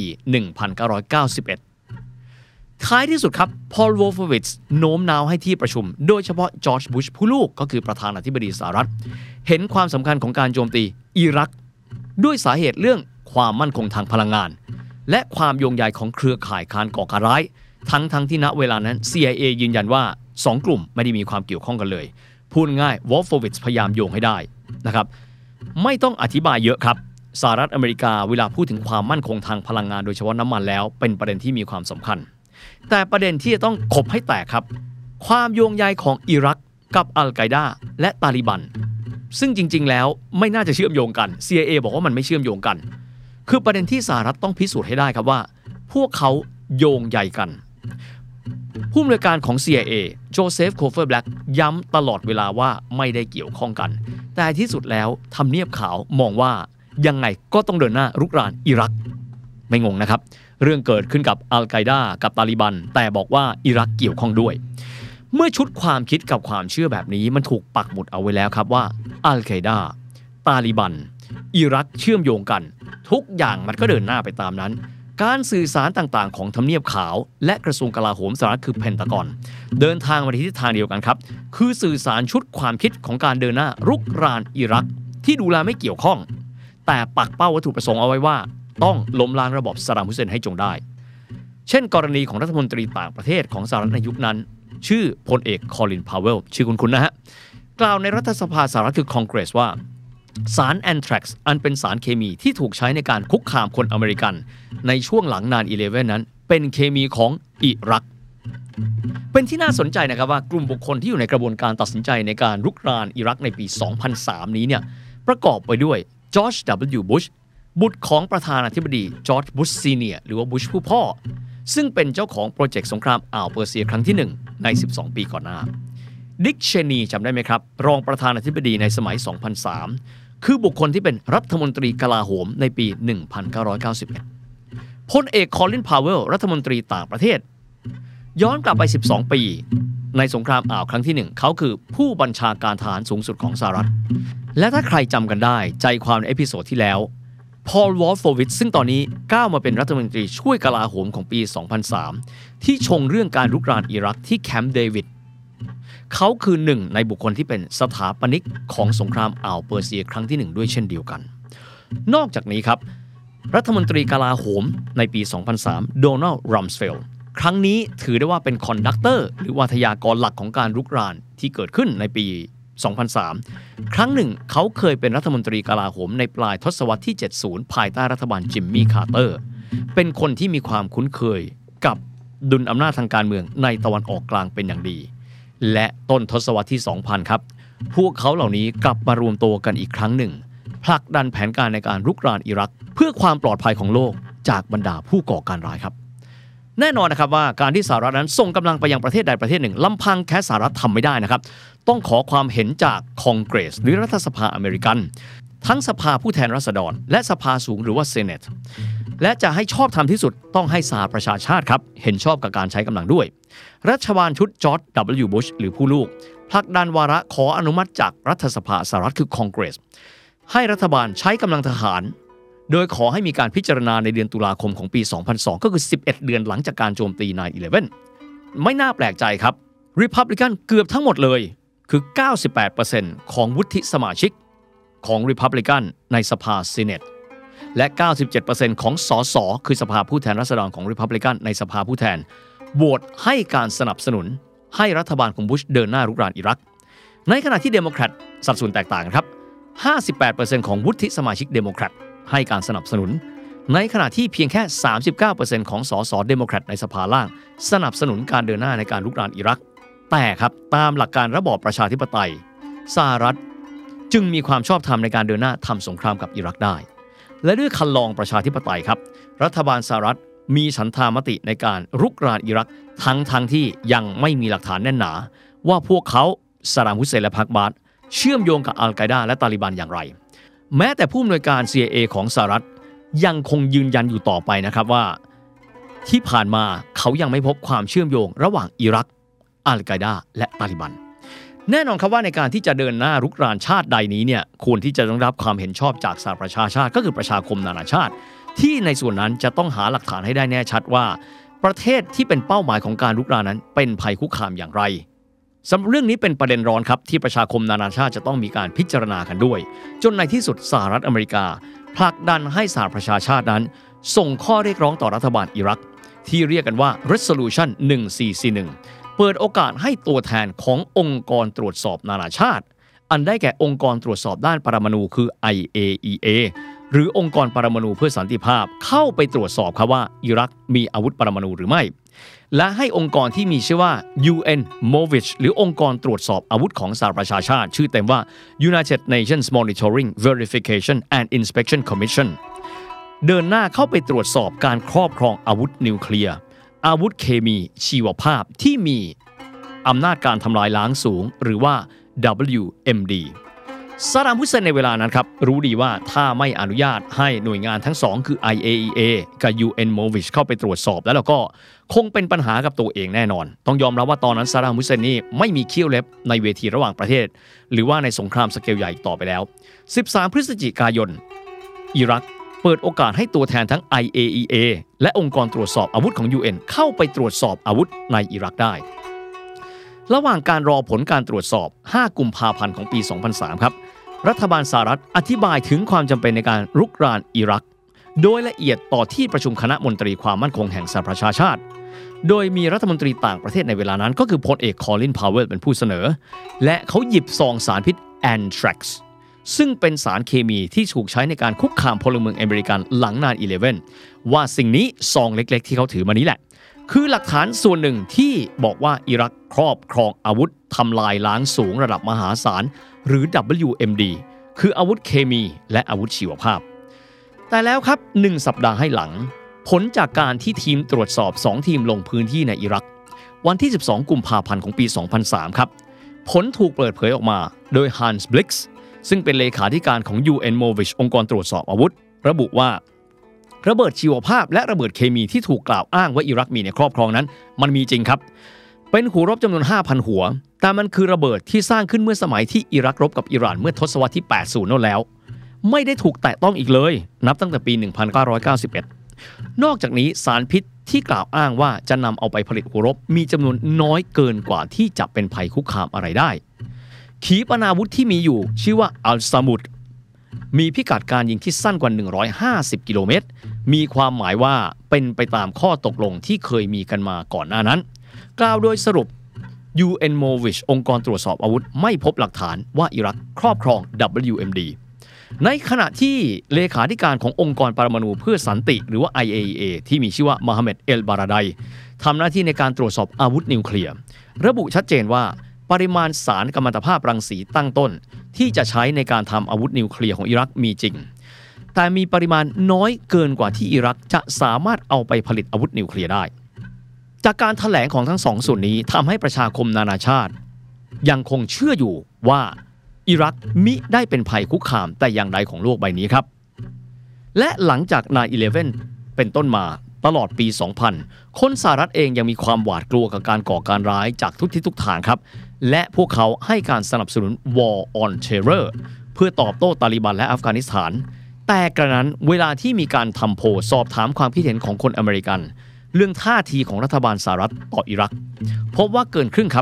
1991 ท้ายที่สุดครับพอล วอลโฟวิตซ์โน้มน้าวให้ที่ประชุมโดยเฉพาะจอร์จบุชผู้ลูกก็คือประธานาธิบดีสหรัฐเห็นความสำคัญของการโจมตีอิรักด้วยสาเหตุเรื่องความมั่นคงทางพลังงานและความโยงใยของเครือข่ายการก่อการร้ายทั้งที่ณเวลานั้น CIA ยืนยันว่า2 กลุ่มไม่ได้มีความเกี่ยวข้องกันเลยพูดง่ายวอลโฟวิตซ์พยายามโยงให้ได้นะครับไม่ต้องอธิบายเยอะครับสหรัฐอเมริกาเวลาพูดถึงความมั่นคงทางพลังงานโดยเฉพาะน้ำมันแล้วเป็นประเด็นที่มีความสำคัญแต่ประเด็นที่จะต้องขบให้แตกครับความโยงใยของอิรักกับอัลไกอดาและตาลิบันซึ่งจริงๆแล้วไม่น่าจะเชื่อมโยงกัน CIA บอกว่ามันไม่เชื่อมโยงกันคือประเด็นที่สหรัฐต้องพิสูจน์ให้ได้ครับว่าพวกเขาโยงใยกันผู้อำนวยการของ CIA โจเซฟโคเฟอร์แบล็กย้ำตลอดเวลาว่าไม่ได้เกี่ยวข้องกันแต่ที่สุดแล้วทำเนียบขาวมองว่ายังไงก็ต้องเดินหน้ารุกรานอิรักไม่งงนะครับเรื่องเกิดขึ้นกับอัลไกอดากับตาลิบันแต่บอกว่าอิรักเกี่ยวข้องด้วยเมื่อชุดความคิดกับความเชื่อแบบนี้มันถูกปักหมุดเอาไว้แล้วครับว่าอัลไกอดาตาลิบันอิรักเชื่อมโยงกันทุกอย่างมันก็เดินหน้าไปตามนั้นการสื่อสารต่างๆของทำเนียบขาวและกระทรวงกลาโหมสหรัฐคือเพนทากอนเดินทางมาในทิศทางเดียวกันครับคือสื่อสารชุดความคิดของการเดินหน้ารุกรานอิรักที่ดูแลไม่เกี่ยวข้องแต่ปักเป้าวัตถุประสงค์เอาไว้ว่าต้องล้มล้างระบบซัดดัม ฮุสเซนให้จงได้เช่นกรณีของรัฐมนตรีต่างประเทศของสหรัฐในยุคนั้นชื่อพลเอกคอลิน พาวเวลชื่อคุณนะฮะกล่าวในรัฐสภาสหรัฐคือคองเกรสว่าสารแอนแทร็กซ์อันเป็นสารเคมีที่ถูกใช้ในการคุกคามคนอเมริกันในช่วงหลัง9/11 นั้นเป็นเคมีของอิรักเป็นที่น่าสนใจนะครับว่ากลุ่มบุคคลที่อยู่ในกระบวนการตัดสินใจในการรุกรานอิรักในปี 2003 นี้เนี่ยประกอบไปด้วยจอร์จ W. บุชบุตรของประธานาธิบดีจอร์จ บุช ซีเนียร์หรือว่าบุชผู้พ่อซึ่งเป็นเจ้าของโปรเจกต์สงครามอ่าวเปอร์เซียครั้งที่1ใน12 ปีก่อนหน้าดิกเชนีจำได้ไหมครับรองประธานาธิบดีในสมัย 2003 คือบุคคลที่เป็นรัฐมนตรีกลาโหมในปี 1991 พลเอกคอลิน พาวเวลรัฐมนตรีต่างประเทศย้อนกลับไป 12 ปีในสงครามอ่าวครั้งที่1เขาคือผู้บัญชาการทหารสูงสุดของสหรัฐและถ้าใครจำกันได้ใจความในเอพิโซดที่แล้วพอล วอลโฟวิตซ์ซึ่งตอนนี้ก้าวมาเป็นรัฐมนตรีช่วยกลาโหมของปี 2003 ที่ชงเรื่องการรุกรานอิรักที่แคมป์เดวิดเขาคือหนึ่งในบุคคลที่เป็นสถาปนิกของสงครามอ่าวเปอร์เซียครั้งที่1ด้วยเช่นเดียวกันนอกจากนี้ครับรัฐมนตรีกลาโหมในปี 2003 โดนัลด์ รัมสเฟลด์ครั้งนี้ถือได้ว่าเป็นคอนดักเตอร์หรือวิทยากรหลักของการรุกรานที่เกิดขึ้นในปี 2003 ครั้งหนึ่งเขาเคยเป็นรัฐมนตรีกลาโหมในปลายทศวรรษที่ 70 ภายใต้รัฐบาลจิมมี่ คาร์เตอร์เป็นคนที่มีความคุ้นเคยกับดุลอำนาจทางการเมืองในตะวันออกกลางเป็นอย่างดีและต้นทศวรรษที่ 2000 ครับพวกเขาเหล่านี้กลับมารวมตัวกันอีกครั้งหนึ่งผลักดันแผนการในการรุกรานอิรักเพื่อความปลอดภัยของโลกจากบรรดาผู้ก่อการร้ายครับแน่นอนนะครับว่าการที่สหรัฐนั้นส่งกำลังไปยังประเทศใดประเทศหนึ่งลำพังแค่สหรัฐทำไม่ได้นะครับต้องขอความเห็นจากคองเกรสหรือรัฐสภาอเมริกันทั้งสภาผู้แทนราษฎรและสภาสูงหรือว่าเซเนตและจะให้ชอบธรรมที่สุดต้องให้สหประชาชาติครับเห็นชอบกับการใช้กำลังด้วยรัฐบาลชุดจอร์จ W. บุชหรือผู้ลูกผลักดันวาระขออนุมัติจากรัฐสภาสหรัฐคือคองเกรสให้รัฐบาลใช้กำลังทหารโดยขอให้มีการพิจารณาในเดือนตุลาคมของปี 2002 ก็คือ 11 เดือนหลังจากการโจมตี 9/11 ไม่น่าแปลกใจครับ Republican เกือบทั้งหมดเลยคือ 98% ของวุฒิสมาชิกของ Republican ในสภา Senate และ 97% ของสสคือสภาผู้แทนราษฎรของ Republican ในสภาผู้แทนโหวตให้การสนับสนุนให้รัฐบาลของบุชเดินหน้ารุกรานอิรักในขณะที่เดโมแครตสัดส่วนแตกต่างกันครับ 58% ของวุฒิสมาชิกเดโมแครตให้การสนับสนุนในขณะที่เพียงแค่ 39% ของสสเดโมแครตในสภาล่างสนับสนุนการเดินหน้าในการรุกรานอิรักแต่ครับตามหลักการระบอบประชาธิปไตยสหรัฐจึงมีความชอบธรรมในการเดินหน้าทำสงครามกับอิรักได้และด้วยคันลองประชาธิปไตยครับรัฐบาลสหรัฐมีฉันทามติในการรุกรานอิรักทั้งที่ยังไม่มีหลักฐานแน่นหนาว่าพวกเขาซาดัม ฮุสเซนและพรรคบาธเชื่อมโยงกับอัลไกอฎาและตาลิบันอย่างไรแม้แต่ผู้อำนวยการ CIA ของสหรัฐยังคงยืนยันอยู่ต่อไปนะครับว่าที่ผ่านมาเขายังไม่พบความเชื่อมโยงระหว่างอิรักอัลไกอฎาและตาลิบันแน่นอนครับว่าในการที่จะเดินหน้ารุกรานชาติใดนี้เนี่ยควรที่จะต้องรับความเห็นชอบจากสหประชาชาติก็คือประชาคมนานาชาติที่ในส่วนนั้นจะต้องหาหลักฐานให้ได้แน่ชัดว่าประเทศที่เป็นเป้าหมายของการรุกรานนั้นเป็นภัยคุกคามอย่างไรสำหรับเรื่องนี้เป็นประเด็นร้อนครับที่ประชาคมนานาชาติจะต้องมีการพิจารณากันด้วยจนในที่สุดสหรัฐอเมริกาผลักดันให้สหประชาชาตินั้นส่งข้อเรียกร้องต่อรัฐบาลอิรักที่เรียกกันว่า Resolution 1441เปิดโอกาสให้ตัวแทนขององค์กรตรวจสอบนานาชาติอันได้แก่องค์กรตรวจสอบด้านปรมาณูคือ IAEA หรือองค์กรปรมาณูเพื่อสันติภาพเข้าไปตรวจสอบครับว่าอิรักมีอาวุธปรมาณูหรือไม่และให้องค์กรที่มีชื่อว่า UN MOVISH หรือองค์กรตรวจสอบอาวุธของสหประชาชาติชื่อเต็มว่า United Nations Monitoring Verification and Inspection Commission เดินหน้าเข้าไปตรวจสอบการครอบครองอาวุธนิวเคลียร์อาวุธเคมีชีวภาพที่มีอำนาจการทำลายล้างสูงหรือว่า WMD ซาดัม ฮุสเซนในเวลานั้นครับรู้ดีว่าถ้าไม่อนุญาตให้หน่วยงานทั้งสองคือ IAEA กับ UN MOVISH เข้าไปตรวจสอบแล้วก็คงเป็นปัญหากับตัวเองแน่นอนต้องยอมรับว่าตอนนั้นซาดัม ฮุสเซนนี่ไม่มีเขี้ยวเล็บในเวทีระหว่างประเทศหรือว่าในสงครามสเกลใหญ่ต่อไปแล้ว13 พฤศจิกายนอิรักเปิดโอกาสให้ตัวแทนทั้ง IAEA และองค์กรตรวจสอบอาวุธของ UN เข้าไปตรวจสอบอาวุธในอิรักได้ระหว่างการรอผลการตรวจสอบ5 กุมภาพันธ์ของปี 2003 ครับรัฐบาลสหรัฐอธิบายถึงความจำเป็นในการรุกรานอิรักโดยละเอียดต่อที่ประชุมคณะมนตรีความมั่นคงแห่งสหประชาชาติโดยมีรัฐมนตรีต่างประเทศในเวลานั้นก็คือพลเอกคอลิน พาวเวลเป็นผู้เสนอและเขาหยิบซองสารพิษแอนแทร็กซ์ซึ่งเป็นสารเคมีที่ถูกใช้ในการคุกคามพลเมืองอเมริกันหลัง9/11 ว่าสิ่งนี้ซองเล็กๆที่เขาถือมานี้แหละคือหลักฐานส่วนหนึ่งที่บอกว่าอิรักครอบครองอาวุธทำลายล้างสูงระดับมหาศาลหรือ WMD คืออาวุธเคมีและอาวุธชีวภาพแต่แล้วครับ1 สัปดาห์ให้หลังผลจากการที่ทีมตรวจสอบ2 ทีมลงพื้นที่ในอิรักวันที่12 กุมภาพันธ์ของปี 2003 ครับผลถูกเปิดเผยออกมาโดย Hans Blix ซึ่งเป็นเลขาธิการของ UN MOVISH องค์กรตรวจสอบอาวุธระบุว่าระเบิดชีวภาพและระเบิดเคมีที่ถูกกล่าวอ้างว่าอิรักมีในครอบครองนั้นมันมีจริงครับเป็นหัวรบจำนวน 5,000 หัวแต่มันคือระเบิดที่สร้างขึ้นเมื่อสมัยที่อิรักรบกับอิหร่านเมื่อทศวรรษที่ 80 นั่นแล้วไม่ได้ถูกแตะต้องอีกเลยนับตั้งแต่ปี 1991 นอกจากนี้สารพิษที่กล่าวอ้างว่าจะนำเอาไปผลิตหัวรบมีจำนวนน้อยเกินกว่าที่จะเป็นภัยคุกคามอะไรได้ขีปนาวุธที่มีอยู่ชื่อว่าอัลซามุดมีพิกัดการยิงที่สั้นกว่า150 กิโลเมตรมีความหมายว่าเป็นไปตามข้อตกลงที่เคยมีกันมาก่อนหน้านั้นกล่าวโดยสรุป UN MOVISH องค์กรตรวจสอบอาวุธไม่พบหลักฐานว่าอิรักครอบครอง WMD ในขณะที่เลขาธิการขององค์กรปรมาณูเพื่อสันติหรือว่า IAEA ที่มีชื่อว่าโมฮัมเหม็ด เอล บาราไดทำหน้าที่ในการตรวจสอบอาวุธนิวเคลียร์ระบุชัดเจนว่าปริมาณสารกัมมันตภาพรังสีตั้งต้นที่จะใช้ในการทำอาวุธนิวเคลียร์ของอิรักมีจริงแต่มีปริมาณน้อยเกินกว่าที่อิรักจะสามารถเอาไปผลิตอาวุธนิวเคลียร์ได้จากการแถลงของทั้งสองส่วนนี้ทำให้ประชาคมนานาชาติยังคงเชื่ออยู่ว่าอิรักมิได้เป็นภัยคุกคามแต่อย่างใดของโลกใบนี้ครับและหลังจาก 9/11 เป็นต้นมาตลอดปี 2000 คนสหรัฐเองยังมีความหวาดกลัวกับการก่อการร้ายจากทุกทิศทุกทางครับและพวกเขาให้การสนับสนุน War on Terror เพื่อตอบโต้ตาลิบันและอัฟกานิสถานแต่กระนั้นเวลาที่มีการทำโพลสอบถามความคิดเห็นของคนอเมริกันเรื่องท่าทีของรัฐบาลสหรัฐต่ออิรักพบว่าเกินครึ่งครับ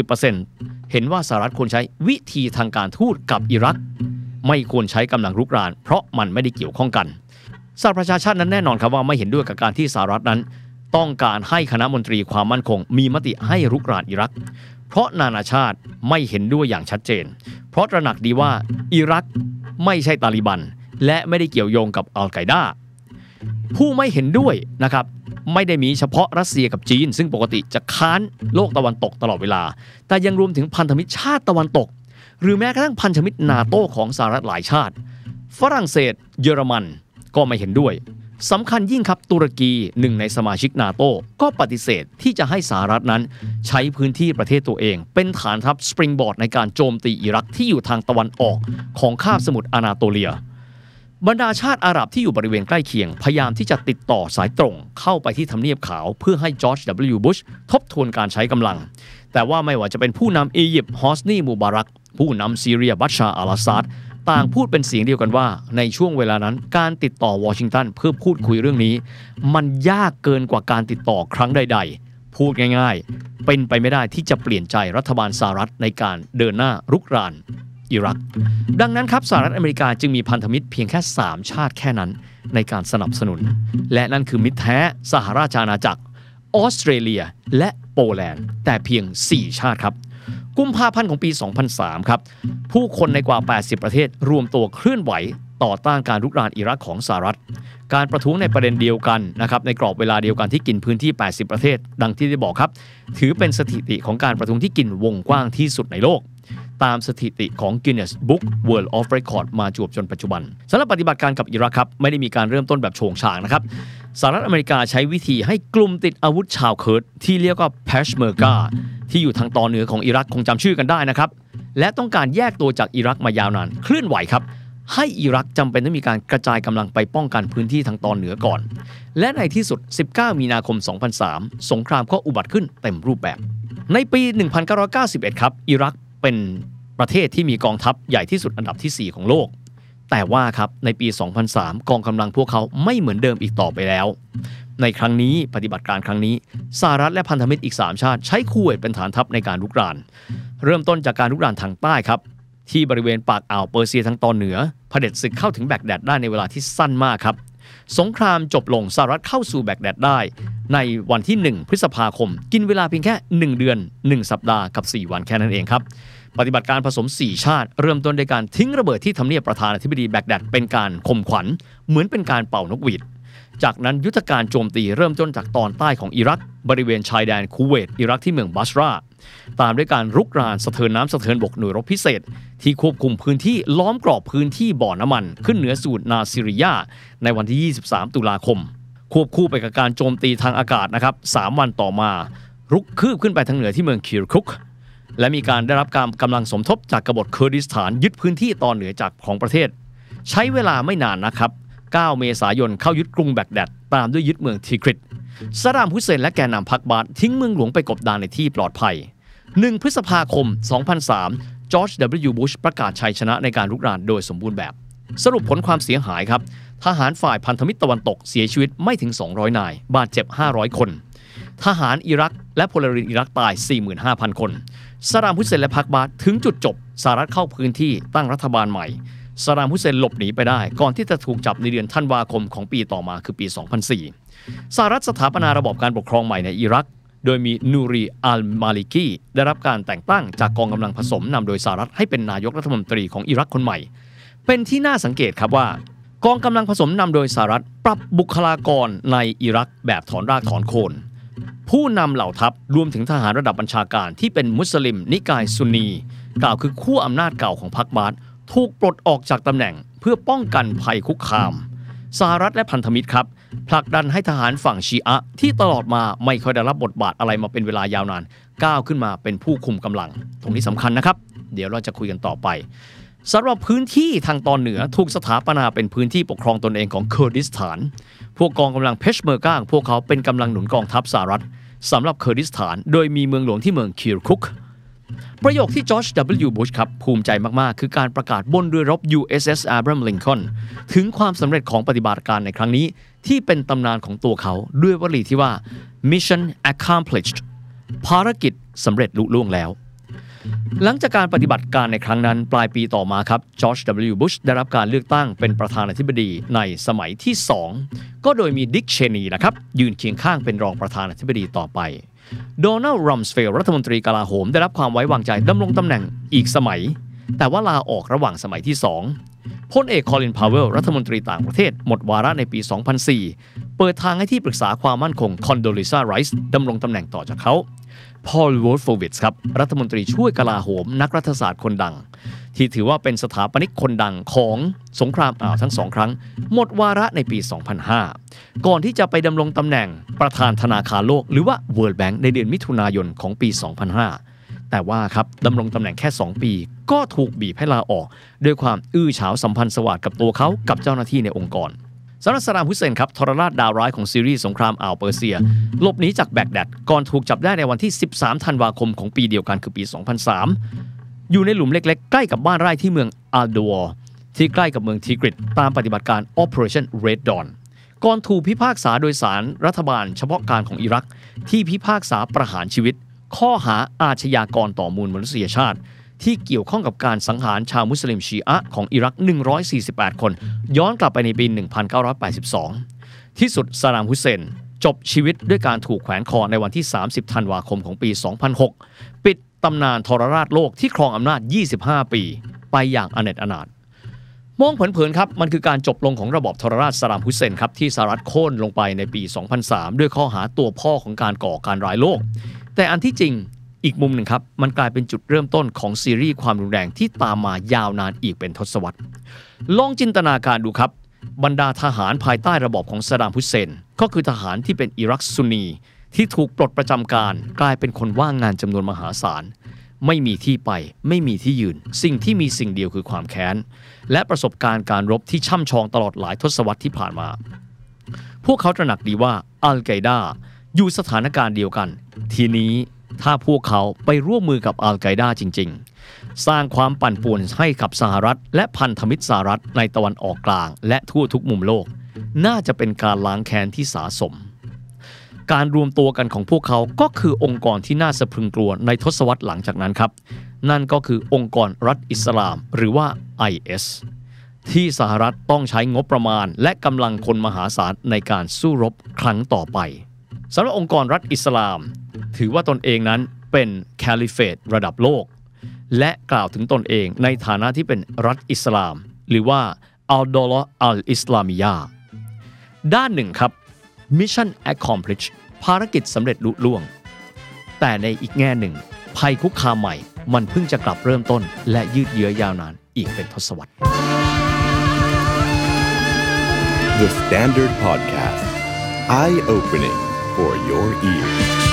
60% เห็นว่าสหรัฐควรใช้วิธีทางการทูตกับอิรักไม่ควรใช้กำลังรุกรานเพราะมันไม่ได้เกี่ยวข้องกันสหประชาชาตินั้นแน่นอนครับว่าไม่เห็นด้วยกับการที่สหรัฐนั้นต้องการให้คณะมนตรีความมั่นคงมีมติให้รุกรานอิรักเพราะนานาชาติไม่เห็นด้วยอย่างชัดเจนเพราะตระหนักดีว่าอิรักไม่ใช่ตาลิบันและไม่ได้เกี่ยวโยงกับอัลไกดาผู้ไม่เห็นด้วยนะครับไม่ได้มีเฉพาะรัสเซียกับจีนซึ่งปกติจะค้านโลกตะวันตกตลอดเวลาแต่ยังรวมถึงพันธมิตรชาติตะวันตกหรือแม้กระทั่งพันธมิตรนาโต้ของสหรัฐหลายชาติฝรั่งเศสเยอรมันก็ไม่เห็นด้วยสำคัญยิ่งครับตุรกีหนึ่งในสมาชิกนาโต้ก็ปฏิเสธที่จะให้สหรัฐนั้นใช้พื้นที่ประเทศตัวเองเป็นฐานทัพสปริงบอร์ดในการโจมตีอิรักที่อยู่ทางตะวันออกของคาบสมุทรอานาโตเลียบรรดาชาติอาหรับที่อยู่บริเวณใกล้เคียงพยายามที่จะติดต่อสายตรงเข้าไปที่ทำเนียบขาวเพื่อให้จอร์จ W. บุชทบทวนการใช้กำลังแต่ว่าไม่ว่าจะเป็นผู้นำอียิปต์ฮอสนี มูบารักผู้นำซีเรียบัชชาร์ อัล อาซัดต่างพูดเป็นเสียงเดียวกันว่าในช่วงเวลานั้นการติดต่อวอชิงตันเพื่อพูดคุยเรื่องนี้มันยากเกินกว่าการติดต่อครั้งใดๆพูดง่ายๆเป็นไปไม่ได้ที่จะเปลี่ยนใจรัฐบาลสหรัฐในการเดินหน้ารุกรานอิรักดังนั้นครับสหรัฐอเมริกาจึงมีพันธมิตรเพียงแค่3ชาติแค่นั้นในการสนับสนุนและนั่นคือมิตรแท้สหราชอาณาจักรออสเตรเลียและโปแลนด์แต่เพียง4ชาติครับกุมภาพันธ์ของปี 2003 ครับผู้คนในกว่า80ประเทศรวมตัวเคลื่อนไหวต่อต้านการรุกรานอิรักของสหรัฐการประท้วงในประเด็นเดียวกันนะครับในกรอบเวลาเดียวกันที่กินพื้นที่80ประเทศดังที่ได้บอกครับถือเป็นสถิติของการประท้วงที่กินวงกว้างที่สุดในโลกตามสถิติของ Guinness Book World of Record มาจวบจนปัจจุบันสำหรับปฏิบัติการกับอิรักครับไม่ได้มีการเริ่มต้นแบบโฉงฉางนะครับสหรัฐอเมริกาใช้วิธีให้กลุ่มติดอาวุธชาวเคิร์ดที่เรียกว่าเพชเมอร์กาที่อยู่ทางตอนเหนือของอิรักคงจำชื่อกันได้นะครับและต้องการแยกตัวจากอิรักมายาวนานเคลื่อนไหวครับให้อิรักจำเป็นต้องมีการกระจายกำลังไปป้องกันพื้นที่ทางตอนเหนือก่อนและในที่สุด19มีนาคม2003สงครามก็อุบัติขึ้นเต็มรูปแบบในปี1991ครับอิรักเป็นประเทศที่มีกองทัพใหญ่ที่สุดอันดับที่4ของโลกแต่ว่าครับในปี2003กองกำลังพวกเขาไม่เหมือนเดิมอีกต่อไปแล้วในครั้งนี้ปฏิบัติการครั้งนี้สหรัฐและพันธมิตรอีก3ชาติใช้คูเวตเป็นฐานทัพในการรุกรานเริ่มต้นจากการรุกรานทางใต้ครับที่บริเวณปากอ่าวเปอร์เซียทางตอนเหนือเผด็จศึกเข้าถึงแบกแดดได้ในเวลาที่สั้นมากครับสงครามจบลงสหรัฐเข้าสู่แบกแดดได้ในวันที่1พฤษภาคมกินเวลาเพียงแค่1เดือน1สัปดาห์กับ4วันแค่นั้นเองครับปฏิบัติการผสม4ชาติเริ่มต้นด้วยการทิ้งระเบิดที่ทำเนียบประธานาธิบดีแบกแดดเป็นการข่มขวัญเหมือนเป็นการเป่านกหวีดจากนั้นยุทธการโจมตีเริ่มต้นจากตอนใต้ของอิรักบริเวณชายแดนคูเวตอิรักที่เมืองบัชราตามด้วยการรุกรานสะเทินน้ำสะเทินบกหน่วยรบพิเศษที่ควบคุมพื้นที่ล้อมกรอบพื้นที่บ่อน้ำมันขึ้นเหนือสู่นาซิริยาในวันที่23ตุลาคมควบคู่ไปกับการโจมตีทางอากาศนะครับ3วันต่อมารุกคืบขึ้นไปทางเหนือที่เมืองคิร์คุกและมีการได้รับการกำลังสมทบจากกบฏเคอร์ดิสถานยึดพื้นที่ตอนเหนือจากของประเทศใช้เวลาไม่นานนะครับ9 เมษายนเข้ายึดกรุงแบกแดดตามด้วยยึดเมืองทิกริตซาดัม ฮุสเซนและแกนนำพรรคบาธทิ้งเมืองหลวงไปกบดานในที่ปลอดภัย1 พฤษภาคม 2003 จอร์จ W. บุชประกาศชัยชนะในการรุกรานโดยสมบูรณ์แบบสรุปผลความเสียหายครับทหารฝ่ายพันธมิตรตะวันตกเสียชีวิตไม่ถึง200นายบาดเจ็บ500คนทหารอิรักและพลเรือนอิรักตาย 45,000 คนซาดัม ฮุสเซนและพรรคบาธถึงจุดจบสหรัฐเข้าพื้นที่ตั้งรัฐบาลใหม่ซาดัม ฮุสเซนหลบหนีไปได้ก่อนที่จะถูกจับในเดือนธันวาคมของปีต่อมาคือปี 2004 สหรัฐสถาปนาระบอบการปกครองใหม่ในอิรักโดยมีนูรี อัล มาลิกีได้รับการแต่งตั้งจากกองกำลังผสมนำโดยสหรัฐให้เป็นนายกรัฐมนตรีของอิรักคนใหม่เป็นที่น่าสังเกตครับว่ากองกำลังผสมนำโดยสหรัฐปรับบุคลากรในอิรักแบบถอนรากถอนโคนผู้นำเหล่าทัพรวมถึงทหารระดับบัญชาการที่เป็นมุสลิมนิกายซุนนีกล่าวคือขั้วอำนาจเก่าของพรรคบาธถูกปลดออกจากตำแหน่งเพื่อป้องกันภัยคุกคามสหรัฐและพันธมิตรครับผลักดันให้ทหารฝั่งชีอะห์ที่ตลอดมาไม่ค่อยได้รับบทบาทอะไรมาเป็นเวลายาวนานก้าวขึ้นมาเป็นผู้คุมกำลังตรงนี้สำคัญนะครับเดี๋ยวเราจะคุยกันต่อไปสำหรับพื้นที่ทางตอนเหนือถูกสถาปนาเป็นพื้นที่ปกครองตนเองของเคอร์ดิสถานพวกกองกำลังเพชเมอร์กาพวกเขาเป็นกำลังหนุนกองทัพสหรัฐสำหรับเคอร์ดิสถานโดยมีเมืองหลวงที่เมืองคิร์คุกประโยคที่จอร์จ W. บุชครับภูมิใจมากๆคือการประกาศบนเรือรบ USS Abraham Lincoln ถึงความสำเร็จของปฏิบัติการในครั้งนี้ที่เป็นตำนานของตัวเขาด้วยวลีที่ว่า Mission accomplished ภารกิจสำเร็จลุล่วงแล้วหลังจากการปฏิบัติการในครั้งนั้นปลายปีต่อมาครับจอร์จ W. บุชได้รับการเลือกตั้งเป็นประธานาธิบดีในสมัยที่ 2ก็โดยมีดิกเชนีนะครับยืนเคียงข้างเป็นรองประธานาธิบดีต่อไปโดนัลด์ รัมสเฟลด์รัฐมนตรีกลาโหมได้รับความไว้วางใจดำรงตำแหน่งอีกสมัยแต่ว่าลาออกระหว่างสมัยที่ 2พลเอกคอลิน พาวเวลรัฐมนตรีต่างประเทศหมดวาระในปี 2004เปิดทางให้ที่ปรึกษาความมั่นคงคอนโดลิซา ไรซ์ดำรงตำแหน่งต่อจากเขาพอล วอลฟวิตซ์ครับรัฐมนตรีช่วยกลาโหมนักรัฐศาสตร์คนดังที่ถือว่าเป็นสถาปนิกคนดังของสงครามอ่าวทั้ง2ครั้งหมดวาระในปี 2005ก่อนที่จะไปดำรงตำแหน่งประธานธนาคารโลกหรือว่า World Bank ในเดือนมิถุนายนของปี 2005แต่ว่าครับดำรงตำแหน่งแค่2ปีก็ถูกบีบให้ลาออกด้วยความอื้อฉาวสัมพันธ์สวัสดิ์กับตัวเขากับเจ้าหน้าที่ในองค์กรสำหรับซาดัม ฮุสเซนครับทรราชดาวร้ายของซีรีส์สงครามอ่าวเปอร์เซียหลบหนีจากแบกแดดก่อนถูกจับได้ในวันที่13ธันวาคมของปีเดียวกันคือปี 2003อยู่ในหลุมเล็กๆใกล้กับบ้านไร่ที่เมืองอัลโดวอร์ที่ใกล้กับเมืองทีกริดตามปฏิบัติการ Operation Red Dawn ก่อนถูกพิพากษาโดยศาลรัฐบาลเฉพาะการของอิรักที่พิพากษาประหารชีวิตข้อหาอาชญากรต่อมวลมนุษยชาติที่เกี่ยวข้องกับการสังหารชาวมุสลิมชีอะห์ของอิรัก148คนย้อนกลับไปในปี 1982 ที่สุดซาดัม ฮุสเซนจบชีวิตด้วยการถูกแขวนคอในวันที่30ธันวาคมของปี 2006 ปิดตำนานทรราชโลกที่ครองอำนาจ25ปีไปอย่างอเนจอนาถมองเผินๆครับมันคือการจบลงของระบอบทรราชซาดัม ฮุสเซนครับที่สหรัฐโค่นลงไปในปี 2003 ด้วยข้อหาตัวพ่อของการก่อการร้ายโลกแต่อันที่จริงอีกมุมหนึ่งครับมันกลายเป็นจุดเริ่มต้นของซีรีส์ความรุนแรงที่ตามมายาวนานอีกเป็นทศวรรษลองจินตนาการดูครับบรรดาทหารภายใต้ระบอบของซาดัม ฮุสเซนก็คือทหารที่เป็นอิรักซุนนีที่ถูกปลดประจำการกลายเป็นคนว่างงานจำนวนมหาศาลไม่มีที่ไปไม่มีที่ยืนสิ่งที่มีสิ่งเดียวคือความแค้นและประสบการณ์การรบที่ช่ำชองตลอดหลายทศวรรษที่ผ่านมาพวกเขาตระหนักดีว่าอัลไกอ์ดาอยู่สถานการณ์เดียวกันทีนี้ถ้าพวกเขาไปร่วมมือกับอัลไกอ์ดาจริงๆสร้างความปั่นป่วนให้กับสหรัฐและพันธมิตรสหรัฐในตะวันออกกลางและทั่วทุกมุมโลกน่าจะเป็นการล้างแค้นที่สะสมการรวมตัวกันของพวกเขาก็คือองค์กรที่น่าสะพรึงกลัวในทศวรรษหลังจากนั้นครับนั่นก็คือองค์กรรัฐอิสลามหรือว่า IS ที่สหรัฐต้องใช้งบประมาณและกำลังคนมหาศาลในการสู้รบครั้งต่อไปสำหรับองค์กรรัฐอิสลามถือว่าตนเองนั้นเป็นแคลิเฟตระดับโลกและกล่าวถึงตนเองในฐานะที่เป็นรัฐอิสลามหรือว่าอัลดอลอัลอิสลามิยาด้านหนึ่งครับ Mission accomplished ภารกิจสำเร็จลุล่วงแต่ในอีกแง่หนึ่งภัยคุกคามใหม่มันเพิ่งจะกลับเริ่มต้นและยืดเยื้อยาวนานอีกเป็นทศวรรษ The Standard Podcast Eye Opening for your ears